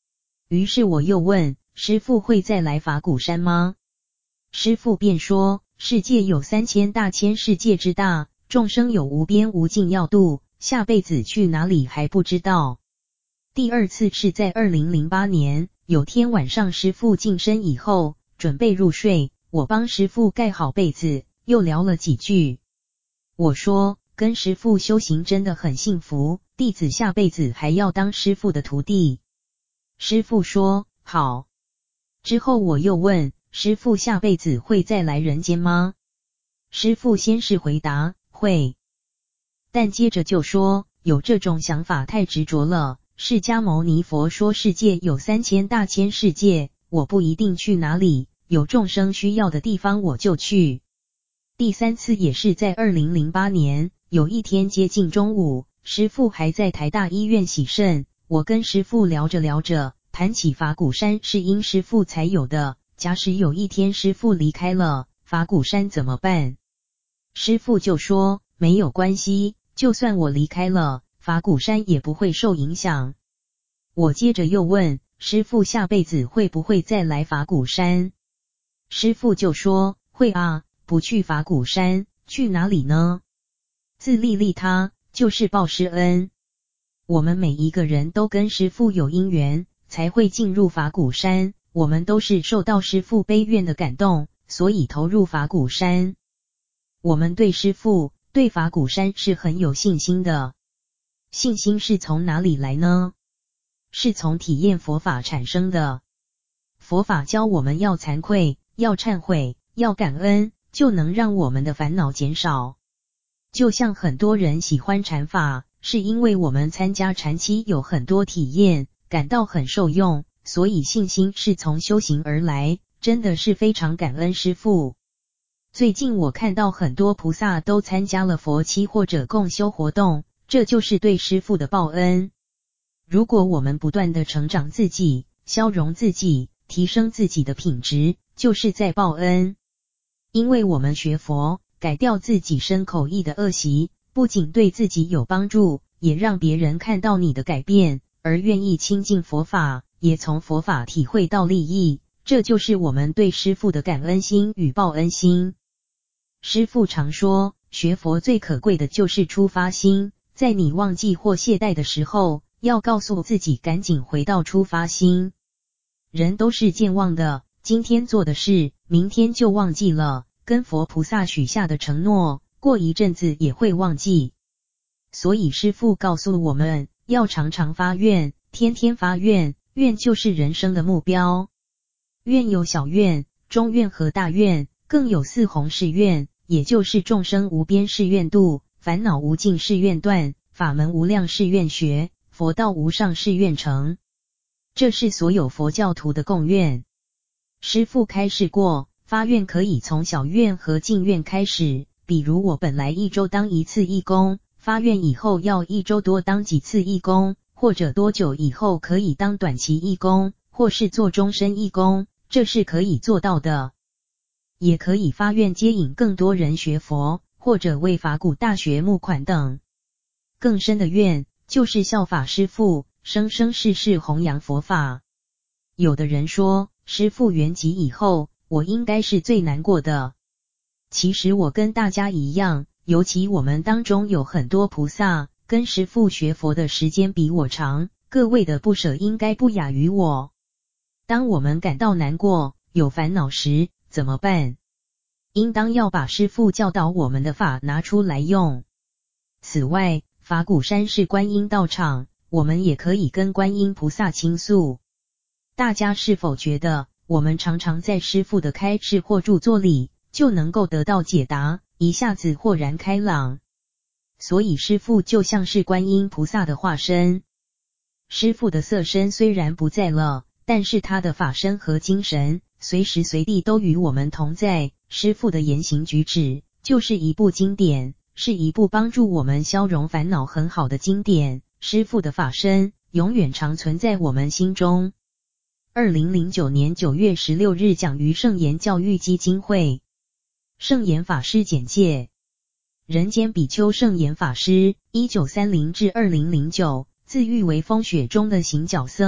Speaker 1: 于是我又问，师父会再来法鼓山吗？师父便说，世界有3000大千世界之大，众生有无边无尽要度，下辈子去哪里还不知道。第二次是在2008年，有天晚上师父净身以后，准备入睡，我帮师父盖好被子，又聊了几句。我说，跟师父修行真的很幸福，弟子下辈子还要当师父的徒弟。师父说，好。之后我又问，师父下辈子会再来人间吗？师父先是回答，会。但接着就说，有这种想法太执着了，释迦牟尼佛说世界有3000大千世界，我不一定去哪里，有众生需要的地方我就去。第三次也是在2008年，有一天接近中午，师父还在台大医院洗肾，我跟师父聊着聊着，谈起法鼓山是因师父才有的，假使有一天师父离开了，法鼓山怎么办？师父就说，没有关系，就算我离开了，法鼓山也不会受影响。我接着又问，师父下辈子会不会再来法鼓山？师父就说，会啊，不去法鼓山，去哪里呢？自利利他，就是报师恩。我们每一个人都跟师父有因缘，才会进入法鼓山，我们都是受到师父悲愿的感动，所以投入法鼓山。我们对师父、对法鼓山是很有信心的。信心是从哪里来呢？是从体验佛法产生的。佛法教我们要惭愧，要忏悔，要感恩，就能让我们的烦恼减少。就像很多人喜欢禅法，是因为我们参加禅期有很多体验，感到很受用，所以信心是从修行而来，真的是非常感恩师父。最近我看到很多菩萨都参加了佛期或者共修活动，这就是对师父的报恩。如果我们不断的成长自己，消融自己，提升自己的品质，就是在报恩。因为我们学佛，改掉自己身口意的恶习，不仅对自己有帮助，也让别人看到你的改变，而愿意亲近佛法，也从佛法体会到利益，这就是我们对师父的感恩心与报恩心。师父常说，学佛最可贵的就是出发心，在你忘记或懈怠的时候，要告诉自己赶紧回到出发心。人都是健忘的，今天做的事，明天就忘记了，跟佛菩萨许下的承诺，过一阵子也会忘记。所以师父告诉我们，要常常发愿，天天发愿，愿就是人生的目标。愿有小愿、中愿和大愿，更有四弘誓愿，也就是众生无边誓愿度，烦恼无尽誓愿断，法门无量誓愿学，佛道无上誓愿成。这是所有佛教徒的共愿。师父开示过，发愿可以从小愿和近愿开始，比如我本来一周当一次义工，发愿以后要一周多当几次义工，或者多久以后可以当短期义工，或是做终身义工，这是可以做到的。也可以发愿接引更多人学佛，或者为法鼓大学募款等。更深的愿，就是效法师父，生生世世弘扬佛法。有的人说，师父圆寂以后，我应该是最难过的。其实我跟大家一样，尤其我们当中有很多菩萨，跟师父学佛的时间比我长，各位的不舍应该不亚于我。当我们感到难过、有烦恼时，怎么办？应当要把师父教导我们的法拿出来用。此外，法鼓山是观音道场，我们也可以跟观音菩萨倾诉。大家是否觉得，我们常常在师父的开示或著作里，就能够得到解答，一下子豁然开朗？所以师父就像是观音菩萨的化身。师父的色身虽然不在了，但是他的法身和精神，随时随地都与我们同在。师父的言行举止，就是一部经典，是一部帮助我们消融烦恼很好的经典。师父的法身，永远常存在我们心中。2009年9月16日讲于圣言教育基金会。圣严法师简介。人间比丘圣严法师，1930至2009，自喻为风雪中的行脚僧，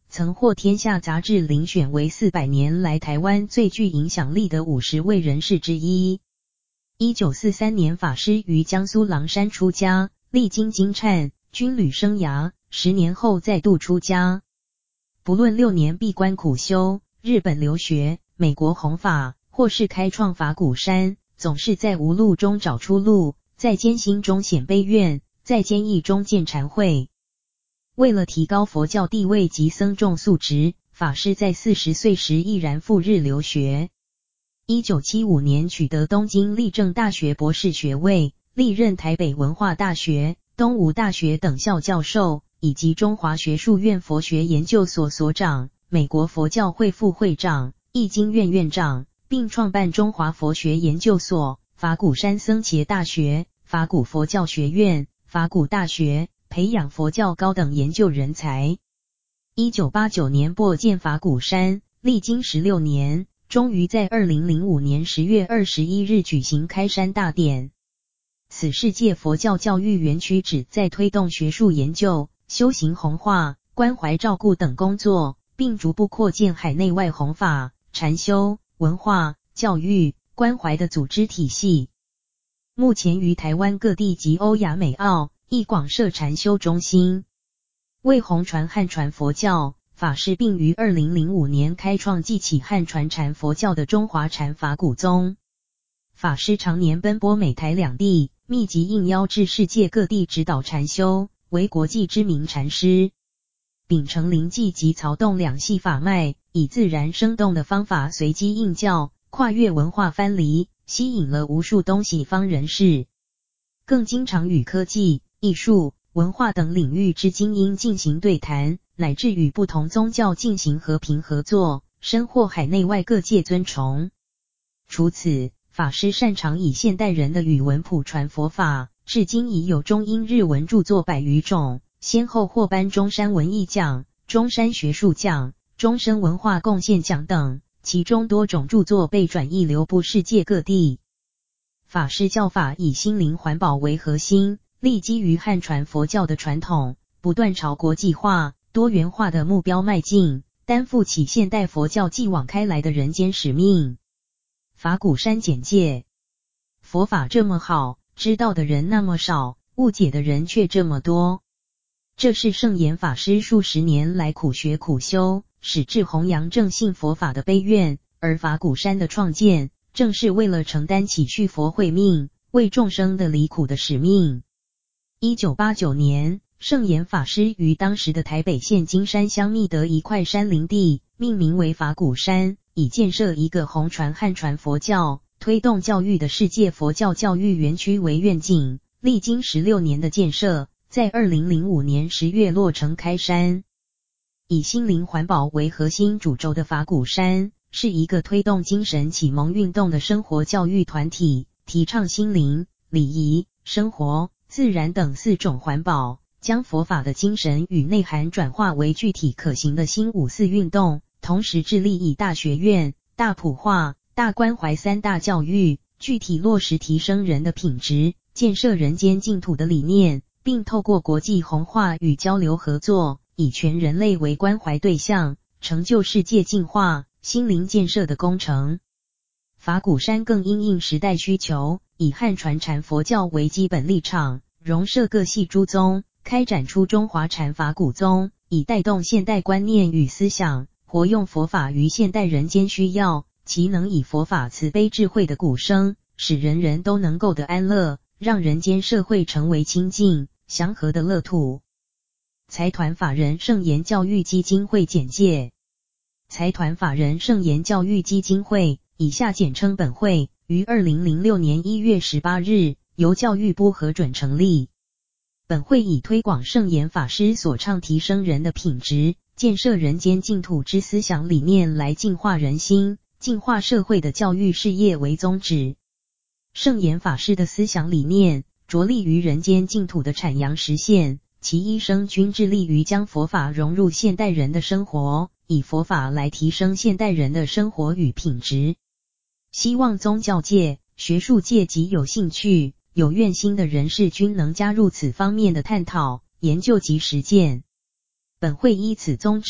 Speaker 1: 曾获天下杂志遴选为400年来台湾最具影响力的50位人士之一。1943年法师于江苏狼山出家，历经金忏、军旅生涯，10年后再度出家。不论6年闭关苦修、日本留学、美国弘法，或是开创法鼓山，总是在无路中找出路，在艰辛中显悲愿，在坚毅中见禅慧。为了提高佛教地位及僧众素质，法师在40岁时毅然赴日留学。1975年取得东京立正大学博士学位，历任台北文化大学、东吴大学等校教授，以及中华学术院佛学研究所所长、美国佛教会副会长、义经院院长，并创办中华佛学研究所、法鼓山僧伽大学、法鼓佛教学院、法鼓大学，培养佛教高等研究人才。1989年擘建法鼓山，历经16年，终于在2005年10月21日举行开山大典。此世界佛教教育园区旨在推动学术研究、修行弘化、关怀照顾等工作，并逐步扩建海内外弘法、禅修、文化、教育、关怀的组织体系。目前于台湾各地及欧亚美澳亦广设禅修中心。为弘传汉传佛教，法师并于2005年开创记起汉传禅佛教的中华禅法鼓宗。法师常年奔波美台两地，密集应邀至世界各地指导禅修，为国际知名禅师。秉承灵济及曹洞两系法脉，以自然生动的方法随机应教，跨越文化藩篱，吸引了无数东西方人士。更经常与科技、艺术、文化等领域之精英进行对谈，乃至与不同宗教进行和平合作，深获海内外各界尊崇。除此，法师擅长以现代人的语文普传佛法，至今已有中英日文著作100余种，先后获颁中山文艺奖、中山学术奖、终身文化贡献奖等，其中多种著作被转译流布世界各地。法师教法以心灵环保为核心，立基于汉传佛教的传统，不断朝国际化、多元化的目标迈进，担负起现代佛教继往开来的人间使命。法鼓山简介：佛法这么好，知道的人那么少，误解的人却这么多。这是圣严法师数十年来苦学苦修，矢志弘扬正信佛法的悲愿，而法鼓山的创建，正是为了承担起续佛慧命、为众生的离苦的使命。1989年，圣严法师于当时的台北县金山乡觅得一块山林地，命名为法鼓山，以建设一个弘传汉传佛教、推动教育的世界佛教教育园区为愿景，历经16年的建设，在2005年10月落成开山。以心灵环保为核心主轴的法鼓山，是一个推动精神启蒙运动的生活教育团体，提倡心灵、礼仪、生活、自然等4种环保，将佛法的精神与内涵转化为具体可行的新五四运动，同时致力以大学院、大普化、大关怀3大教育，具体落实提升人的品质、建设人间净土的理念，并透过国际弘化与交流合作，以全人类为关怀对象，成就世界净化、心灵建设的工程。法鼓山更因应时代需求，以汉传禅佛教为基本立场，融摄各系诸宗，开展出中华禅法鼓宗，以带动现代观念与思想，活用佛法于现代人间需要，其能以佛法慈悲智慧的鼓声，使人人都能够得安乐，让人间社会成为清净、祥和的乐土。财团法人圣严教育基金会简介：财团法人圣严教育基金会，以下简称本会，于2006年1月18日由教育部核准成立。本会以推广圣严法师所倡提升人的品质、建设人间净土之思想理念来净化人心、净化社会的教育事业为宗旨。圣严法师的思想理念着力于人间净土的阐扬实现，其一生均致力于将佛法融入现代人的生活，以佛法来提升现代人的生活与品质。希望宗教界、学术界及有兴趣、有愿心的人士均能加入此方面的探讨、研究及实践。本会依此宗旨，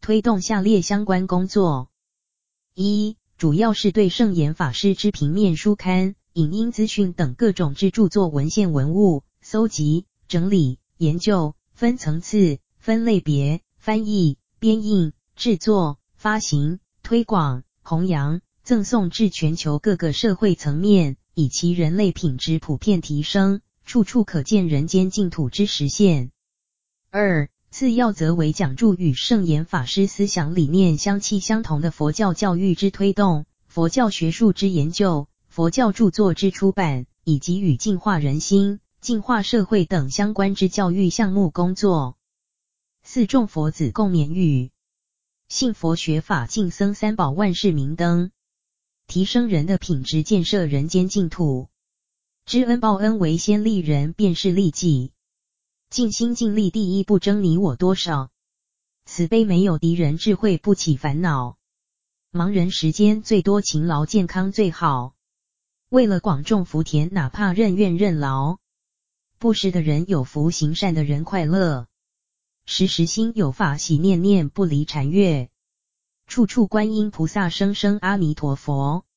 Speaker 1: 推动下列相关工作：一、主要是对圣严法师之平面书刊、影音资讯等各种之著作文献文物搜集、整理、研究，分层次、分类别、翻译、编印、制作、发行、推广、弘扬、赠送至全球各个社会层面，以其人类品质普遍提升，处处可见人间净土之实现。二、次要则为讲著与圣严法师思想理念相契相同的佛教教育之推动、佛教学术之研究、佛教著作之出版，以及与净化人心、净化社会等相关之教育项目工作。四、众佛子共勉语，信佛学法净僧三宝万事明灯，提升人的品质，建设人间净土。知恩报恩，为先利人，便是利己。尽心尽力，第一不争你我多少。慈悲没有敌人，智慧不起烦恼。忙人时间最多，勤劳健康最好。为了广种福田，哪怕任怨任劳。布施的人有福，行善的人快乐。时时心有法喜，念念不离禅悦。处处观音菩萨，声声阿弥陀佛。